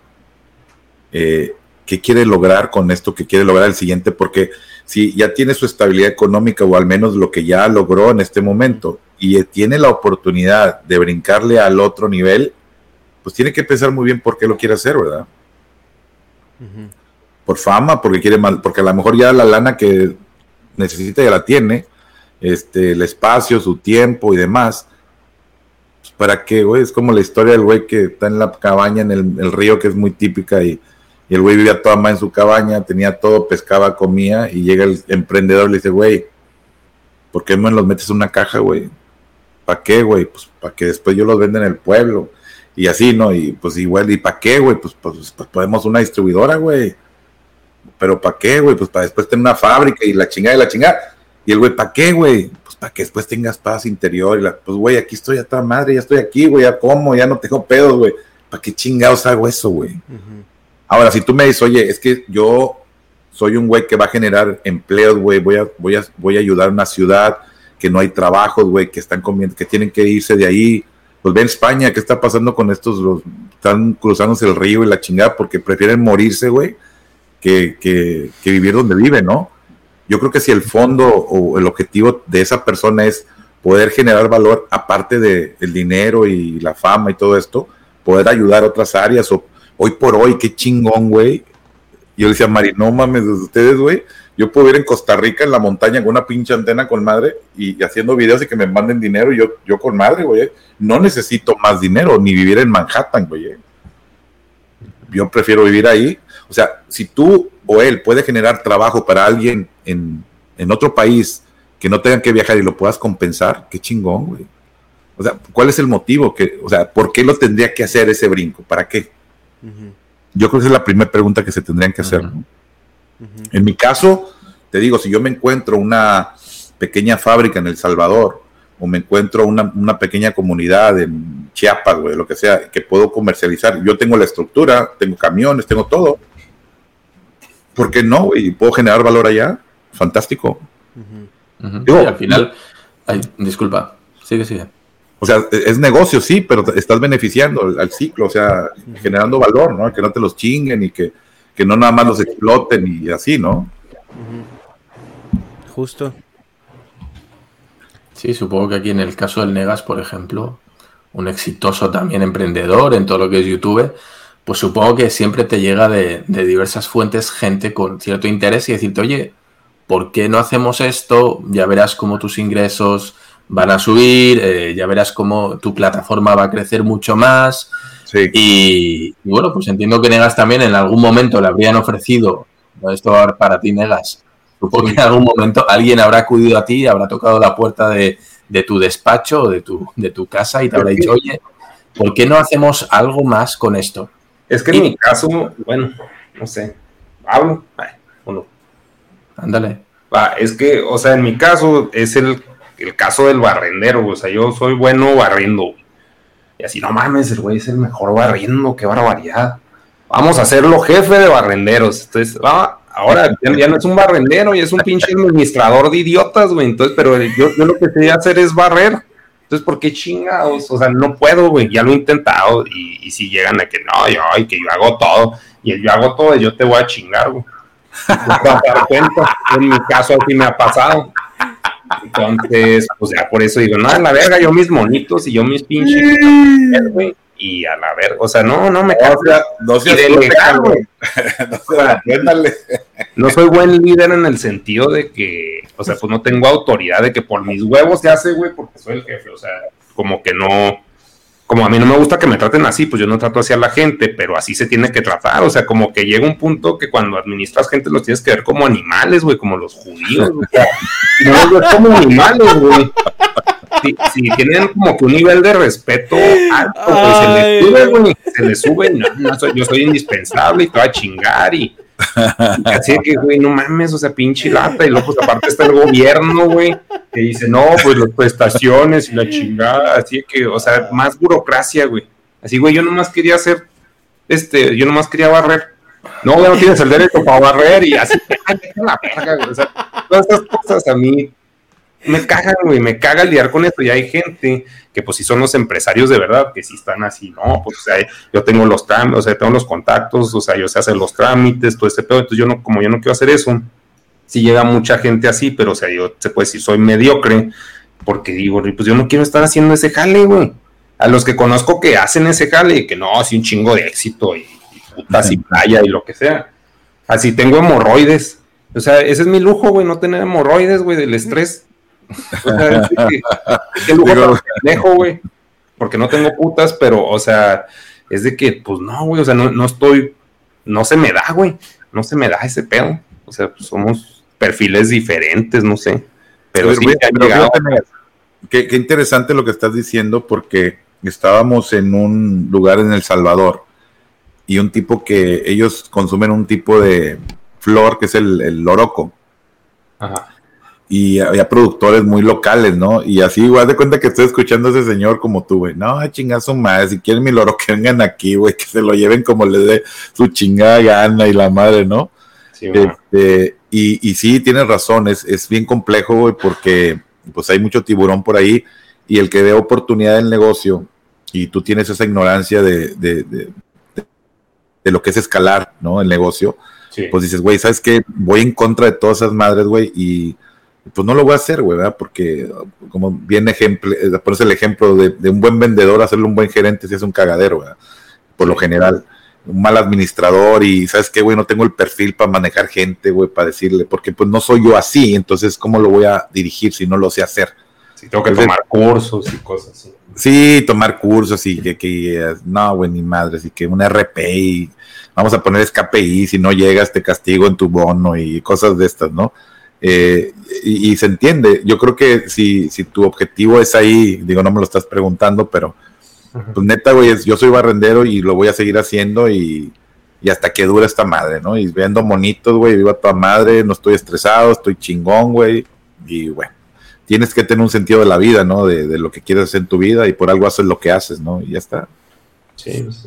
eh, qué quiere lograr con esto, qué quiere lograr el siguiente, porque si ya tiene su estabilidad económica o al menos lo que ya logró en este momento y tiene la oportunidad de brincarle al otro nivel, pues tiene que pensar muy bien por qué lo quiere hacer, ¿verdad? Uh-huh. Por fama, porque quiere mal, porque a lo mejor ya la lana que necesita ya la tiene, este, el espacio, su tiempo y demás. Pues ¿para qué, güey? Es como la historia del güey que está en la cabaña en el, el río, que es muy típica, y, y el güey vivía toda más en su cabaña, tenía todo, pescaba, comía, y llega el emprendedor y le dice, güey, ¿por qué me los metes en una caja, güey? ¿Para qué, güey? Pues para que después yo los venda en el pueblo. Y así, ¿no? Y pues igual, ¿y para qué, güey? Pues, pues, pues podemos una distribuidora, güey. ¿Pero para qué, güey? Pues para después tener una fábrica y la chingada y la chingada. Y el güey, ¿para qué, güey? Pues para que después tengas paz interior. Y la, pues, güey, aquí estoy a toda madre, ya estoy aquí, güey, ya como, ya no tengo pedos, güey. ¿Para qué chingados hago eso, güey? Uh-huh. Ahora, si tú me dices, oye, es que yo soy un güey que va a generar empleos, güey, voy a, voy a, voy a ayudar a una ciudad que no hay trabajos, güey, que están comiendo, que tienen que irse de ahí. Pues ve en España, ¿qué está pasando con estos? Los, están cruzándose el río y la chingada porque prefieren morirse, güey, que, que, que vivir donde viven, ¿no? Yo creo que si el fondo o el objetivo de esa persona es poder generar valor, aparte de el dinero y la fama y todo esto, poder ayudar a otras áreas, o hoy por hoy, qué chingón, güey. Yo le decía a Mari, no mames, ustedes, güey, yo puedo ir en Costa Rica en la montaña con una pinche antena con madre y, y haciendo videos y que me manden dinero y yo, yo con madre, güey. No necesito más dinero ni vivir en Manhattan, güey. Yo prefiero vivir ahí. O sea, si tú o él puede generar trabajo para alguien en, en otro país que no tengan que viajar y lo puedas compensar, qué chingón, güey. O sea, ¿cuál es el motivo? Que, o sea, ¿por qué lo tendría que hacer ese brinco? ¿Para qué? Uh-huh. Yo creo que esa es la primera pregunta que se tendrían que hacer, ¿no? Uh-huh. En mi caso, te digo, si yo me encuentro una pequeña fábrica en El Salvador o me encuentro una, una pequeña comunidad en Chiapas, güey, lo que sea, que puedo comercializar, yo tengo la estructura, tengo camiones, tengo todo, ¿por qué no, güey? ¿Puedo generar valor allá? Fantástico. Uh-huh. Uh-huh. Digo, sí, al final, ay, disculpa, sigue, sigue. O sea, es negocio, sí, pero estás beneficiando al, al ciclo, o sea, uh-huh. generando valor, ¿no? Que no te los chinguen y que, que no nada más los exploten y así, ¿no? Uh-huh. Justo. Sí, supongo que aquí en el caso del Negas, por ejemplo, un exitoso también emprendedor en todo lo que es YouTube, pues supongo que siempre te llega de, de diversas fuentes gente con cierto interés y decirte, oye, ¿por qué no hacemos esto? Ya verás cómo tus ingresos van a subir, eh, ya verás cómo tu plataforma va a crecer mucho más. Sí. Y, y bueno, pues entiendo que Negas también en algún momento le habrían ofrecido, no, esto para ti, Negas, supongo que en algún momento alguien habrá acudido a ti, habrá tocado la puerta de, de tu despacho o de tu, de tu casa y te habrá dicho, oye, ¿por qué no hacemos algo más con esto? Es que en y, mi caso, bueno, no sé, hablo, ay, o no. Ándale. Ah, es que, o sea, en mi caso es el el caso del barrendero, o sea, yo soy bueno barriendo, y así, no mames, el güey es el mejor barriendo, qué barbaridad, vamos a hacerlo jefe de barrenderos, entonces, ah, ahora ya, ya no es un barrendero, ya es un pinche administrador de idiotas, güey, entonces, pero yo, yo lo que quería hacer es barrer, entonces, ¿por qué chingados? O sea, no puedo, güey, ya lo he intentado, y, y si llegan a que no, yo, y que yo hago todo, y el yo hago todo, yo te voy a chingar, güey, no te vas a dar cuenta, en mi caso así me ha pasado. Entonces, pues ya por eso digo, no, en la verga, yo mis monitos y yo mis pinches, güey. y a la verga, o sea, no, no me cago. No seas delegar, güey. No, o sea, no soy buen líder en el sentido de que, o sea, pues no tengo autoridad de que por mis huevos se hace, güey, porque soy el jefe, o sea, como que no, como a mí no me gusta que me traten así, pues yo no trato así a la gente, pero así se tiene que tratar, o sea, como que llega un punto que cuando administras gente los tienes que ver como animales, güey, como los judíos, o sea, no los ves como animales, güey. Si, si tienen como que un nivel de respeto alto, pues se les sube, güey, se les sube, no, no soy, yo soy indispensable y te voy a chingar y, y así que, güey, no mames, o sea, pinche lata, y luego pues aparte está el gobierno, güey, que dice, no, pues las prestaciones y la chingada, así que, o sea, más burocracia, güey, así, güey, yo nomás quería hacer, este, yo nomás quería barrer, no, ya no tienes el derecho para barrer, y así, ay, la verga, güey, o sea, todas estas cosas a mí me cagan, güey, me caga lidiar con esto, y hay gente que pues si son los empresarios de verdad, que sí están así, no, pues o sea, yo tengo los trámites, o sea, tengo los contactos, o sea, yo sé hacer los trámites, todo este pedo, entonces yo no, como yo no quiero hacer eso, sí llega mucha gente así, pero o sea, yo se puede decir, soy mediocre, porque digo, pues yo no quiero estar haciendo ese jale, güey, a los que conozco que hacen ese jale, y que no, así un chingo de éxito, y, y putas, y playa, y lo que sea, así tengo hemorroides, o sea, ese es mi lujo, güey, no tener hemorroides, güey, del estrés. O sea, es que, es que lujo tan pendejo, güey, porque no tengo putas, pero, o sea, es de que, pues no, güey, o sea, no, no estoy, no se me da, güey, no se me da ese pedo, o sea, pues somos perfiles diferentes, no sé, pero, pero sí güey, pero llegado... qué, qué interesante lo que estás diciendo, porque estábamos en un lugar en El Salvador, y un tipo que, ellos consumen un tipo de flor, que es el, el loroco. Ajá. Y había productores muy locales, ¿no? Y así, igual de cuenta que estoy escuchando a ese señor como tú, güey. No, chingazo madre, si quieren mi loro que vengan aquí, güey, que se lo lleven como les dé su chingada gana y la madre, ¿no? Sí, este, y, y sí, tienes razón, es, es bien complejo, güey, porque pues hay mucho tiburón por ahí, y el que ve oportunidad del negocio, y tú tienes esa ignorancia de, de, de, de, de lo que es escalar, ¿no? El negocio, sí. Pues dices, güey, ¿sabes qué? Voy en contra de todas esas madres, güey, y pues no lo voy a hacer, güey, ¿verdad? Porque como bien ejemplo, pones el ejemplo de, de un buen vendedor, hacerle un buen gerente si es un cagadero, ¿verdad? Por lo general, un mal administrador y, ¿sabes qué, güey? No tengo el perfil para manejar gente, güey, para decirle, porque pues no soy yo así, entonces, ¿cómo lo voy a dirigir si no lo sé hacer? Sí, tengo que entonces, tomar cursos y cosas así. Sí, tomar cursos y que, que no, güey, ni madre, así que un R P y vamos a poner K P I, si no llegas te castigo en tu bono y cosas de estas, ¿no? Eh, y, y se entiende, yo creo que si, si tu objetivo es ahí, digo, no me lo estás preguntando, pero uh-huh. Pues neta, güey, yo soy barrendero y lo voy a seguir haciendo y, y hasta que dure esta madre, ¿no? Y vendo monitos, güey, vivo a toda madre, no estoy estresado, estoy chingón, güey, y bueno, tienes que tener un sentido de la vida, ¿no? De, de lo que quieres hacer en tu vida y por algo haces lo que haces, ¿no? Y ya está. Sí, sí.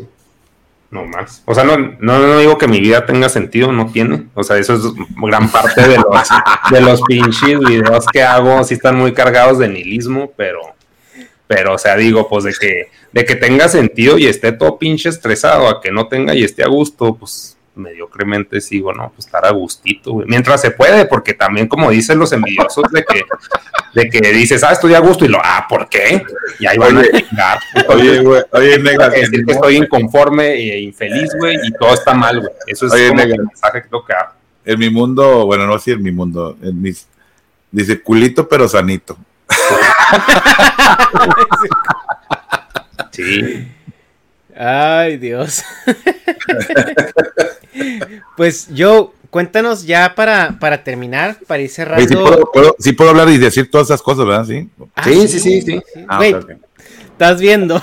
No más. O sea, no, no, no digo que mi vida tenga sentido, no tiene. O sea, eso es gran parte de los, de los pinches videos que hago. Sí están muy cargados de nihilismo, pero, pero, o sea, digo, pues de que, de que tenga sentido y esté todo pinche estresado, a que no tenga y esté a gusto, pues mediocremente sigo, ¿no? Pues estar a gustito, güey. Mientras se puede, porque también, como dicen los envidiosos, de que, de que dices, ah, estoy a gusto, y lo, ah, ¿por qué? Y ahí van oye, a chingar. Oye, güey, oye, nega. Es decir que estoy inconforme e infeliz, güey, y todo está mal, güey. Eso es oye, como el mensaje que tengo que dar. En mi mundo, bueno, no así en mi mundo, en mis, dice culito pero sanito. Sí. Ay, Dios. Pues yo, cuéntanos ya para, para terminar, para ir cerrando. Sí, sí, puedo, puedo, sí puedo hablar y decir todas esas cosas, ¿verdad? Sí, ah, sí, sí, sí, sí, sí. sí. Ah, Wait, okay, okay. Estás viendo.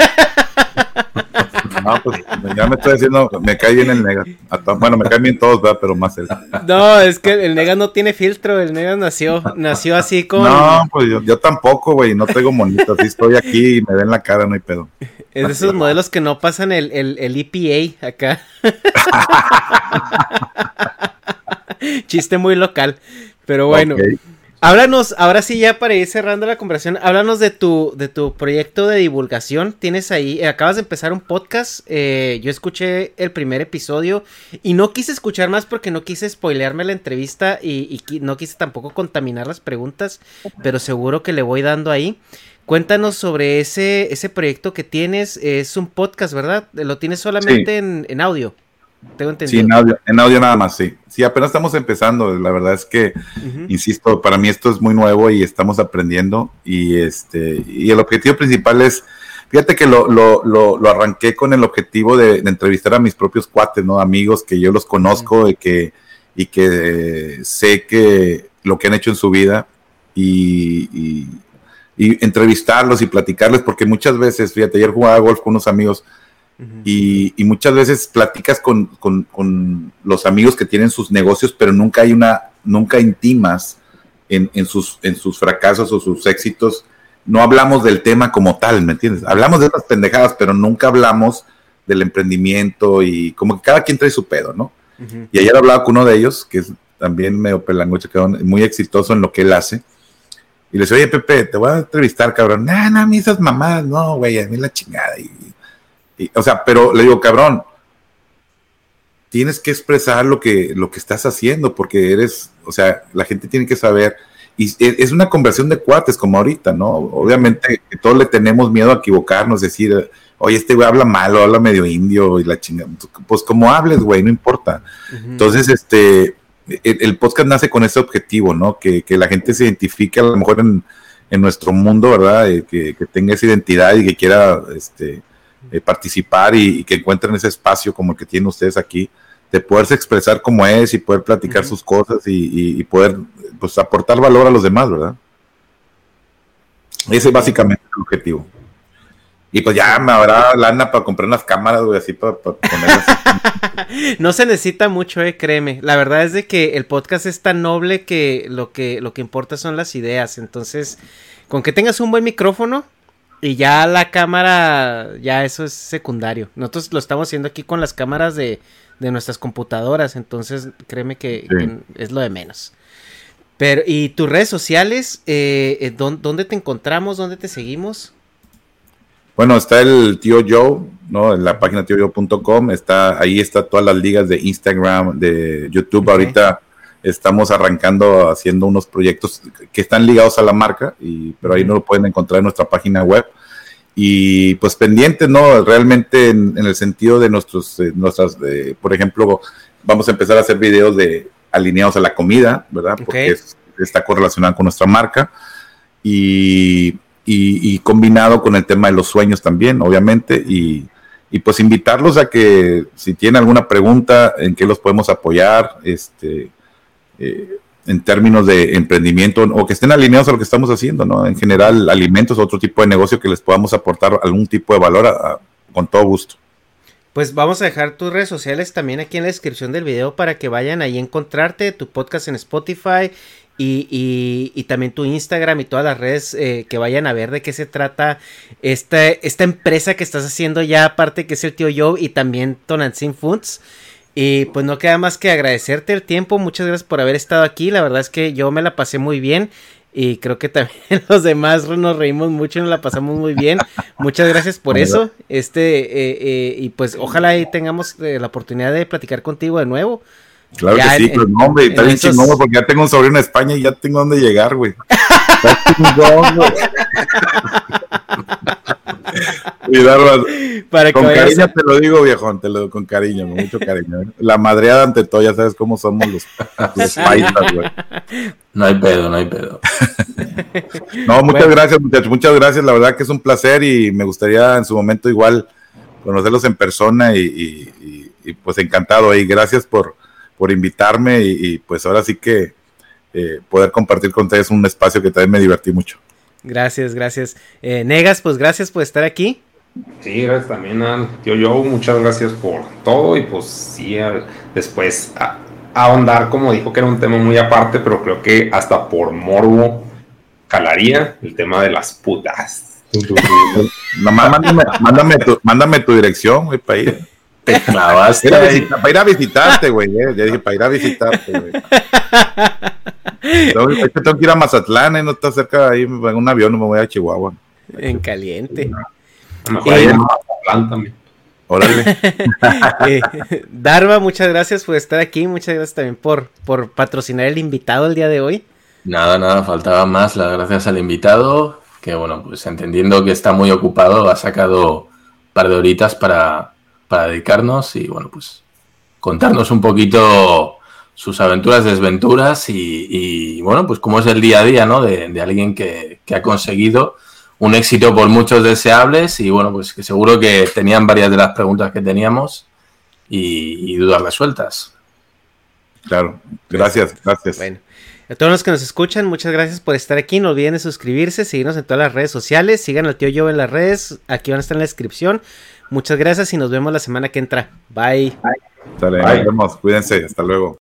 No, pues ya me estoy diciendo, me cae bien el Negas. Bueno, me caen bien todos, ¿verdad? Pero más él. No, es que el Negas no tiene filtro, el Negas nació, nació así con... No, pues yo, yo tampoco, güey, no tengo monito, así estoy aquí y me ven la cara, no hay pedo. Es de esos modelos que no pasan el, el, el E P A acá. Chiste muy local, pero bueno. Okay. Háblanos, ahora sí ya para ir cerrando la conversación, háblanos de tu, de tu proyecto de divulgación. Tienes ahí, eh, acabas de empezar un podcast, eh, yo escuché el primer episodio y no quise escuchar más porque no quise spoilearme la entrevista y, y no quise tampoco contaminar las preguntas, pero seguro que le voy dando ahí. cuéntanos sobre ese, ese proyecto que tienes. Es un podcast, ¿verdad? Lo tienes solamente sí. en, en audio. Tengo entendido. Sí, en audio, en audio nada más, sí. Sí, apenas estamos empezando. La verdad es que, uh-huh. insisto, para mí esto es muy nuevo y estamos aprendiendo. Y este y el objetivo principal es, fíjate que lo, lo, lo, lo arranqué con el objetivo de, de entrevistar a mis propios cuates, ¿no? Amigos que yo los conozco uh-huh. y que, y que eh, sé que lo que han hecho en su vida y, y, y entrevistarlos y platicarles, porque muchas veces, fíjate, ayer jugaba golf con unos amigos. Y, y muchas veces platicas con, con, con los amigos que tienen sus negocios, pero nunca hay una, nunca intimas en, en, sus, en sus fracasos o sus éxitos. No hablamos del tema como tal, ¿me entiendes? Hablamos de esas pendejadas, pero nunca hablamos del emprendimiento y como que cada quien trae su pedo, ¿no? Uh-huh. Y ayer hablaba con uno de ellos, que es también medio pelangoche, muy exitoso en lo que él hace. Y le decía, oye, Pepe, te voy a entrevistar, cabrón. No, no, a mí esas mamadas, no, güey, a mí la chingada. Y, y, o sea, pero le digo, cabrón, tienes que expresar lo que, lo que estás haciendo, porque eres, o sea, la gente tiene que saber. Y es una conversión de cuates, como ahorita, ¿no? Obviamente que todos le tenemos miedo a equivocarnos, decir, oye, este güey habla mal, o habla medio indio, y la chingada. Pues como hables, güey, no importa. Uh-huh. Entonces, este, el, el podcast nace con ese objetivo, ¿no? Que, que la gente se identifique a lo mejor en, en nuestro mundo, ¿verdad? Eh, que, que tenga esa identidad y que quiera este, eh, participar y, y que encuentren ese espacio como el que tienen ustedes aquí, de poderse expresar como es y poder platicar uh-huh. sus cosas y, y, y poder pues aportar valor a los demás, ¿verdad? Ese es básicamente el objetivo. Y pues ya me habrá lana para comprar unas cámaras, güey, así para, para ponerlas. No se necesita mucho, eh, créeme. La verdad es de que el podcast es tan noble que lo que, lo que importa son las ideas. Entonces, con que tengas un buen micrófono y ya la cámara, ya eso es secundario. Nosotros lo estamos haciendo aquí con las cámaras de, de nuestras computadoras, entonces créeme que, sí. que es lo de menos. Pero, ¿y tus redes sociales? Eh, ¿Dónde te encontramos? ¿Dónde te seguimos? Bueno, está el Tío Joe, ¿no? En la página tío joe punto com, está, ahí está todas las ligas de Instagram, de YouTube. Okay. Ahorita estamos arrancando, haciendo unos proyectos que están ligados a la marca, y, pero ahí no lo pueden encontrar en nuestra página web. Y pues pendientes, ¿no? Realmente en, en el sentido de nuestros, eh, nuestras, eh, por ejemplo, vamos a empezar a hacer videos de alineados a la comida, ¿verdad? Okay. Porque es, está correlacionado con nuestra marca y, y, y combinado con el tema de los sueños también, obviamente, y, y pues invitarlos a que si tienen alguna pregunta en qué los podemos apoyar, este, eh, en términos de emprendimiento, o que estén alineados a lo que estamos haciendo, ¿no? En general, alimentos, otro tipo de negocio que les podamos aportar algún tipo de valor, a, a, con todo gusto. Pues vamos a dejar tus redes sociales también aquí en la descripción del video para que vayan ahí a encontrarte, tu podcast en Spotify y, y, y también tu Instagram y todas las redes, eh, que vayan a ver de qué se trata esta, esta empresa que estás haciendo ya, aparte que es el Tío Joe y también Tonantzin Foods. Y pues no queda más que agradecerte el tiempo, muchas gracias por haber estado aquí, la verdad es que yo me la pasé muy bien. Y creo que también los demás nos reímos mucho y nos la pasamos muy bien. Muchas gracias por eso. Este eh, eh, y pues ojalá ahí tengamos eh, la oportunidad de platicar contigo de nuevo. Claro ya que sí, en, pues no, hombre, está bien estos... chingón, porque ya tengo un sobrino en España y ya tengo dónde llegar, güey. Está chingón, güey. Cuidarlo. Para con cariño a... te lo digo, viejón, te lo digo con cariño, con mucho cariño. La madreada ante todo, ya sabes cómo somos los, los paisas, güey. No hay pedo, no hay pedo. No, muchas bueno. gracias, muchachos, muchas gracias, la verdad que es un placer y me gustaría en su momento igual conocerlos en persona y, y, y, y pues encantado, y gracias por, por invitarme y, y pues ahora sí que eh, poder compartir con ustedes un espacio que también me divertí mucho. Gracias, gracias. Eh, Negas, pues gracias por estar aquí. Sí, gracias también al Tío Joe, muchas gracias por todo y pues sí, a, después a, a ahondar, como dijo que era un tema muy aparte, pero creo que hasta por morbo calaría el tema de las putas. Nomás mándame, mándame, tu, mándame tu dirección, güey, para ir. Te clavaste. Para, visita, para ir a visitarte, güey, eh. Ya dije, para ir a visitarte, güey. No, es que tengo que ir a Mazatlán, ¿eh? No está cerca de ahí, en un avión, no me voy a Chihuahua. En caliente. Mejor ahí en Mazatlán también. Órale. eh, Darva, muchas gracias por estar aquí, muchas gracias también por, por patrocinar el invitado el día de hoy. Nada, nada, faltaba más, las gracias al invitado. que bueno, pues entendiendo que está muy ocupado, ha sacado un par de horitas para, para dedicarnos y bueno, pues contarnos un poquito sus aventuras, desventuras y, y bueno, pues cómo es el día a día, ¿no? De, de alguien que, que ha conseguido un éxito por muchos deseables y bueno, pues que seguro que tenían varias de las preguntas que teníamos y, y dudas resueltas. Claro, gracias, gracias. Bueno, a todos los que nos escuchan, muchas gracias por estar aquí. No olviden de suscribirse, seguirnos en todas las redes sociales, sigan al tío Joe en las redes, aquí van a estar en la descripción. Muchas gracias y nos vemos la semana que entra. Bye. Bye. Dale, nos vemos, cuídense, hasta luego.